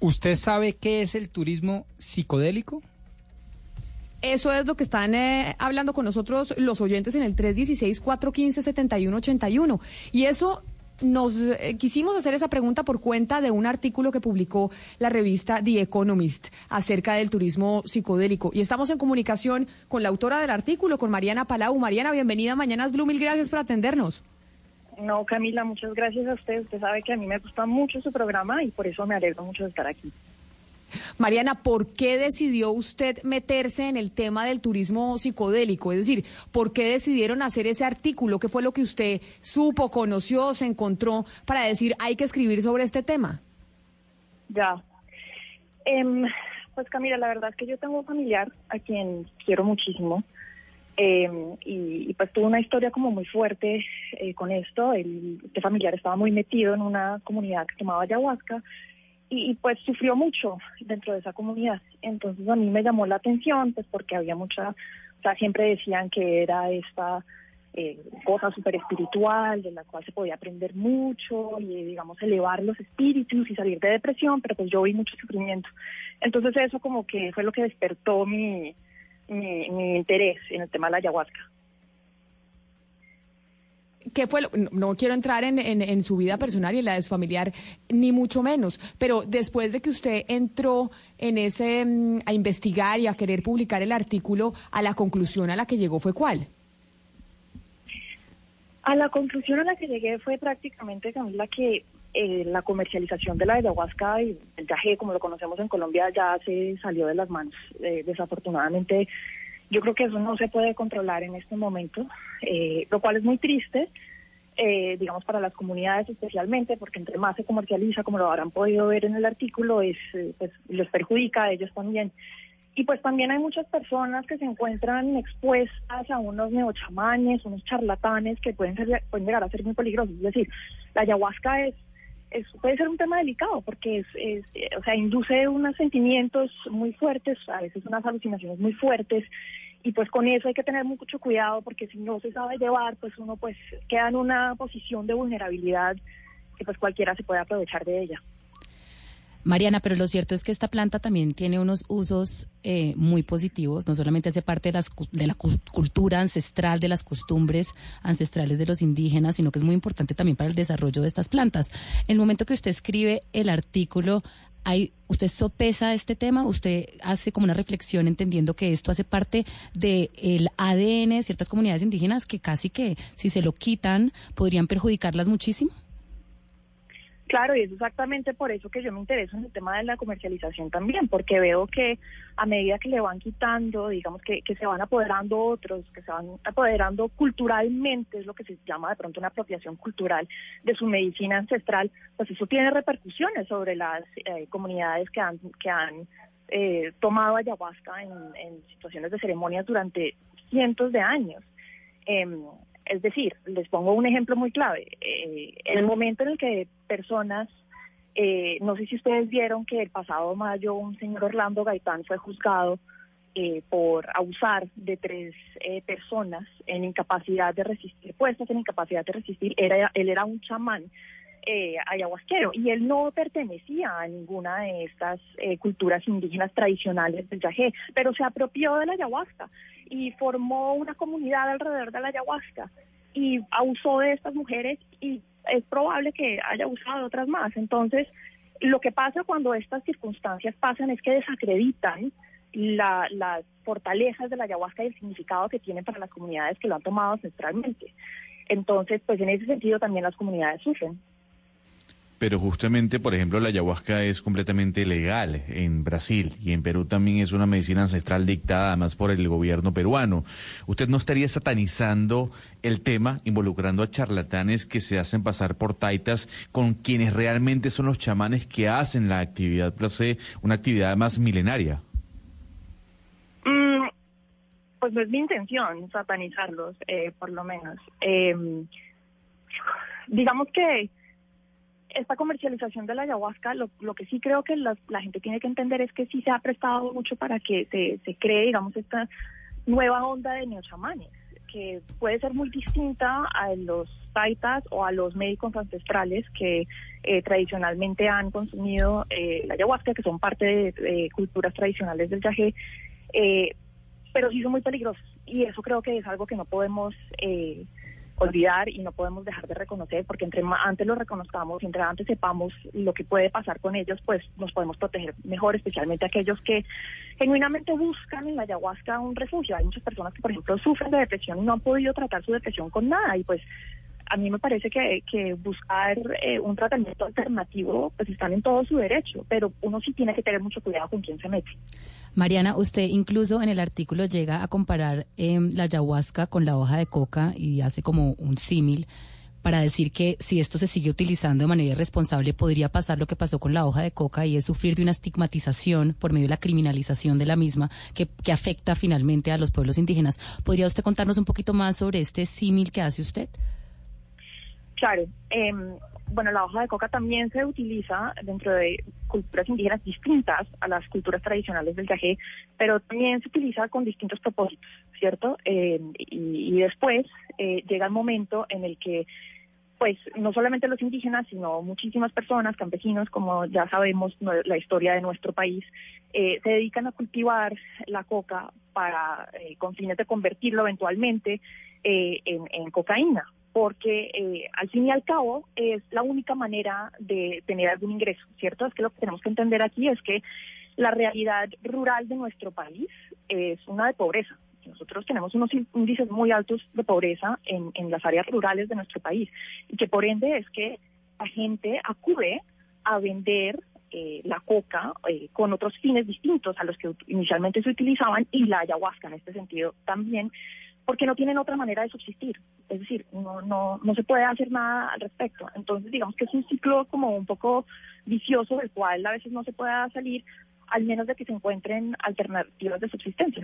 ¿Usted sabe qué es el turismo psicodélico? Eso es lo que están eh, hablando con nosotros los oyentes en el tres uno seis, cuatro uno cinco, siete uno ocho uno. Y eso nos eh, quisimos hacer esa pregunta por cuenta de un artículo que publicó la revista The Economist acerca del turismo psicodélico. Y estamos en comunicación con la autora del artículo, con Mariana Palau. Mariana, bienvenida a Mañanas Blue, mil gracias por atendernos. No, Camila, muchas gracias a usted. Usted sabe que a mí me gusta mucho su programa y por eso me alegro mucho de estar aquí. Mariana, ¿por qué decidió usted meterse en el tema del turismo psicodélico? Es decir, ¿por qué decidieron hacer ese artículo? ¿Qué fue lo que usted supo, conoció, se encontró para decir hay que escribir sobre este tema? Ya. Eh, pues Camila, la verdad es que yo tengo un familiar a quien quiero muchísimo eh, y, y pues tuvo una historia como muy fuerte eh, con esto. El, este familiar estaba muy metido en una comunidad que tomaba ayahuasca y pues sufrió mucho dentro de esa comunidad. Entonces a mí me llamó la atención, pues porque había mucha, o sea, siempre decían que era esta eh, cosa súper espiritual, de la cual se podía aprender mucho y, digamos, elevar los espíritus y salir de depresión, pero pues yo vi mucho sufrimiento. Entonces eso como que fue lo que despertó mi, mi, mi interés en el tema de la ayahuasca. ¿Qué fue lo, no, no quiero entrar en, en, en su vida personal y en la de su familiar, ni mucho menos, pero después de que usted entró en ese um, a investigar y a querer publicar el artículo, a la conclusión a la que llegó fue ¿cuál? A la conclusión a la que llegué fue prácticamente, Camila, que eh, la comercialización de la ayahuasca y el yagé, como lo conocemos en Colombia, ya se salió de las manos. Eh, desafortunadamente, yo creo que eso no se puede controlar en este momento, eh, lo cual es muy triste, eh, digamos, para las comunidades especialmente, porque entre más se comercializa, como lo habrán podido ver en el artículo, es eh, pues les perjudica a ellos también. Y pues también hay muchas personas que se encuentran expuestas a unos neochamanes, unos charlatanes que pueden ser, pueden llegar a ser muy peligrosos. Es decir, la ayahuasca es, es puede ser un tema delicado porque es, es o sea, induce unos sentimientos muy fuertes, a veces unas alucinaciones muy fuertes, y pues con eso hay que tener mucho cuidado porque si no se sabe llevar, pues uno pues queda en una posición de vulnerabilidad que pues cualquiera se puede aprovechar de ella. Mariana, pero lo cierto es que esta planta también tiene unos usos eh, muy positivos, no solamente hace parte de, las, de la cultura ancestral, de las costumbres ancestrales de los indígenas, sino que es muy importante también para el desarrollo de estas plantas. En el momento que usted escribe el artículo, hay, ¿usted sopesa este tema? ¿Usted hace como una reflexión entendiendo que esto hace parte del A D N de ciertas comunidades indígenas que casi que si se lo quitan podrían perjudicarlas muchísimo? Claro, y es exactamente por eso que yo me intereso en el tema de la comercialización también, porque veo que a medida que le van quitando, digamos que, que se van apoderando otros, que se van apoderando culturalmente, es lo que se llama de pronto una apropiación cultural de su medicina ancestral, pues eso tiene repercusiones sobre las eh, comunidades que han, que han eh, tomado ayahuasca en, en situaciones de ceremonias durante cientos de años. Eh, Es decir, les pongo un ejemplo muy clave. Eh, en el momento en el que personas, eh, no sé si ustedes vieron que el pasado mayo un señor Orlando Gaitán fue juzgado eh, por abusar de tres eh, personas en incapacidad de resistir, puestas en incapacidad de resistir. Era, él era un chamán eh, ayahuasquero y él no pertenecía a ninguna de estas eh, culturas indígenas tradicionales del yagé, pero se apropió de la ayahuasca y formó una comunidad alrededor de la ayahuasca y abusó de estas mujeres y es probable que haya abusado de otras más. Entonces, lo que pasa cuando estas circunstancias pasan es que desacreditan la, las fortalezas de la ayahuasca y el significado que tienen para las comunidades que lo han tomado ancestralmente. Entonces, pues en ese sentido también las comunidades sufren. Pero justamente, por ejemplo, la ayahuasca es completamente legal en Brasil y en Perú también es una medicina ancestral dictada además por el gobierno peruano. ¿Usted no estaría satanizando el tema, involucrando a charlatanes que se hacen pasar por taitas con quienes realmente son los chamanes que hacen la actividad, pero sé, una actividad más milenaria? Mm, pues no es mi intención satanizarlos, eh, por lo menos. Eh, digamos que esta comercialización de la ayahuasca, lo, lo que sí creo que la, la gente tiene que entender es que sí se ha prestado mucho para que se, se cree, digamos, esta nueva onda de neochamanes, que puede ser muy distinta a los taitas o a los médicos ancestrales que eh, tradicionalmente han consumido eh, la ayahuasca, que son parte de, de culturas tradicionales del yagé, eh, pero sí son muy peligrosos. Y eso creo que es algo que no podemos eh, olvidar y no podemos dejar de reconocer, porque entre más antes lo reconozcamos, entre antes sepamos lo que puede pasar con ellos, pues nos podemos proteger mejor, especialmente aquellos que genuinamente buscan en la ayahuasca un refugio. Hay muchas personas que, por ejemplo, sufren de depresión y no han podido tratar su depresión con nada, y pues a mí me parece que, que buscar eh, un tratamiento alternativo, pues están en todo su derecho, pero uno sí tiene que tener mucho cuidado con quién se mete. Mariana, usted incluso en el artículo llega a comparar eh, la ayahuasca con la hoja de coca y hace como un símil para decir que si esto se sigue utilizando de manera irresponsable podría pasar lo que pasó con la hoja de coca, y es sufrir de una estigmatización por medio de la criminalización de la misma que, que afecta finalmente a los pueblos indígenas. ¿Podría usted contarnos un poquito más sobre este símil que hace usted? Claro, eh, bueno, la hoja de coca también se utiliza dentro de culturas indígenas distintas a las culturas tradicionales del yagé, pero también se utiliza con distintos propósitos, ¿cierto? Eh, y, y después eh, llega el momento en el que, pues, no solamente los indígenas, sino muchísimas personas, campesinos, como ya sabemos no, la historia de nuestro país, eh, se dedican a cultivar la coca para, eh, con fines de convertirlo eventualmente eh, en, en cocaína, porque eh, al fin y al cabo es la única manera de tener algún ingreso, ¿cierto? Es que lo que tenemos que entender aquí es que la realidad rural de nuestro país es una de pobreza. Nosotros tenemos unos índices muy altos de pobreza en, en las áreas rurales de nuestro país, y que por ende es que la gente acude a vender eh, la coca eh, con otros fines distintos a los que inicialmente se utilizaban, y la ayahuasca en este sentido también, porque no tienen otra manera de subsistir. Es decir, no no no se puede hacer nada al respecto. Entonces, digamos que es un ciclo como un poco vicioso del cual a veces no se pueda salir, al menos de que se encuentren alternativas de subsistencia.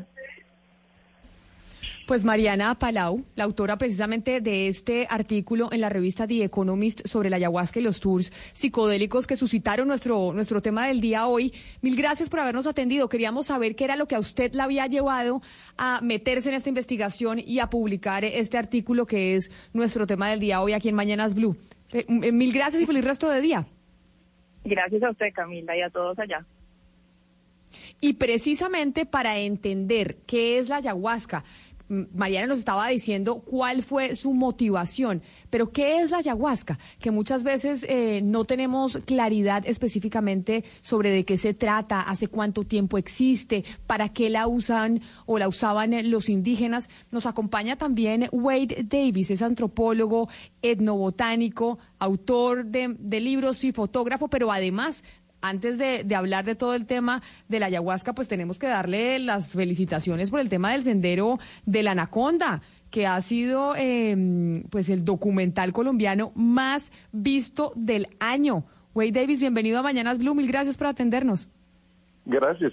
Pues Mariana Palau, la autora precisamente de este artículo en la revista The Economist sobre la ayahuasca y los tours psicodélicos que suscitaron nuestro, nuestro tema del día hoy. Mil gracias por habernos atendido. Queríamos saber qué era lo que a usted la había llevado a meterse en esta investigación y a publicar este artículo que es nuestro tema del día hoy aquí en Mañanas Blue. Eh, mil gracias y feliz resto de día. Gracias a usted, Camila, y a todos allá. Y precisamente para entender qué es la ayahuasca, Mariana nos estaba diciendo cuál fue su motivación, pero ¿qué es la ayahuasca? Que muchas veces eh, no tenemos claridad específicamente sobre de qué se trata, hace cuánto tiempo existe, para qué la usan o la usaban los indígenas. Nos acompaña también Wade Davis, es antropólogo, etnobotánico, autor de, de libros y fotógrafo, pero además, antes de, de hablar de todo el tema de la ayahuasca, pues tenemos que darle las felicitaciones por el tema del Sendero de la Anaconda, que ha sido eh, pues el documental colombiano más visto del año. Wade Davis, bienvenido a Mañanas Blue, mil gracias por atendernos. Gracias.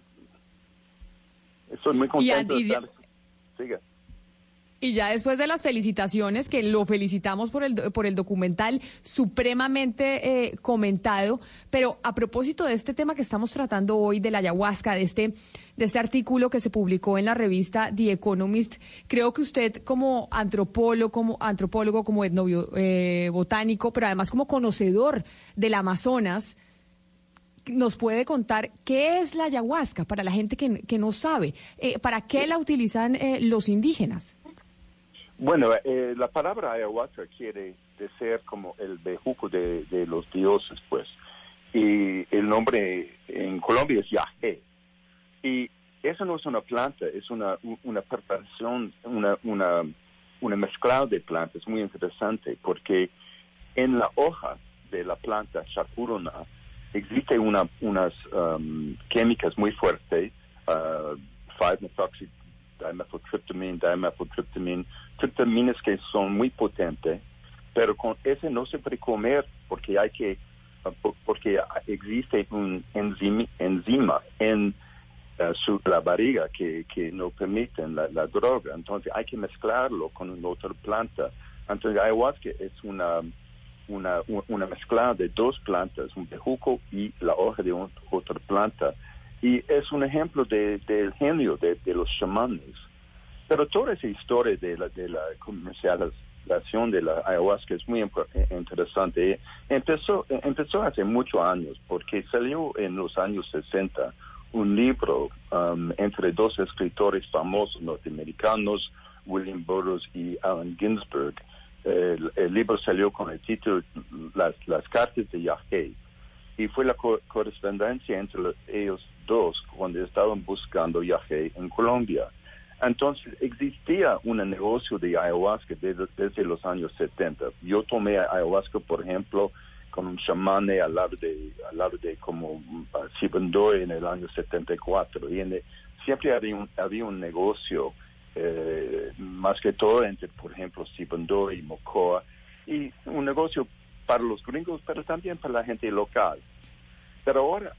Estoy muy contento y, y, de estar. Siga. Y ya después de las felicitaciones, que lo felicitamos por el por el documental supremamente eh, comentado, pero a propósito de este tema que estamos tratando hoy, de la ayahuasca, de este de este artículo que se publicó en la revista The Economist, creo que usted como antropólogo, como antropólogo, como etnobotánico, eh, pero además como conocedor del Amazonas, nos puede contar qué es la ayahuasca para la gente que, que no sabe, eh, para qué la utilizan eh, los indígenas. Bueno, eh, la palabra ayahuasca quiere decir como el bejuco de, de los dioses, pues. Y el nombre en Colombia es yagé. Y eso no es una planta, es una una preparación, una una una mezcla de plantas muy interesante, porque en la hoja de la planta chacuruna existe una unas um, químicas muy fuertes, uh, cinco methoxy dimethyltryptamine, dimethyltryptamine, triptaminas que son muy potentes, pero con ese no se puede comer porque hay que porque existe un enzima, enzima en uh, su, la barriga que, que no permiten la, la droga, entonces hay que mezclarlo con una otra planta. Entonces ayahuasca es una una una mezcla de dos plantas, un bejuco y la hoja de un, otra planta. Y es un ejemplo de, del genio de, de los chamanes, Pero toda esa historia de la, de la comercialización de la ayahuasca es muy imp- interesante. Empezó, empezó hace muchos años, porque salió en los años sesenta un libro um, entre dos escritores famosos norteamericanos, William Burroughs y Allen Ginsberg. El, el libro salió con el título Las, las cartas de Yahé, y fue la co- correspondencia entre los, ellos dos cuando estaban buscando Yahé en Colombia. Entonces existía un negocio de ayahuasca desde, desde los años setenta. Yo tomé ayahuasca, por ejemplo, con un chamán al lado de, al lado de como uh, Sibundoy en el año setenta y cuatro. Y en el, siempre había un, había un negocio, eh, más que todo entre, por ejemplo, Sibundoy y Mocoa, y un negocio para los gringos, pero también para la gente local. Pero ahora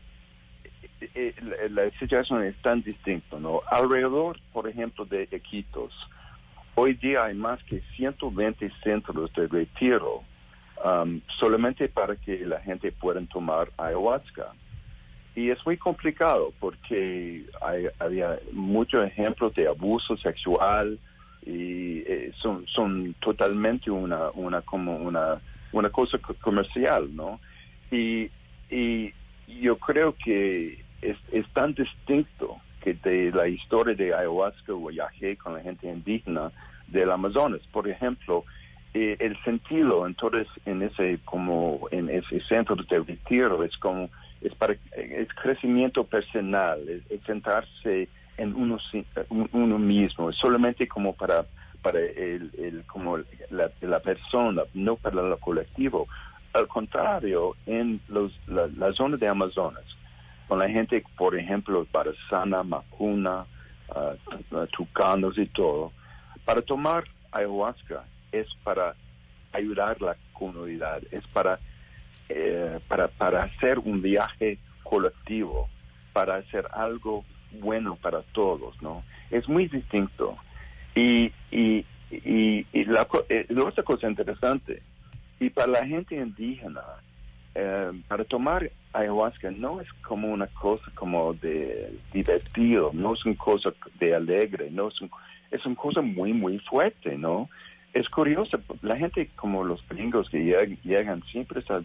eh, eh, la situación es tan distinta, ¿no? Alrededor, por ejemplo, de Iquitos, hoy día hay más que ciento veinte centros de retiro, um, solamente para que la gente pueda tomar ayahuasca. Y es muy complicado porque hay, había muchos ejemplos de abuso sexual y eh, son, son totalmente una, una como una, una cosa comercial, ¿no? Y, y yo creo que es, es tan distinto que de la historia de ayahuasca o yagé con la gente indígena del Amazonas. Por ejemplo, eh, el sentido entonces en ese como en ese centro de retiro es como es para es crecimiento personal, es, es centrarse en uno uno mismo, es solamente como para para el, el como la, la persona, no para lo colectivo. Al contrario, en los la, la zona de Amazonas, con la gente, por ejemplo, para Sana, Macuna, uh, Tucanos y todo, para tomar ayahuasca es para ayudar a la comunidad, es para Eh, para, para hacer un viaje colectivo, para hacer algo bueno para todos, ¿no? Es muy distinto. Y, y, y, y la, eh, la otra cosa interesante, y para la gente indígena, eh, para tomar ayahuasca no es como una cosa como de divertido, no es una cosa de alegre, no es, un, es una cosa muy, muy fuerte, ¿no? Es curioso, la gente como los gringos que llegan, llegan siempre están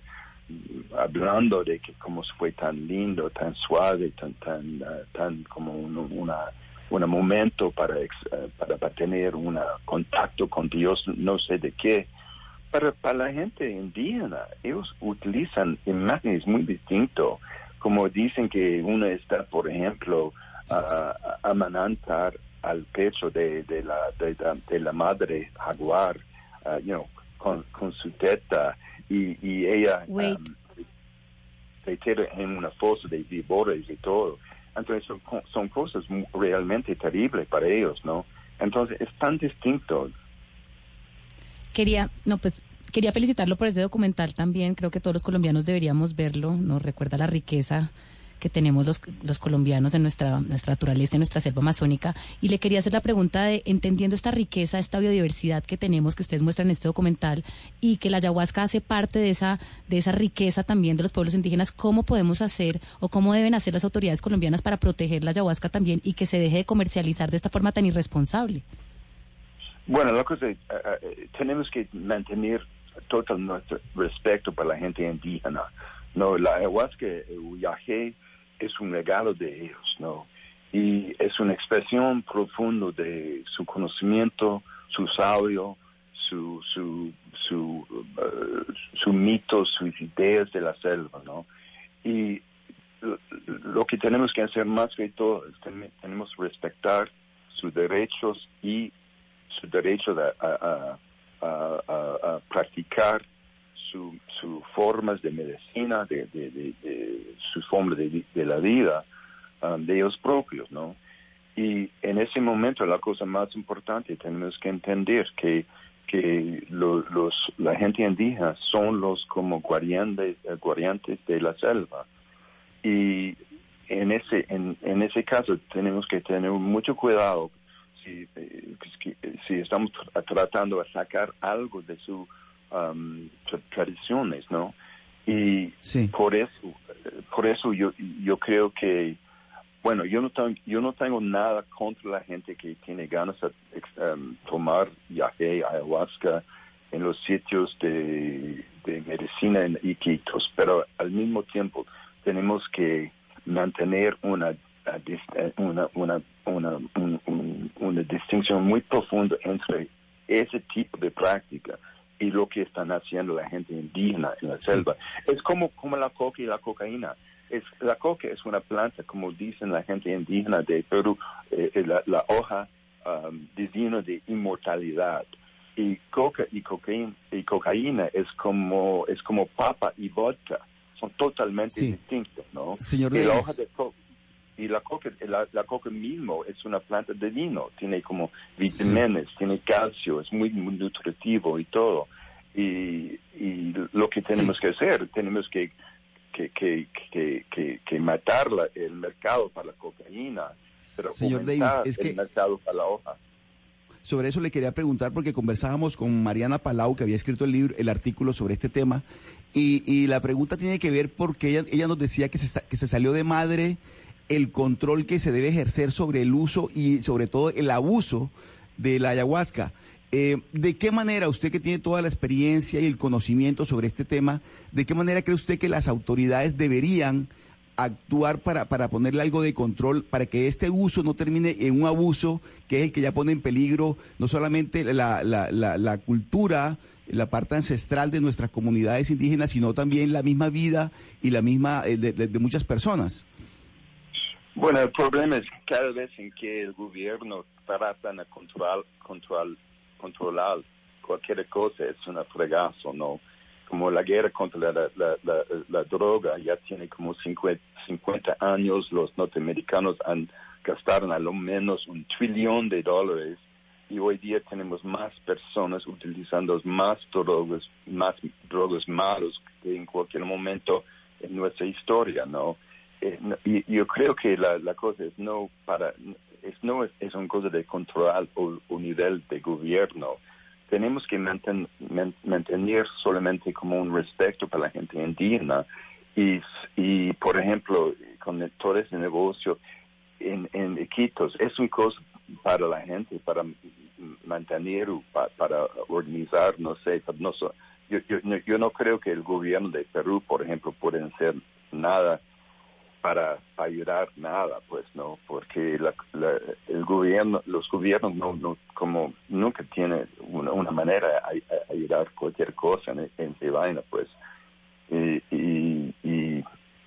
hablando de que como fue tan lindo, tan suave, tan tan uh, tan como un una, una momento para, uh, para para tener un contacto con Dios, no sé de qué. Pero para la gente indígena, ellos utilizan imágenes muy distintas, como dicen que uno está, por ejemplo, uh, amamantar al pecho de, de la de, de la madre jaguar, uh, you know, con, con su teta. Y, y ella um, se tira en una fosa de víboras y todo. Entonces son, son cosas realmente terribles para ellos, ¿no? Entonces es tan distinto. Quería, no, pues quería felicitarlo por ese documental también. Creo que todos los colombianos deberíamos verlo. Nos recuerda la riqueza que tenemos los, los colombianos en nuestra, nuestra naturaleza, en nuestra selva amazónica. Y le quería hacer la pregunta de, entendiendo esta riqueza, esta biodiversidad que tenemos, que ustedes muestran en este documental, y que la ayahuasca hace parte de esa, de esa riqueza también de los pueblos indígenas, ¿cómo podemos hacer o cómo deben hacer las autoridades colombianas para proteger la ayahuasca también y que se deje de comercializar de esta forma tan irresponsable? Bueno, la cosa es, uh, uh, tenemos que mantener total nuestro respeto para la gente indígena. No, la ayahuasca, el yagé, es un regalo de ellos, ¿no? Y es una expresión profunda de su conocimiento, su sabio, su su su uh, su mito, sus ideas de la selva, ¿no? Y lo, lo que tenemos que hacer más que todo es que tenemos que respetar sus derechos y su derecho a, a, a, a, a practicar sus su formas de medicina, de, de, de, de sus formas de, de la vida, um, de ellos propios, ¿no? Y en ese momento la cosa más importante tenemos que entender que que lo, los la gente indígena son los como guardianes, guardianes de la selva, y en ese en, en ese caso tenemos que tener mucho cuidado si eh, si estamos tratando de sacar algo de su Um, tradiciones, ¿no? Y sí. por eso, por eso yo yo creo que bueno, yo no tengo, yo no tengo nada contra la gente que tiene ganas de um, tomar yagé, ayahuasca en los sitios de, de medicina en Iquitos, pero al mismo tiempo tenemos que mantener una una una una, una, una, una distinción muy profunda entre ese tipo de práctica y lo que están haciendo la gente indígena en la sí. selva. Es como, como la coca y la cocaína. Es, la coca es una planta, como dicen la gente indígena de Perú, eh, la, la hoja um, divina de inmortalidad. Y coca y cocaína, y cocaína es como es como papa y vodka. Son totalmente sí. distintos, ¿no? Señor y la hoja de coca y la coca, la, la coca mismo es una planta de vino, tiene como vitaminas, sí. tiene calcio, es muy, muy nutritivo y todo. Y, y lo que tenemos sí. que hacer, tenemos que que que que que, que matar la, el mercado para la cocaína, pero señor Davis, es el que mercado para la hoja. Sobre eso le quería preguntar porque conversábamos con Mariana Palau, que había escrito el libro, el artículo sobre este tema, y, y la pregunta tiene que ver porque ella, ella nos decía que se, que se salió de madre el control que se debe ejercer sobre el uso y sobre todo el abuso de la ayahuasca. Eh, ¿De qué manera, usted que tiene toda la experiencia y el conocimiento sobre este tema, de qué manera cree usted que las autoridades deberían actuar para, para ponerle algo de control, para que este uso no termine en un abuso que es el que ya pone en peligro no solamente la, la, la, la cultura, la parte ancestral de nuestras comunidades indígenas, sino también la misma vida y la misma de, de, de muchas personas? Bueno, el problema es cada vez en que el gobierno trata de controlar, control, controlar cualquier cosa es un fregazo, ¿no? Como la guerra contra la, la, la, la droga ya tiene como cincuenta años, los norteamericanos han gastado a lo menos un trillón de dólares y hoy día tenemos más personas utilizando más drogas, más drogas malos que en cualquier momento en nuestra historia, ¿no? Eh, no y yo creo que la, la cosa es no para es no es, es una cosa de controlar o, o nivel de gobierno. Tenemos que manten, man, mantener solamente como un respeto para la gente indígena y, y por ejemplo, con todo ese negocio en, en Iquitos, es una cosa para la gente, para mantener, para, para organizar, no sé, no, yo, yo, yo no creo que el gobierno de Perú, por ejemplo, pueden hacer nada para ayudar nada, pues no, porque la, la, el gobierno, los gobiernos no, no como nunca tienen una, una manera de ayudar cualquier cosa en, en esa vaina, pues. Y, y, y,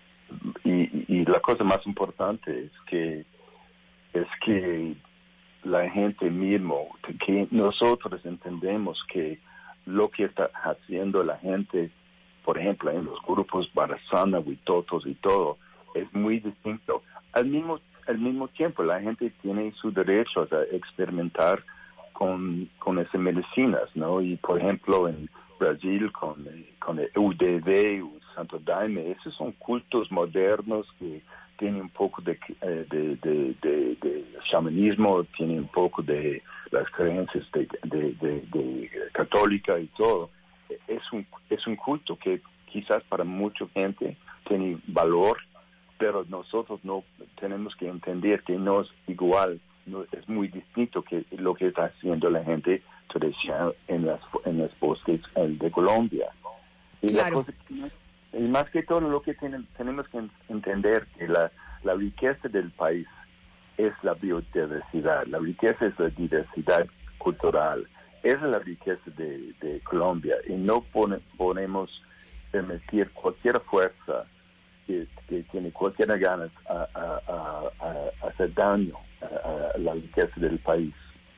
y, y la cosa más importante es que es que la gente mismo, que nosotros entendemos que lo que está haciendo la gente, por ejemplo, en los grupos Barazana, Huitotos y todo, es muy distinto. Al mismo al mismo tiempo, la gente tiene su derecho a experimentar con, con esas medicinas, ¿no? Y, por ejemplo, en Brasil, con, con el U D V, o Santo Daime, esos son cultos modernos que tienen un poco de, de, de, de, de chamanismo, tienen un poco de las creencias de, de, de, de católica y todo. Es un, es un culto que quizás para mucha gente tiene valor, pero nosotros no tenemos que entender que no es igual, no, es muy distinto que lo que está haciendo la gente tradicional en las en los bosques de Colombia. Y, claro. la cosa, y más que todo lo que tienen, tenemos que entender que la, la riqueza del país es la biodiversidad, la riqueza es la diversidad cultural, esa es la riqueza de, de Colombia y no pone, podemos permitir cualquier fuerza Que, que tiene cualquier ganas a, a, a, a hacer daño a, a la riqueza del país.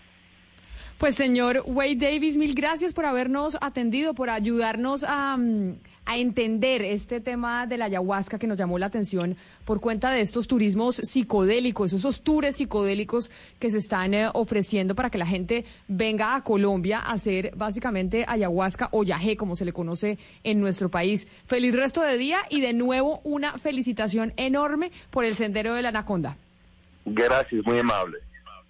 Pues señor Wade Davis, mil gracias por habernos atendido, por ayudarnos a, a entender este tema de la ayahuasca que nos llamó la atención por cuenta de estos turismos psicodélicos, esos tours psicodélicos que se están eh, ofreciendo para que la gente venga a Colombia a hacer básicamente ayahuasca o yagé, como se le conoce en nuestro país. Feliz resto de día y de nuevo una felicitación enorme por el Sendero de la Anaconda. Gracias, muy amable.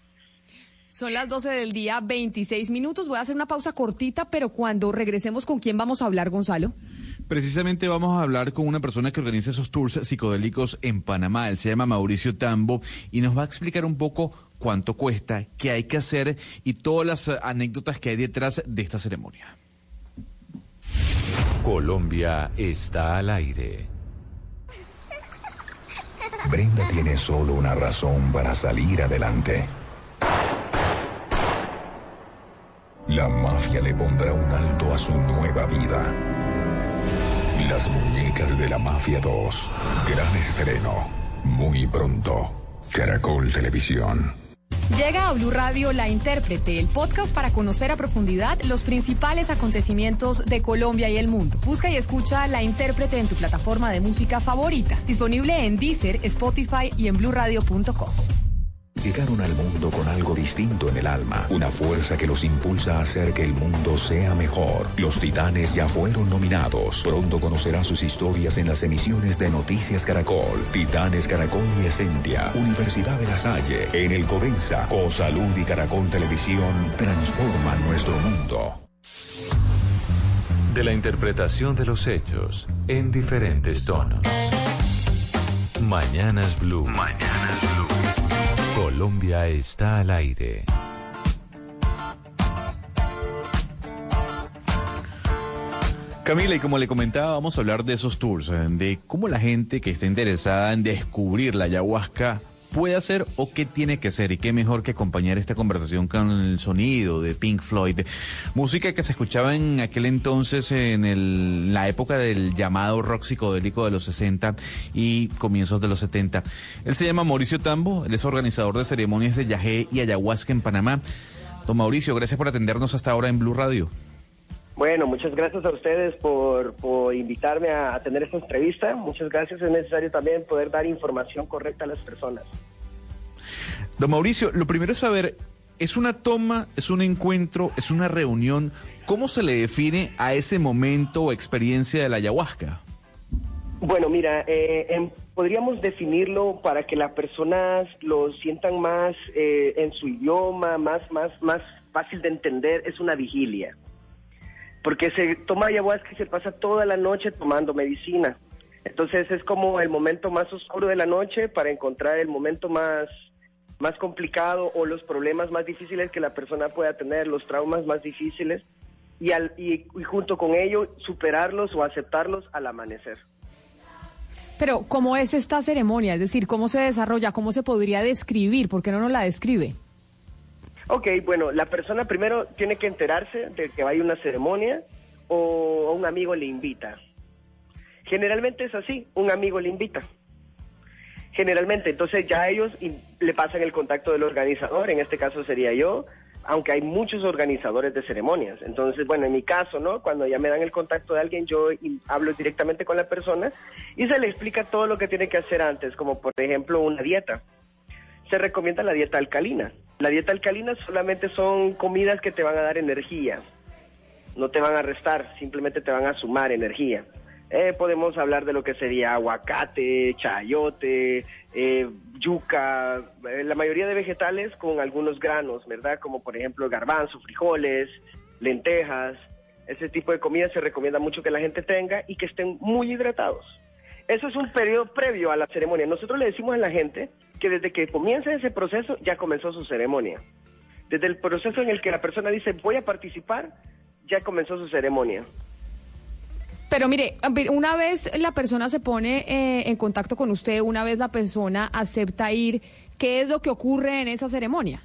Son las doce del día, veintiséis minutos. Voy a hacer una pausa cortita, pero cuando regresemos, ¿con quién vamos a hablar, Gonzalo? Precisamente vamos a hablar con una persona que organiza esos tours psicodélicos en Panamá. Él se llama Mauricio Tambo y nos va a explicar un poco cuánto cuesta, qué hay que hacer y todas las anécdotas que hay detrás de esta ceremonia. Colombia está al aire. Brenda tiene solo una razón para salir adelante. La mafia le pondrá un alto a su nueva vida. Las muñecas de la Mafia dos. Gran estreno. Muy pronto. Caracol Televisión. Llega a Blue Radio La Intérprete, el podcast para conocer a profundidad los principales acontecimientos de Colombia y el mundo. Busca y escucha La Intérprete en tu plataforma de música favorita. Disponible en Deezer, Spotify y en blue radio punto com. Llegaron al mundo con algo distinto en el alma, una fuerza que los impulsa a hacer que el mundo sea mejor. Los Titanes ya fueron nominados. Pronto conocerán sus historias en las emisiones de Noticias Caracol, Titanes Caracol y Esentia, Universidad de La Salle, en el Codensa, Cosalud y Caracol Televisión transforman nuestro mundo. De la interpretación de los hechos en diferentes tonos. Mañanas Blue. Mañanas Blue. Colombia está al aire. Camila, y como le comentaba, vamos a hablar de esos tours, de cómo la gente que está interesada en descubrir la ayahuasca puede hacer o qué tiene que hacer, y qué mejor que acompañar esta conversación con el sonido de Pink Floyd, música que se escuchaba en aquel entonces en el, la época del llamado rock psicodélico de los sesenta y comienzos de los setenta. Él se llama Mauricio Tambo, él es organizador de ceremonias de yagé y ayahuasca en Panamá. Don Mauricio, gracias por atendernos hasta ahora en Blue Radio. Bueno, muchas gracias a ustedes por, por invitarme a, a tener esta entrevista. Muchas gracias. Es necesario también poder dar información correcta a las personas. Don Mauricio, lo primero es saber, ¿es una toma, es un encuentro, es una reunión? ¿Cómo se le define a ese momento o experiencia de la ayahuasca? Bueno, mira, eh, en, podríamos definirlo para que las personas lo sientan más eh, en su idioma, más, más, más fácil de entender. Es una vigilia. Porque se toma ayahuasca y se pasa toda la noche tomando medicina. Entonces es como el momento más oscuro de la noche para encontrar el momento más, más complicado o los problemas más difíciles que la persona pueda tener, los traumas más difíciles, y, al, y, y junto con ello superarlos o aceptarlos al amanecer. Pero, ¿cómo es esta ceremonia? Es decir, ¿cómo se desarrolla? ¿Cómo se podría describir? ¿Por qué no nos la describe? Ok, bueno, la persona primero tiene que enterarse de que hay una ceremonia o un amigo le invita. Generalmente es así, un amigo le invita. Generalmente, entonces ya ellos le pasan el contacto del organizador, en este caso sería yo, aunque hay muchos organizadores de ceremonias. Entonces, bueno, en mi caso, ¿no? Cuando ya me dan el contacto de alguien, yo hablo directamente con la persona y se le explica todo lo que tiene que hacer antes, como por ejemplo una dieta. Se recomienda la dieta alcalina. La dieta alcalina solamente son comidas que te van a dar energía, no te van a restar, simplemente te van a sumar energía. Eh, podemos hablar de lo que sería aguacate, chayote, eh, yuca, eh, la mayoría de vegetales con algunos granos, ¿verdad? Como por ejemplo garbanzo, frijoles, lentejas. Ese tipo de comida se recomienda mucho que la gente tenga y que estén muy hidratados. Eso es un periodo previo a la ceremonia. Nosotros le decimos a la gente que desde que comienza ese proceso ya comenzó su ceremonia. Desde el proceso en el que la persona dice voy a participar, ya comenzó su ceremonia. Pero mire, una vez la persona se pone eh, en contacto con usted, una vez la persona acepta ir, ¿qué es lo que ocurre en esa ceremonia?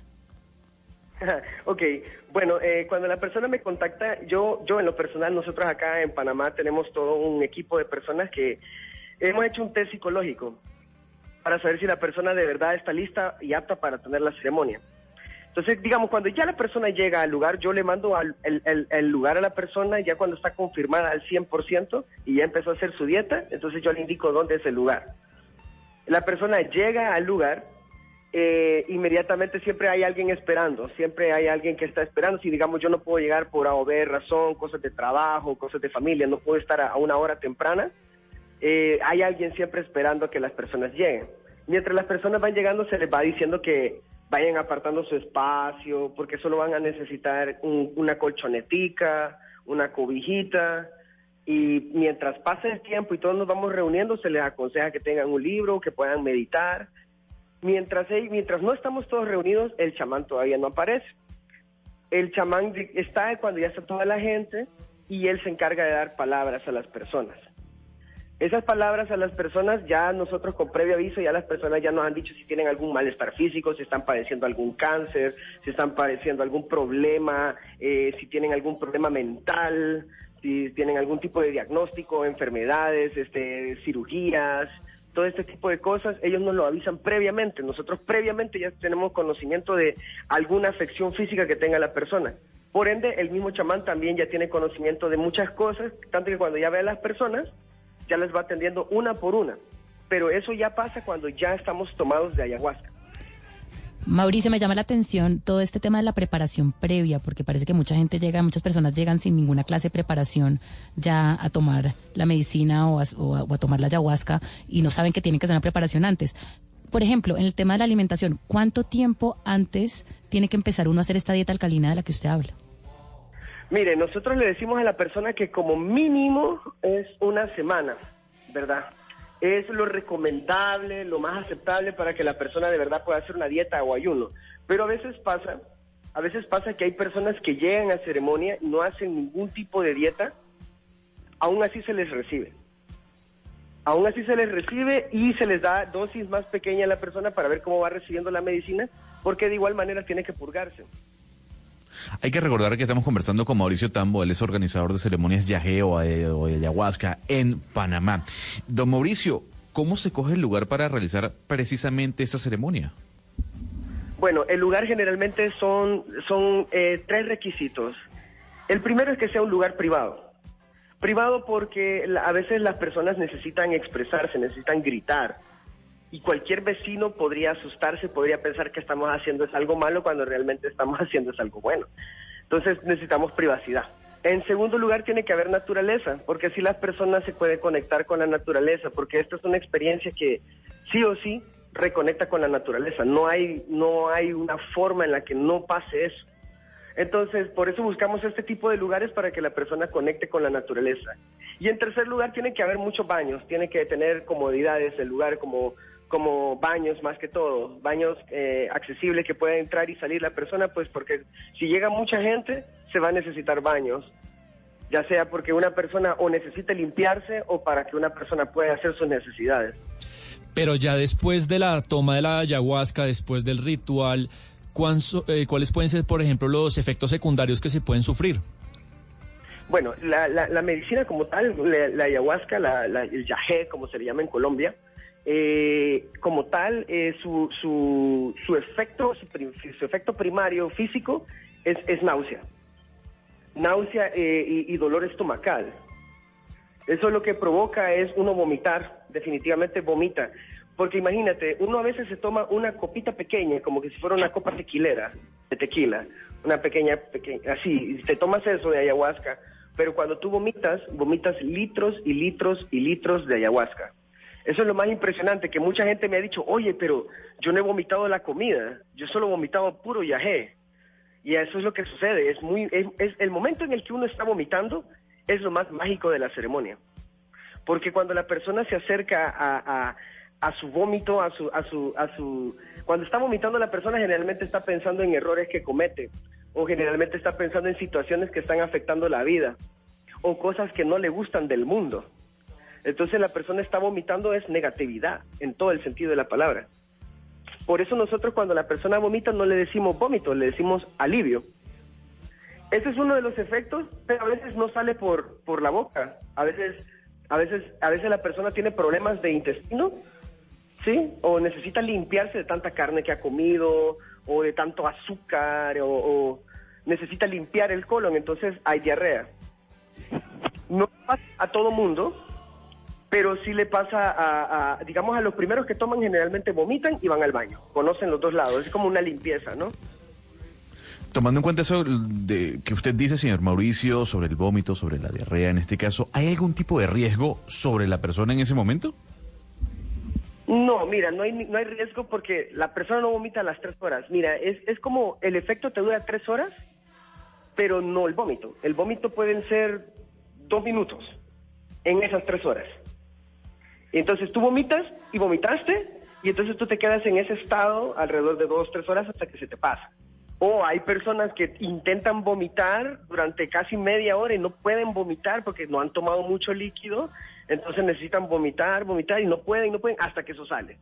Ok, bueno, eh, cuando la persona me contacta, yo, yo en lo personal, nosotros acá en Panamá tenemos todo un equipo de personas que hemos hecho un test psicológico para saber si la persona de verdad está lista y apta para tener la ceremonia. Entonces, digamos, cuando ya la persona llega al lugar, yo le mando al, el, el, el lugar a la persona ya cuando está confirmada al cien por ciento y ya empezó a hacer su dieta, entonces yo le indico dónde es el lugar. La persona llega al lugar, eh, inmediatamente siempre hay alguien esperando, siempre hay alguien que está esperando. Si, digamos, yo no puedo llegar por A o B razón, cosas de trabajo, cosas de familia, no puedo estar a, a una hora temprana, eh, hay alguien siempre esperando a que las personas lleguen. Mientras las personas van llegando, se les va diciendo que vayan apartando su espacio, porque solo van a necesitar un, una colchonetica, una cobijita, Y mientras pasa el tiempo y todos nos vamos reuniendo, se les aconseja que tengan un libro, que puedan meditar. Mientras, mientras no estamos todos reunidos, el chamán todavía no aparece. El chamán está cuando ya está toda la gente y él se encarga de dar palabras a las personas. Esas palabras a las personas, ya nosotros con previo aviso, ya las personas ya nos han dicho si tienen algún malestar físico, si están padeciendo algún cáncer, si están padeciendo algún problema, eh, si tienen algún problema mental, si tienen algún tipo de diagnóstico, enfermedades, este, cirugías, todo este tipo de cosas, ellos nos lo avisan previamente. Nosotros previamente ya tenemos conocimiento de alguna afección física que tenga la persona. Por ende, el mismo chamán también ya tiene conocimiento de muchas cosas, tanto que cuando ya ve a las personas, ya les va atendiendo una por una. Pero eso ya pasa cuando ya estamos tomados de ayahuasca. Mauricio, me llama la atención todo este tema de la preparación previa, porque parece que mucha gente llega, muchas personas llegan sin ninguna clase de preparación ya a tomar la medicina o a, o a, o a tomar la ayahuasca y no saben que tienen que hacer una preparación antes. Por ejemplo, en el tema de la alimentación, ¿cuánto tiempo antes tiene que empezar uno a hacer esta dieta alcalina de la que usted habla? Mire, nosotros le decimos a la persona que como mínimo es una semana, ¿verdad? Es lo recomendable, lo más aceptable para que la persona de verdad pueda hacer una dieta o ayuno. Pero a veces pasa, a veces pasa que hay personas que llegan a ceremonia y no hacen ningún tipo de dieta, aún así se les recibe. Aún así se les recibe y se les da dosis más pequeña a la persona para ver cómo va recibiendo la medicina, porque de igual manera tiene que purgarse. Hay que recordar que estamos conversando con Mauricio Tambo, él es organizador de ceremonias yagé o de, o de ayahuasca en Panamá. Don Mauricio, ¿cómo se coge el lugar para realizar precisamente esta ceremonia? Bueno, el lugar generalmente son, son eh, tres requisitos. El primero es que sea un lugar privado. Privado porque a veces las personas necesitan expresarse, necesitan gritar. Y cualquier vecino podría asustarse, podría pensar que estamos haciendo es algo malo cuando realmente estamos haciendo es algo bueno. Entonces necesitamos privacidad. En segundo lugar tiene que haber naturaleza, porque así las personas se pueden conectar con la naturaleza, porque esta es una experiencia que sí o sí reconecta con la naturaleza. No hay, no hay una forma en la que no pase eso. Entonces, por eso buscamos este tipo de lugares para que la persona conecte con la naturaleza. Y en tercer lugar tiene que haber muchos baños, tiene que tener comodidades el lugar como... como baños más que todo, baños eh, accesibles que pueda entrar y salir la persona, pues porque si llega mucha gente se va a necesitar baños, ya sea porque una persona o necesita limpiarse o para que una persona pueda hacer sus necesidades. Pero ya después de la toma de la ayahuasca, después del ritual, ¿cuánso, eh, ¿cuáles pueden ser, por ejemplo, los efectos secundarios que se pueden sufrir? Bueno, la, la, la medicina como tal, la, la ayahuasca, la, la, el yagé, como se le llama en Colombia, Eh, como tal, eh, su, su, su, efecto, su, su efecto primario físico es, es náusea. Náusea eh, y, y dolor estomacal. Eso lo que provoca es uno vomitar, definitivamente vomita. Porque imagínate, uno a veces se toma una copita pequeña, como que si fuera una copa tequilera, de tequila, una pequeña, pequeña, así, y te tomas eso de ayahuasca, pero cuando tú vomitas, vomitas litros y litros y litros de ayahuasca. Eso es lo más impresionante, que mucha gente me ha dicho, oye, pero yo no he vomitado la comida, yo solo he vomitado puro yagé. Y eso es lo que sucede, es muy, es, es el momento en el que uno está vomitando es lo más mágico de la ceremonia. Porque cuando la persona se acerca a, a, a su vómito, a su, a su, a su, cuando está vomitando la persona generalmente está pensando en errores que comete, o generalmente está pensando en situaciones que están afectando la vida, o cosas que no le gustan del mundo. Entonces la persona está vomitando es negatividad, en todo el sentido de la palabra. Por eso nosotros cuando la persona vomita no le decimos vómito, le decimos alivio. Ese es uno de los efectos, pero a veces no sale por, por la boca. A veces, a veces, a veces la persona tiene problemas de intestino, ¿sí? O necesita limpiarse de tanta carne que ha comido, o de tanto azúcar, o, o necesita limpiar el colon, entonces hay diarrea. No pasa a todo mundo, pero sí le pasa a, a, digamos, a los primeros que toman generalmente vomitan y van al baño. Conocen los dos lados, es como una limpieza, ¿no? Tomando en cuenta eso de que usted dice, señor Mauricio, sobre el vómito, sobre la diarrea en este caso, ¿hay algún tipo de riesgo sobre la persona en ese momento? No, mira, no hay, no hay riesgo porque la persona no vomita a las tres horas. Mira, es, es como el efecto te dura tres horas, pero no el vómito. El vómito pueden ser dos minutos. en esas tres horas. Y entonces tú vomitas y vomitaste, y entonces tú te quedas en ese estado alrededor de dos, tres horas hasta que se te pasa. O hay personas que intentan vomitar durante casi media hora y no pueden vomitar porque no han tomado mucho líquido, entonces necesitan vomitar, vomitar y no pueden, no pueden hasta que eso sale.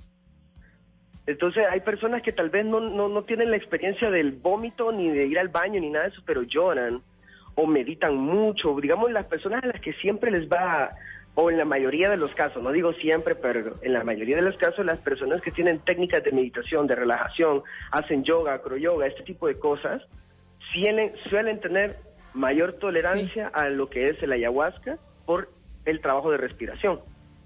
Entonces hay personas que tal vez no, no, no tienen la experiencia del vómito, ni de ir al baño, ni nada de eso, pero lloran o meditan mucho. Digamos, las personas a las que siempre les va, o en la mayoría de los casos, no digo siempre, pero en la mayoría de los casos, las personas que tienen técnicas de meditación, de relajación, hacen yoga, acroyoga, este tipo de cosas, suelen, suelen tener mayor tolerancia sí. a lo que es el ayahuasca por el trabajo de respiración.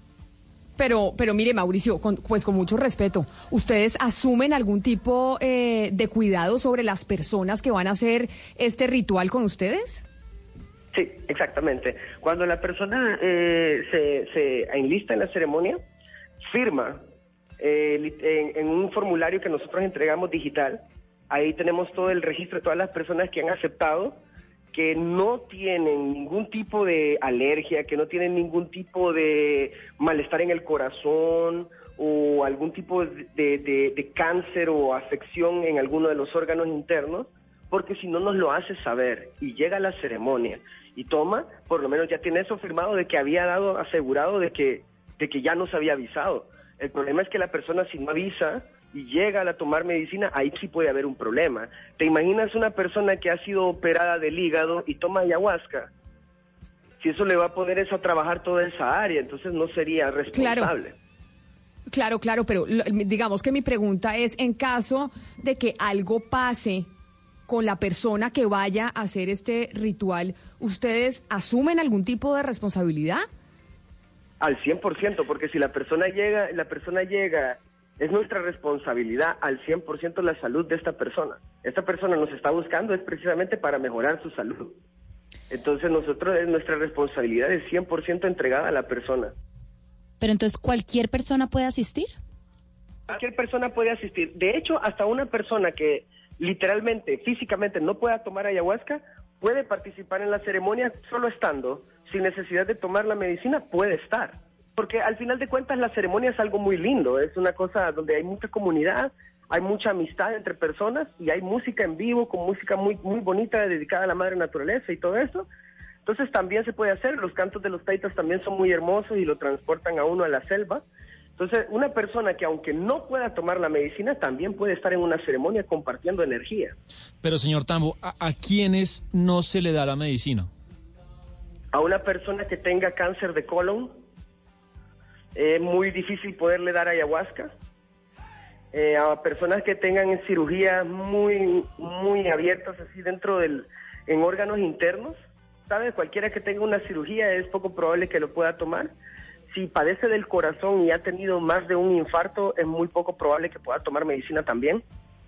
Pero, pero mire, Mauricio, con, pues con mucho respeto, ¿ustedes asumen algún tipo eh, de cuidado sobre las personas que van a hacer este ritual con ustedes? Sí, exactamente. Cuando la persona eh, se, se enlista en la ceremonia, firma eh, en, en un formulario que nosotros entregamos digital. Ahí tenemos todo el registro de todas las personas que han aceptado, que no tienen ningún tipo de alergia, que no tienen ningún tipo de malestar en el corazón o algún tipo de, de, de cáncer o afección en alguno de los órganos internos, porque si no nos lo hace saber y llega a la ceremonia y toma, por lo menos ya tiene eso firmado de que había dado asegurado de que, de que ya nos había avisado. El problema es que la persona si no avisa y llega a tomar medicina, ahí sí puede haber un problema. ¿Te imaginas una persona que ha sido operada del hígado y toma ayahuasca? Si eso le va a poner eso a trabajar toda esa área, entonces no sería responsable. Claro. Claro, claro, pero digamos que mi pregunta es, en caso de que algo pase con la persona que vaya a hacer este ritual, ¿ustedes asumen algún tipo de responsabilidad? Al cien por ciento, porque si la persona llega, la persona llega, es nuestra responsabilidad al cien por ciento la salud de esta persona. Esta persona nos está buscando es precisamente para mejorar su salud. Entonces nosotros, es nuestra responsabilidad es cien por ciento entregada a la persona. Pero entonces, ¿cualquier persona puede asistir? Cualquier persona puede asistir. De hecho, hasta una persona que literalmente, físicamente no pueda tomar ayahuasca, puede participar en la ceremonia solo estando, sin necesidad de tomar la medicina, puede estar. Porque al final de cuentas la ceremonia es algo muy lindo, es una cosa donde hay mucha comunidad, hay mucha amistad entre personas y hay música en vivo, con música muy, muy bonita dedicada a la madre naturaleza y todo eso. Entonces también se puede hacer, los cantos de los taitas también son muy hermosos y lo transportan a uno a la selva. Entonces, una persona que aunque no pueda tomar la medicina, también puede estar en una ceremonia compartiendo energía. Pero, señor Tambo, ¿a, a quiénes no se le da la medicina? A una persona que tenga cáncer de colon, es eh, muy difícil poderle dar ayahuasca. Eh, a personas que tengan cirugías muy, muy abiertas, así dentro del, en órganos internos, ¿sabes? Cualquiera que tenga una cirugía es poco probable que lo pueda tomar. Si padece del corazón y ha tenido más de un infarto, es muy poco probable que pueda tomar medicina también.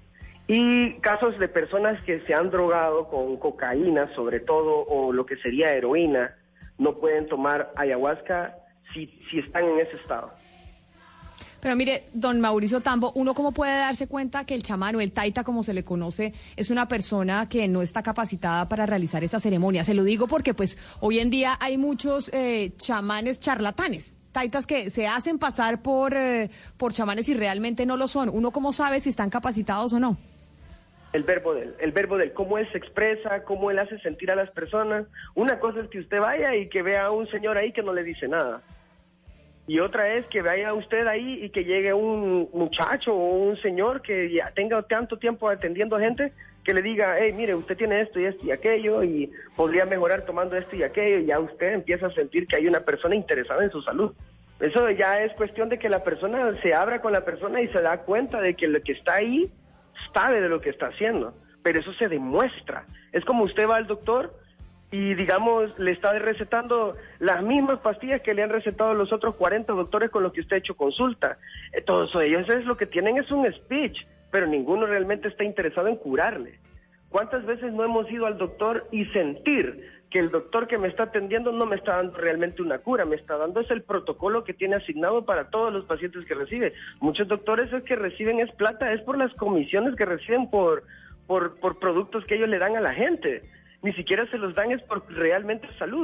Y casos de personas que se han drogado con cocaína, sobre todo, o lo que sería heroína, no pueden tomar ayahuasca si, si están en ese estado. Pero mire, don Mauricio Tambo, ¿uno cómo puede darse cuenta que el chamán o el taita, como se le conoce, es una persona que no está capacitada para realizar esa ceremonia? Se lo digo porque pues hoy en día hay muchos eh, chamanes charlatanes, taitas que se hacen pasar por, eh, por chamanes y realmente no lo son. ¿Uno cómo sabe si están capacitados o no? El verbo de él, el verbo de él, cómo él se expresa, cómo él hace sentir a las personas. Una cosa es que usted vaya y que vea a un señor ahí que no le dice nada. Y otra es que vaya usted ahí y que llegue un muchacho o un señor que ya tenga tanto tiempo atendiendo a gente que le diga, hey, mire, usted tiene esto y esto y aquello y podría mejorar tomando esto y aquello, y ya usted empieza a sentir que hay una persona interesada en su salud. Eso ya es cuestión de que la persona se abra con la persona y se da cuenta de que lo que está ahí sabe de lo que está haciendo, pero eso se demuestra. Es como usted va al doctor y, digamos, le está recetando las mismas pastillas que le han recetado los otros cuarenta doctores con los que usted ha hecho consulta. Todos ellos es lo que tienen es un speech, pero ninguno realmente está interesado en curarle. ¿Cuántas veces no hemos ido al doctor y sentir que el doctor que me está atendiendo no me está dando realmente una cura, me está dando es el protocolo que tiene asignado para todos los pacientes que recibe? Muchos doctores es que reciben es plata, es por las comisiones que reciben por, por, por productos que ellos le dan a la gente. Ni siquiera se los dan es por realmente salud.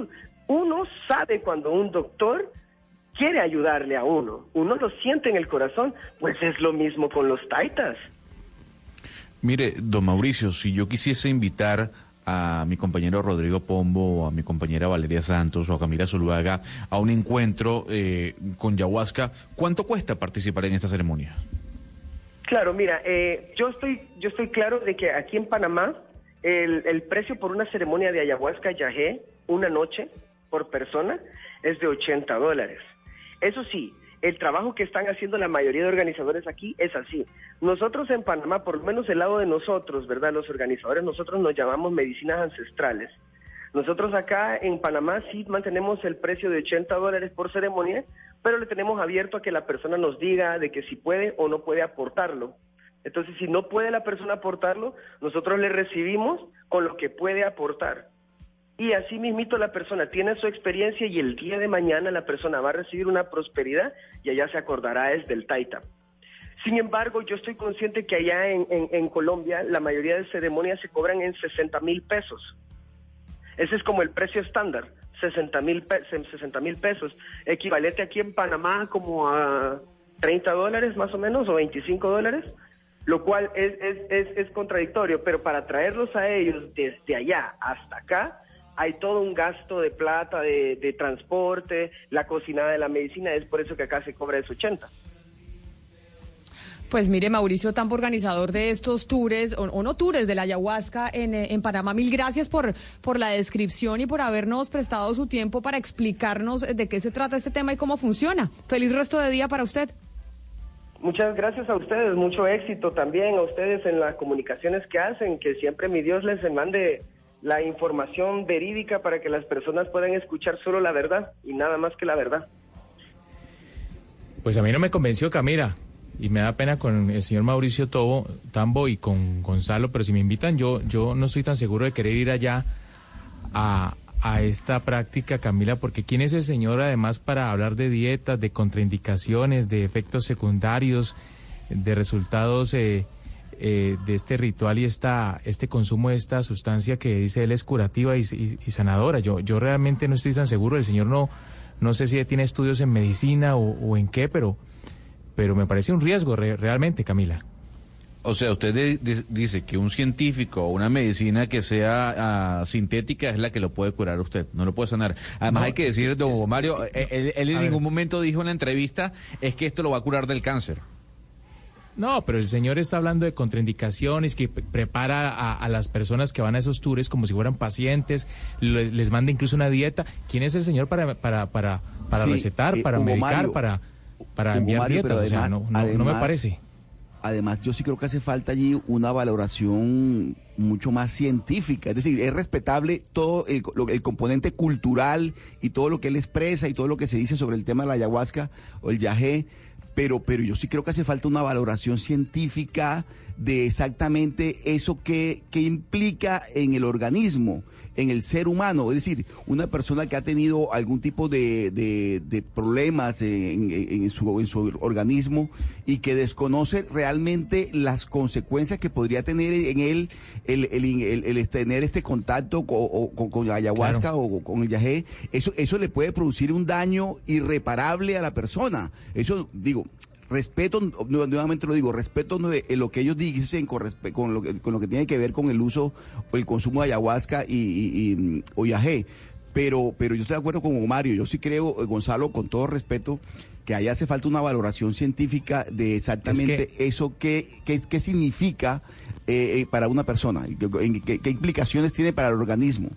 Uno sabe cuando un doctor quiere ayudarle a uno, uno lo siente en el corazón, pues es lo mismo con los taitas. Mire, don Mauricio, si yo quisiese invitar a mi compañero Rodrigo Pombo, o a mi compañera Valeria Santos o a Camila Zuluaga a un encuentro eh, con ayahuasca, ¿cuánto cuesta participar en esta ceremonia? Claro, mira, eh, yo estoy yo estoy claro de que aquí en Panamá el, el precio por una ceremonia de ayahuasca yagé, una noche por persona, es de ochenta dólares. Eso sí, el trabajo que están haciendo la mayoría de organizadores aquí es así. Nosotros en Panamá, por lo menos el lado de nosotros, ¿verdad? Los organizadores, nosotros nos llamamos medicinas ancestrales. Nosotros acá en Panamá sí mantenemos el precio de ochenta dólares por ceremonia, pero le tenemos abierto a que la persona nos diga de que si puede o no puede aportarlo. Entonces, si no puede la persona aportarlo, nosotros le recibimos con lo que puede aportar. Y así mismito la persona tiene su experiencia y el día de mañana la persona va a recibir una prosperidad y allá se acordará es del taita. Sin embargo, yo estoy consciente que allá en, en, en Colombia la mayoría de ceremonias se cobran en sesenta mil pesos. Ese es como el precio estándar, sesenta mil pesos, equivalente aquí en Panamá como a treinta dólares más o menos o veinticinco dólares, lo cual es, es, es, es contradictorio, pero para traerlos a ellos desde allá hasta acá, hay todo un gasto de plata, de, de transporte, la cocinada de la medicina, es por eso que acá se cobra esos ochenta. Pues mire, Mauricio Tambo, organizador de estos tours, o, o no tours, de la ayahuasca en, en Panamá, mil gracias por, por la descripción y por habernos prestado su tiempo para explicarnos de qué se trata este tema y cómo funciona. Feliz resto de día para usted. Muchas gracias a ustedes, mucho éxito también a ustedes en las comunicaciones que hacen, que siempre mi Dios les mande la información verídica para que las personas puedan escuchar solo la verdad y nada más que la verdad. Pues a mí no me convenció Camila y me da pena con el señor Mauricio Tobo, Tambo y con Gonzalo, pero si me invitan yo yo no estoy tan seguro de querer ir allá a, a esta práctica, Camila, porque ¿quién es el señor además para hablar de dietas, de contraindicaciones, de efectos secundarios, de resultados eh, eh, de este ritual y esta este consumo de esta sustancia que dice él es curativa y, y, y sanadora? Yo yo realmente no estoy tan seguro. El señor no no sé si tiene estudios en medicina o, o en qué, pero pero me parece un riesgo re, realmente, Camila. O sea, usted de, de, dice que un científico o una medicina que sea uh, sintética es la que lo puede curar a usted, no lo puede sanar. Además, no, hay que decir, don es, Mario, es que, no, él, él en ningún ver. momento dijo en la entrevista es que esto lo va a curar del cáncer. No, pero el señor está hablando de contraindicaciones, que prepara a, a las personas que van a esos tours como si fueran pacientes, les, les manda incluso una dieta. ¿Quién es el señor para para para, para sí, recetar, eh, para Hugo medicar, Mario, para, para Hugo enviar Mario, dietas? Además, o sea, no, no, además, no me parece. Además, yo sí creo que hace falta allí una valoración mucho más científica. Es decir, es respetable todo el, el componente cultural y todo lo que él expresa y todo lo que se dice sobre el tema de la ayahuasca o el yagé, pero, pero yo sí creo que hace falta una valoración científica de exactamente eso que, que implica en el organismo, en el ser humano. Es decir, una persona que ha tenido algún tipo de, de, de problemas en, en, en, su, en su organismo y que desconoce realmente las consecuencias que podría tener en él el, el, el, el, el tener este contacto con, o, con, con la ayahuasca, claro, o con el yagé, eso, eso le puede producir un daño irreparable a la persona. Eso, digo, respeto, nuevamente lo digo, respeto lo que ellos dicen con, con, lo que, con lo que tiene que ver con el uso o el consumo de ayahuasca y, y, y o yagé, pero, pero yo estoy de acuerdo con Mario. Yo sí creo, Gonzalo, con todo respeto, que ahí hace falta una valoración científica de exactamente es que, eso que, que, que significa eh, para una persona, qué, qué, qué implicaciones tiene para el organismo.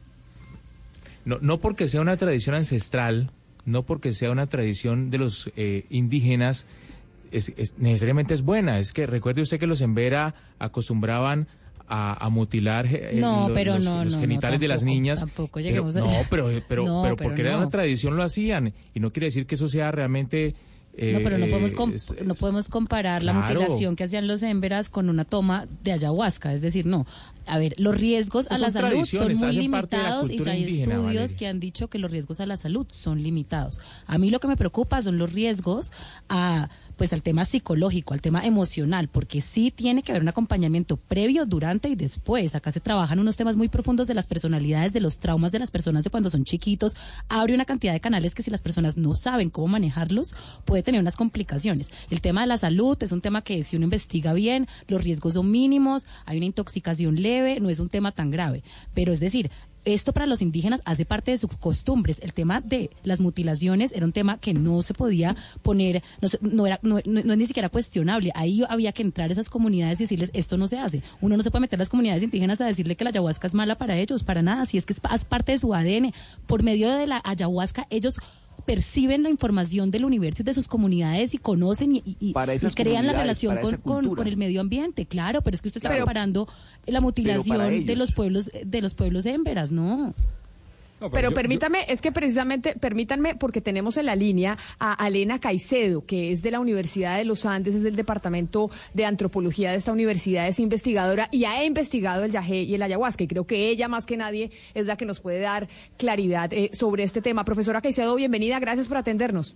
No, no porque sea una tradición ancestral, no porque sea una tradición de los eh, indígenas, Es, es, necesariamente es buena. Es que recuerde usted que los Embera acostumbraban a, a mutilar eh, no, lo, pero los, no, los no, genitales no, tampoco, de las niñas. Tampoco lleguemos pero, a... No, pero, pero, no, pero pero porque no. era una tradición lo hacían. Y no quiere decir que eso sea realmente... Eh, no, pero no podemos, comp es, no podemos comparar claro. la mutilación que hacían los Emberas con una toma de ayahuasca. Es decir, no. A ver, los riesgos pues a la salud son muy limitados y ya hay indígena, estudios Valeria. que han dicho que los riesgos a la salud son limitados. A mí lo que me preocupa son los riesgos a pues al tema psicológico, al tema emocional, porque sí tiene que haber un acompañamiento previo, durante y después. Acá se trabajan unos temas muy profundos de las personalidades, de los traumas de las personas de cuando son chiquitos. Abre una cantidad de canales que si las personas no saben cómo manejarlos, puede tener unas complicaciones. El tema de la salud es un tema que si uno investiga bien, los riesgos son mínimos, hay una intoxicación leve, no es un tema tan grave. Pero es decir, esto para los indígenas hace parte de sus costumbres. El tema de las mutilaciones era un tema que no se podía poner, no, se, no, era, no, no, no es ni siquiera cuestionable. Ahí había que entrar a esas comunidades y decirles, esto no se hace. Uno no se puede meter a las comunidades indígenas a decirle que la ayahuasca es mala para ellos, para nada. Si es que es, es parte de su A D N. Por medio de la ayahuasca, ellos perciben la información del universo y de sus comunidades y conocen y, y, y crean la relación con, con, con el medio ambiente, claro, pero es que usted está Claro. comparando la mutilación de los pueblos de los pueblos hembras, ¿no? No, Pero yo- permítame, es que precisamente, permítanme, porque tenemos en la línea a Alena Caicedo, que es de la Universidad de los Andes, es del Departamento de Antropología de esta universidad, es investigadora y ha investigado el yagé y el ayahuasca, y creo que ella, más que nadie, es la que nos puede dar claridad eh, sobre este tema. Profesora Caicedo, bienvenida, gracias por atendernos.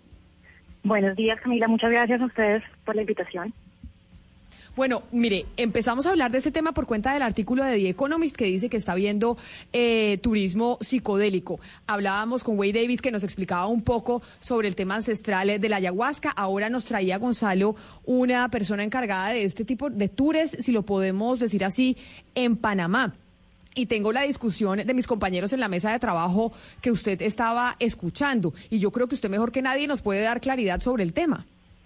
Buenos días, Camila. Muchas gracias a ustedes por la invitación. Bueno, mire, empezamos a hablar de este tema por cuenta del artículo de The Economist que dice que está habiendo eh, turismo psicodélico. Hablábamos con Wade Davis que nos explicaba un poco sobre el tema ancestral de la ayahuasca. Ahora nos traía Gonzalo una persona encargada de este tipo de tours, si lo podemos decir así, en Panamá. Y tengo la discusión de mis compañeros en la mesa de trabajo que usted estaba escuchando. Y yo creo que usted mejor que nadie nos puede dar claridad sobre el tema.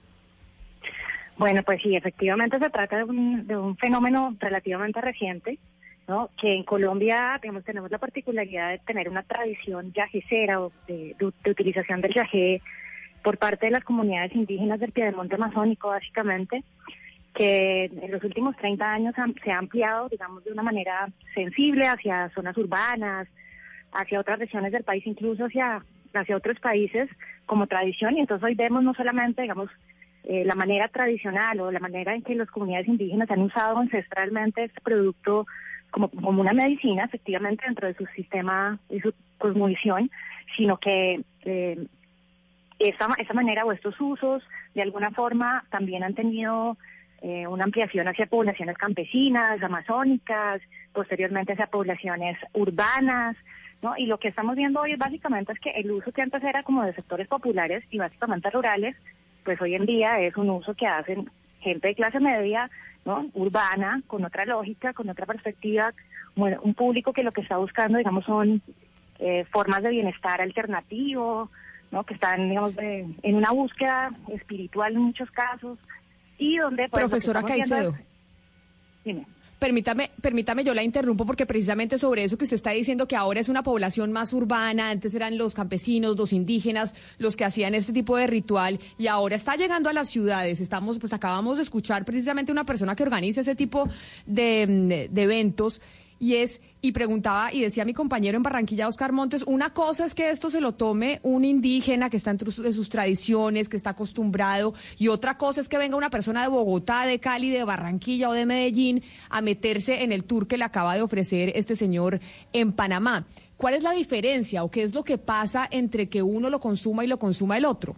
Bueno, pues sí, efectivamente se trata de un, de un fenómeno relativamente reciente, ¿no? Que en Colombia, digamos, tenemos la particularidad de tener una tradición yajecera o de, de, de utilización del yagé por parte de las comunidades indígenas del Piedemonte Amazónico, básicamente, que en los últimos treinta años han, se ha ampliado, digamos, de una manera sensible hacia zonas urbanas, hacia otras regiones del país, incluso hacia, hacia otros países como tradición. Y entonces hoy vemos no solamente, digamos, Eh, la manera tradicional o la manera en que las comunidades indígenas han usado ancestralmente este producto como, como una medicina, efectivamente, dentro de su sistema y su cosmovisión, sino que eh, esa, esa manera o estos usos, de alguna forma, también han tenido eh, una ampliación hacia poblaciones campesinas, amazónicas, posteriormente hacia poblaciones urbanas, ¿no? Y lo que estamos viendo hoy básicamente es que el uso que antes era como de sectores populares y básicamente rurales, pues hoy en día es un uso que hacen gente de clase media, ¿no? Urbana, con otra lógica, con otra perspectiva, bueno, un público que lo que está buscando, digamos, son eh, formas de bienestar alternativo, ¿no? Que están, digamos, de, en una búsqueda espiritual en muchos casos, y donde... Pues, Profesora Caicedo. Es... Dime. Permítame, permítame, yo la interrumpo porque precisamente sobre eso que usted está diciendo, que ahora es una población más urbana, antes eran los campesinos, los indígenas, los que hacían este tipo de ritual, y ahora está llegando a las ciudades. Estamos, pues acabamos de escuchar precisamente una persona que organiza ese tipo de, de, de eventos, y es, y preguntaba, y decía mi compañero en Barranquilla, Oscar Montes, una cosa es que esto se lo tome un indígena que está entre de sus tradiciones, que está acostumbrado, y otra cosa es que venga una persona de Bogotá, de Cali, de Barranquilla o de Medellín a meterse en el tour que le acaba de ofrecer este señor en Panamá. ¿Cuál es la diferencia o qué es lo que pasa entre que uno lo consuma y lo consuma el otro?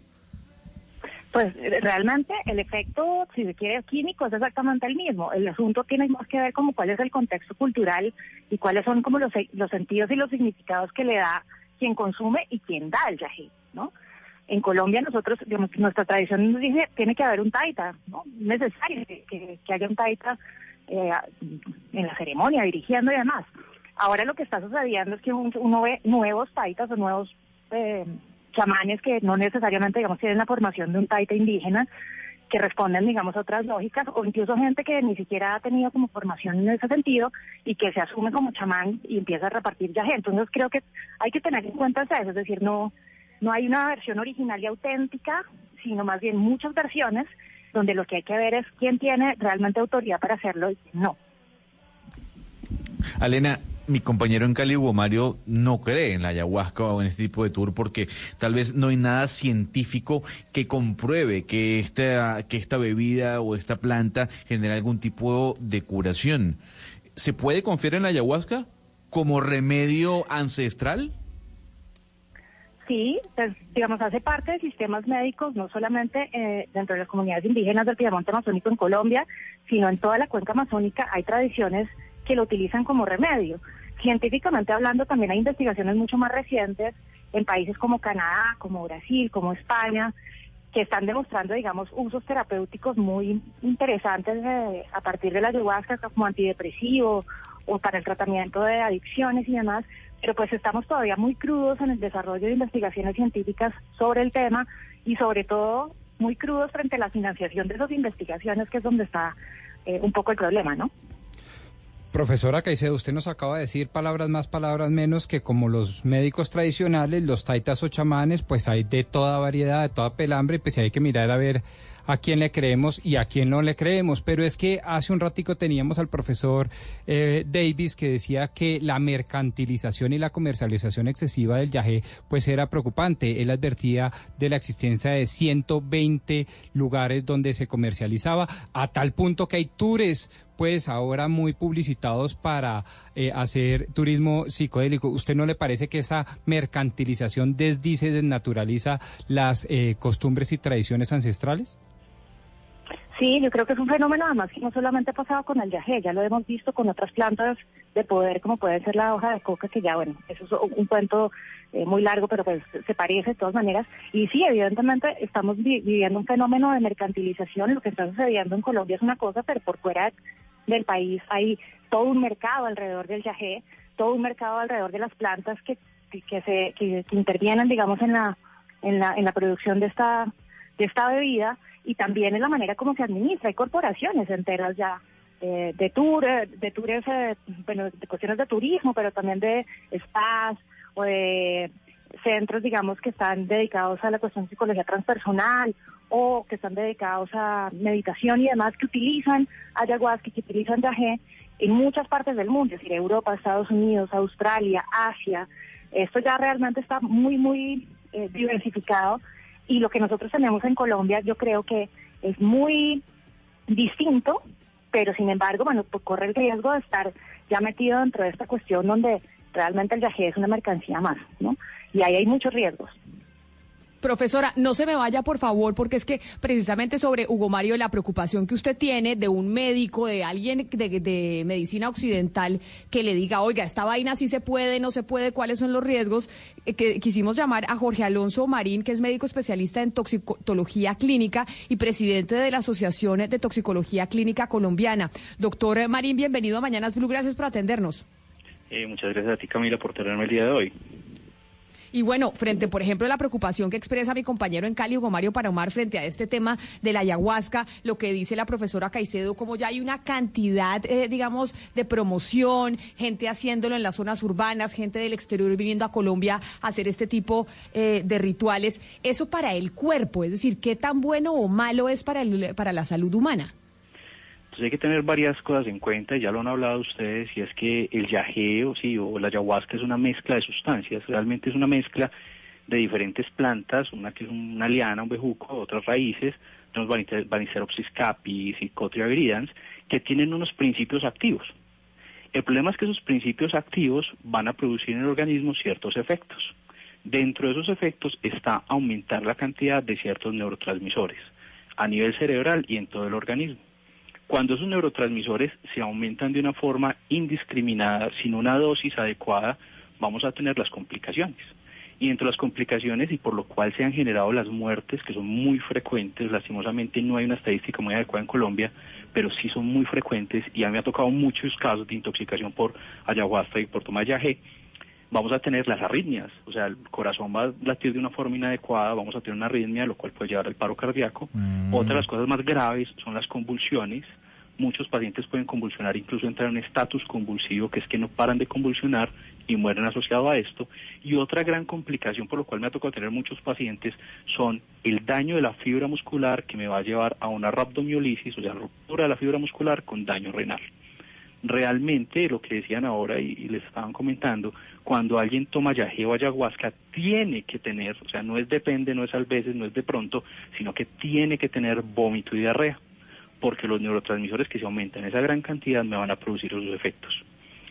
Pues realmente el efecto, si se quiere, químico es exactamente el mismo. El asunto tiene más que ver como cuál es el contexto cultural y cuáles son como los, los sentidos y los significados que le da quien consume y quien da el yagé, ¿no? En Colombia nosotros, digamos, nuestra tradición nos dice tiene que haber un taita, ¿no? Es necesario que, que, que haya un taita eh, en la ceremonia, dirigiendo y demás. Ahora lo que está sucediendo es que uno ve nuevos taitas o nuevos... Eh, chamanes que no necesariamente, digamos, tienen la formación de un taita indígena, que responden, digamos, a otras lógicas, o incluso gente que ni siquiera ha tenido como formación en ese sentido y que se asume como chamán y empieza a repartir yagé. Entonces creo que hay que tener en cuenta eso, es decir, no, no hay una versión original y auténtica, sino más bien muchas versiones, donde lo que hay que ver es quién tiene realmente autoridad para hacerlo y quién no. Alena, mi compañero en Cali, Hugo Mario, no cree en la ayahuasca o en este tipo de tour porque tal vez no hay nada científico que compruebe que esta, que esta bebida o esta planta genera algún tipo de curación. ¿Se puede confiar en la ayahuasca como remedio ancestral? Sí, pues digamos, hace parte de sistemas médicos, no solamente eh, dentro de las comunidades indígenas del Piedemonte Amazónico en Colombia, sino en toda la cuenca amazónica hay tradiciones que lo utilizan como remedio. Científicamente hablando, también hay investigaciones mucho más recientes en países como Canadá, como Brasil, como España, que están demostrando, digamos, usos terapéuticos muy interesantes eh, a partir de la ayahuasca como antidepresivo o para el tratamiento de adicciones y demás, pero pues estamos todavía muy crudos en el desarrollo de investigaciones científicas sobre el tema y sobre todo muy crudos frente a la financiación de esas investigaciones, que es donde está eh, un poco el problema, ¿no? Profesora Caicedo, usted nos acaba de decir palabras más, palabras menos, que como los médicos tradicionales, los taitas o chamanes, pues hay de toda variedad, de toda pelambre, pues hay que mirar a ver a quién le creemos y a quién no le creemos. Pero es que hace un ratico teníamos al profesor eh, Davis, que decía que la mercantilización y la comercialización excesiva del yagé pues era preocupante. Él advertía de la existencia de ciento veinte lugares donde se comercializaba, a tal punto que hay tours pues ahora muy publicitados para eh, hacer turismo psicodélico. ¿Usted no le parece que esa mercantilización desdice, desnaturaliza las eh, costumbres y tradiciones ancestrales? Sí, yo creo que es un fenómeno además que no solamente ha pasado con el yagé, ya lo hemos visto con otras plantas de poder, como puede ser la hoja de coca, que ya, bueno, eso es un cuento eh, muy largo, pero pues se parece de todas maneras. Y sí, evidentemente estamos vi- viviendo un fenómeno de mercantilización. Lo que está sucediendo en Colombia es una cosa, pero por fuera del país hay todo un mercado alrededor del yagé, todo un mercado alrededor de las plantas que que se que, que intervienen, digamos, en la en la en la producción de esta de esta bebida, y también en la manera como se administra. Hay corporaciones enteras ya eh, de tour, de tours, eh, bueno, de cuestiones de turismo, pero también de spas o de centros, digamos, que están dedicados a la cuestión de psicología transpersonal o que están dedicados a meditación y demás, que utilizan ayahuasca, que utilizan yagé en muchas partes del mundo, es decir, Europa, Estados Unidos, Australia, Asia. Esto ya realmente está muy, muy eh, diversificado, y lo que nosotros tenemos en Colombia yo creo que es muy distinto, pero sin embargo, bueno, pues corre el riesgo de estar ya metido dentro de esta cuestión donde realmente el yagé es una mercancía más, ¿no? Y ahí hay muchos riesgos. Profesora, no se me vaya, por favor, porque es que precisamente sobre Hugo Mario, la preocupación que usted tiene de un médico, de alguien de, de medicina occidental, que le diga, oiga, esta vaina sí se puede, no se puede, cuáles son los riesgos, eh, que quisimos llamar a Jorge Alonso Marín, que es médico especialista en toxicología clínica y presidente de la Asociación de Toxicología Clínica Colombiana. Doctor Marín, bienvenido a Mañanas Blue, gracias por atendernos. Eh, muchas gracias a ti, Camila, por tenerme el día de hoy. Y bueno, frente, por ejemplo, a la preocupación que expresa mi compañero en Cali, Hugo Mario Paromar, frente a este tema de la ayahuasca, lo que dice la profesora Caicedo, como ya hay una cantidad, eh, digamos, de promoción, gente haciéndolo en las zonas urbanas, gente del exterior viniendo a Colombia a hacer este tipo eh, de rituales, eso para el cuerpo, es decir, ¿qué tan bueno o malo es para, el, para la salud humana? Entonces hay que tener varias cosas en cuenta, ya lo han hablado ustedes, y es que el yagé o, sí, o la ayahuasca es una mezcla de sustancias, realmente es una mezcla de diferentes plantas, una que es una liana, un bejuco, otras raíces, unos Banisteriopsis capi, Psychotria viridans, que tienen unos principios activos. El problema es que esos principios activos van a producir en el organismo ciertos efectos. Dentro de esos efectos está aumentar la cantidad de ciertos neurotransmisores a nivel cerebral y en todo el organismo. Cuando esos neurotransmisores se aumentan de una forma indiscriminada, sin una dosis adecuada, vamos a tener las complicaciones. Y entre las complicaciones, y por lo cual se han generado las muertes, que son muy frecuentes, lastimosamente no hay una estadística muy adecuada en Colombia, pero sí son muy frecuentes, y a mí me ha tocado muchos casos de intoxicación por ayahuasca y por tomar yagé. Vamos a tener las arritmias, o sea, el corazón va a latir de una forma inadecuada, vamos a tener una arritmia, lo cual puede llevar al paro cardíaco. Mm. Otra de las cosas más graves son las convulsiones. Muchos pacientes pueden convulsionar, incluso entrar en un estatus convulsivo, que es que no paran de convulsionar y mueren asociado a esto. Y otra gran complicación, por lo cual me ha tocado tener muchos pacientes, son el daño de la fibra muscular, que me va a llevar a una rhabdomiolisis, o sea, ruptura de la fibra muscular con daño renal. Realmente, lo que decían ahora y, y les estaban comentando, cuando alguien toma yagé o ayahuasca, tiene que tener, o sea, no es depende, no es a veces, no es de pronto, sino que tiene que tener vómito y diarrea, porque los neurotransmisores que se aumentan en esa gran cantidad me van a producir esos efectos.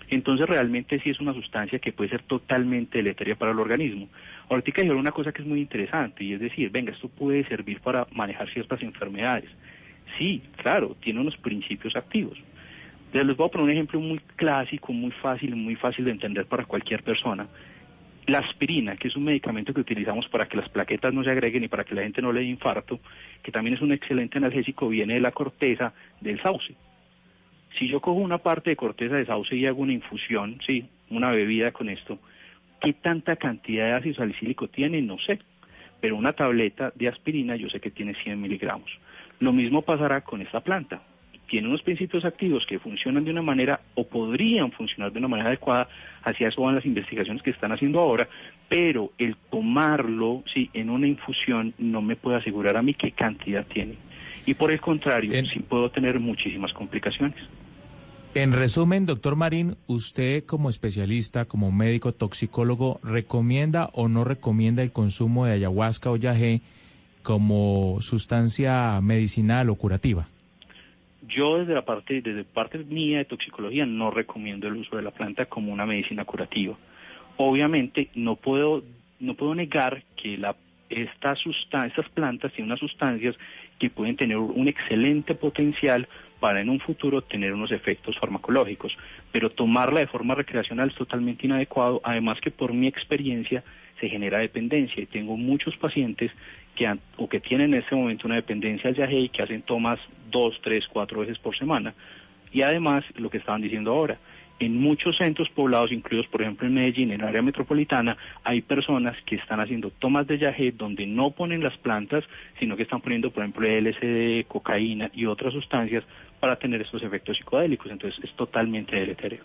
Entonces realmente sí es una sustancia que puede ser totalmente deletérea para el organismo. Ahorita dijeron una cosa que es muy interesante, y es decir, venga, esto puede servir para manejar ciertas enfermedades. Sí, claro, tiene unos principios activos. Les voy a poner un ejemplo muy clásico, muy fácil, muy fácil de entender para cualquier persona. La aspirina, que es un medicamento que utilizamos para que las plaquetas no se agreguen y para que la gente no le dé infarto, que también es un excelente analgésico, viene de la corteza del sauce. Si yo cojo una parte de corteza de sauce y hago una infusión, sí, una bebida con esto, ¿qué tanta cantidad de ácido salicílico tiene? No sé, pero una tableta de aspirina yo sé que tiene cien miligramos. Lo mismo pasará con esta planta. Tiene unos principios activos que funcionan de una manera o podrían funcionar de una manera adecuada, hacia eso van las investigaciones que están haciendo ahora, pero el tomarlo sí, en una infusión no me puede asegurar a mí qué cantidad tiene. Y por el contrario, en... sí puedo tener muchísimas complicaciones. En resumen, doctor Marín, usted como especialista, como médico toxicólogo, ¿recomienda o no recomienda el consumo de ayahuasca o yagé como sustancia medicinal o curativa? Yo desde la parte, desde parte mía de toxicología no recomiendo el uso de la planta como una medicina curativa. Obviamente no puedo, no puedo negar que la, esta sustan- estas plantas tienen unas sustancias que pueden tener un excelente potencial para en un futuro tener unos efectos farmacológicos, pero tomarla de forma recreacional es totalmente inadecuado, además que por mi experiencia se genera dependencia y tengo muchos pacientes que han, o que tienen en este momento una dependencia al yagé y que hacen tomas dos, tres, cuatro veces por semana. Y además, lo que estaban diciendo ahora, en muchos centros poblados, incluidos por ejemplo en Medellín, en el área metropolitana, hay personas que están haciendo tomas de yagé donde no ponen las plantas, sino que están poniendo por ejemplo L S D, cocaína y otras sustancias para tener estos efectos psicodélicos. Entonces es totalmente deletérea.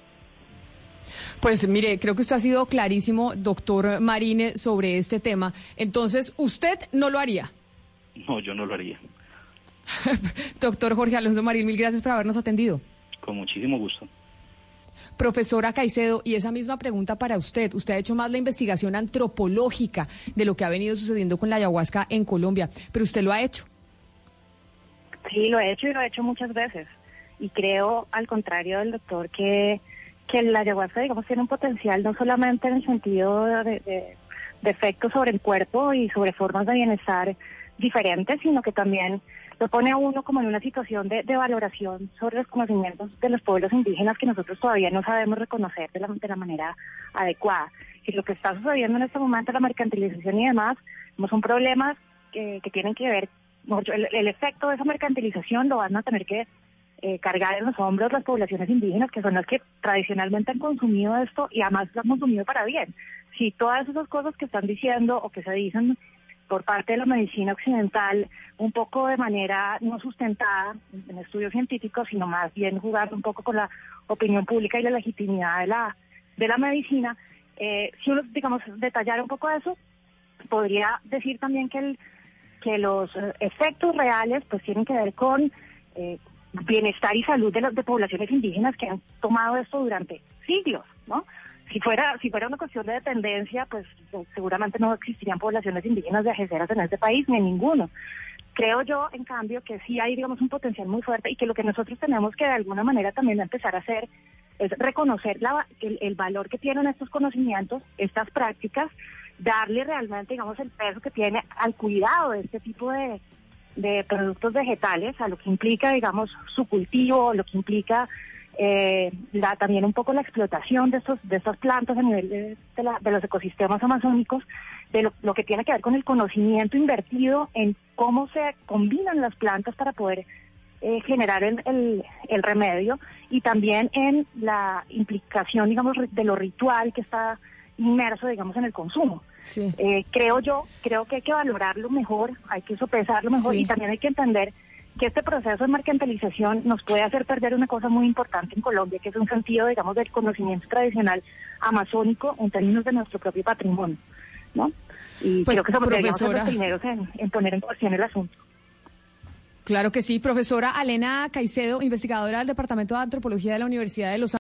Pues mire, creo que usted ha sido clarísimo, doctor Marín, sobre este tema. Entonces, ¿usted no lo haría? No, yo no lo haría. Doctor Jorge Alonso Marín, mil gracias por habernos atendido. Con muchísimo gusto. Profesora Caicedo, y esa misma pregunta para usted. Usted ha hecho más la investigación antropológica de lo que ha venido sucediendo con la ayahuasca en Colombia, pero usted lo ha hecho. Sí, lo he hecho y lo he hecho muchas veces. Y creo, al contrario del doctor, que, que la ayahuasca, digamos, tiene un potencial no solamente en el sentido de, de, de efectos sobre el cuerpo y sobre formas de bienestar diferentes, sino que también lo pone a uno como en una situación de, de valoración sobre los conocimientos de los pueblos indígenas que nosotros todavía no sabemos reconocer de la, de la manera adecuada. Y lo que está sucediendo en este momento, la mercantilización y demás, no son problemas que, que tienen que ver, el, el efecto de esa mercantilización lo van a tener que eh, cargar en los hombros las poblaciones indígenas, que son las que tradicionalmente han consumido esto y además lo han consumido para bien. Si todas esas cosas que están diciendo o que se dicen por parte de la medicina occidental, un poco de manera no sustentada en estudios científicos, sino más bien jugando un poco con la opinión pública y la legitimidad de la de la medicina. Eh, si uno, digamos, detallara un poco eso, podría decir también que el que los efectos reales pues tienen que ver con eh, bienestar y salud de las de poblaciones indígenas que han tomado esto durante siglos, ¿no? Si fuera si fuera una cuestión de dependencia, pues seguramente no existirían poblaciones indígenas viajeras en este país, ni en ninguno. Creo yo, en cambio, que sí hay, digamos, un potencial muy fuerte y que lo que nosotros tenemos que de alguna manera también empezar a hacer es reconocer la, el, el valor que tienen estos conocimientos, estas prácticas, darle realmente, digamos, el peso que tiene al cuidado de este tipo de, de productos vegetales, a lo que implica, digamos, su cultivo, lo que implica Eh, la, también un poco la explotación de estos de estas plantas a nivel de, de, la, de los ecosistemas amazónicos, de lo, lo que tiene que ver con el conocimiento invertido en cómo se combinan las plantas para poder eh, generar el, el, el remedio, y también en la implicación, digamos, de lo ritual que está inmerso, digamos, en el consumo. Sí. Eh, creo yo, creo que hay que valorarlo mejor, hay que sopesarlo mejor, sí. Y también hay que entender que este proceso de mercantilización nos puede hacer perder una cosa muy importante en Colombia, que es un sentido, digamos, del conocimiento tradicional amazónico en términos de nuestro propio patrimonio, ¿no? Y pues, creo que somos digamos, los primeros en, en poner en cuestión el asunto. Claro que sí. Profesora Alena Caicedo, investigadora del Departamento de Antropología de la Universidad de Los Ángeles.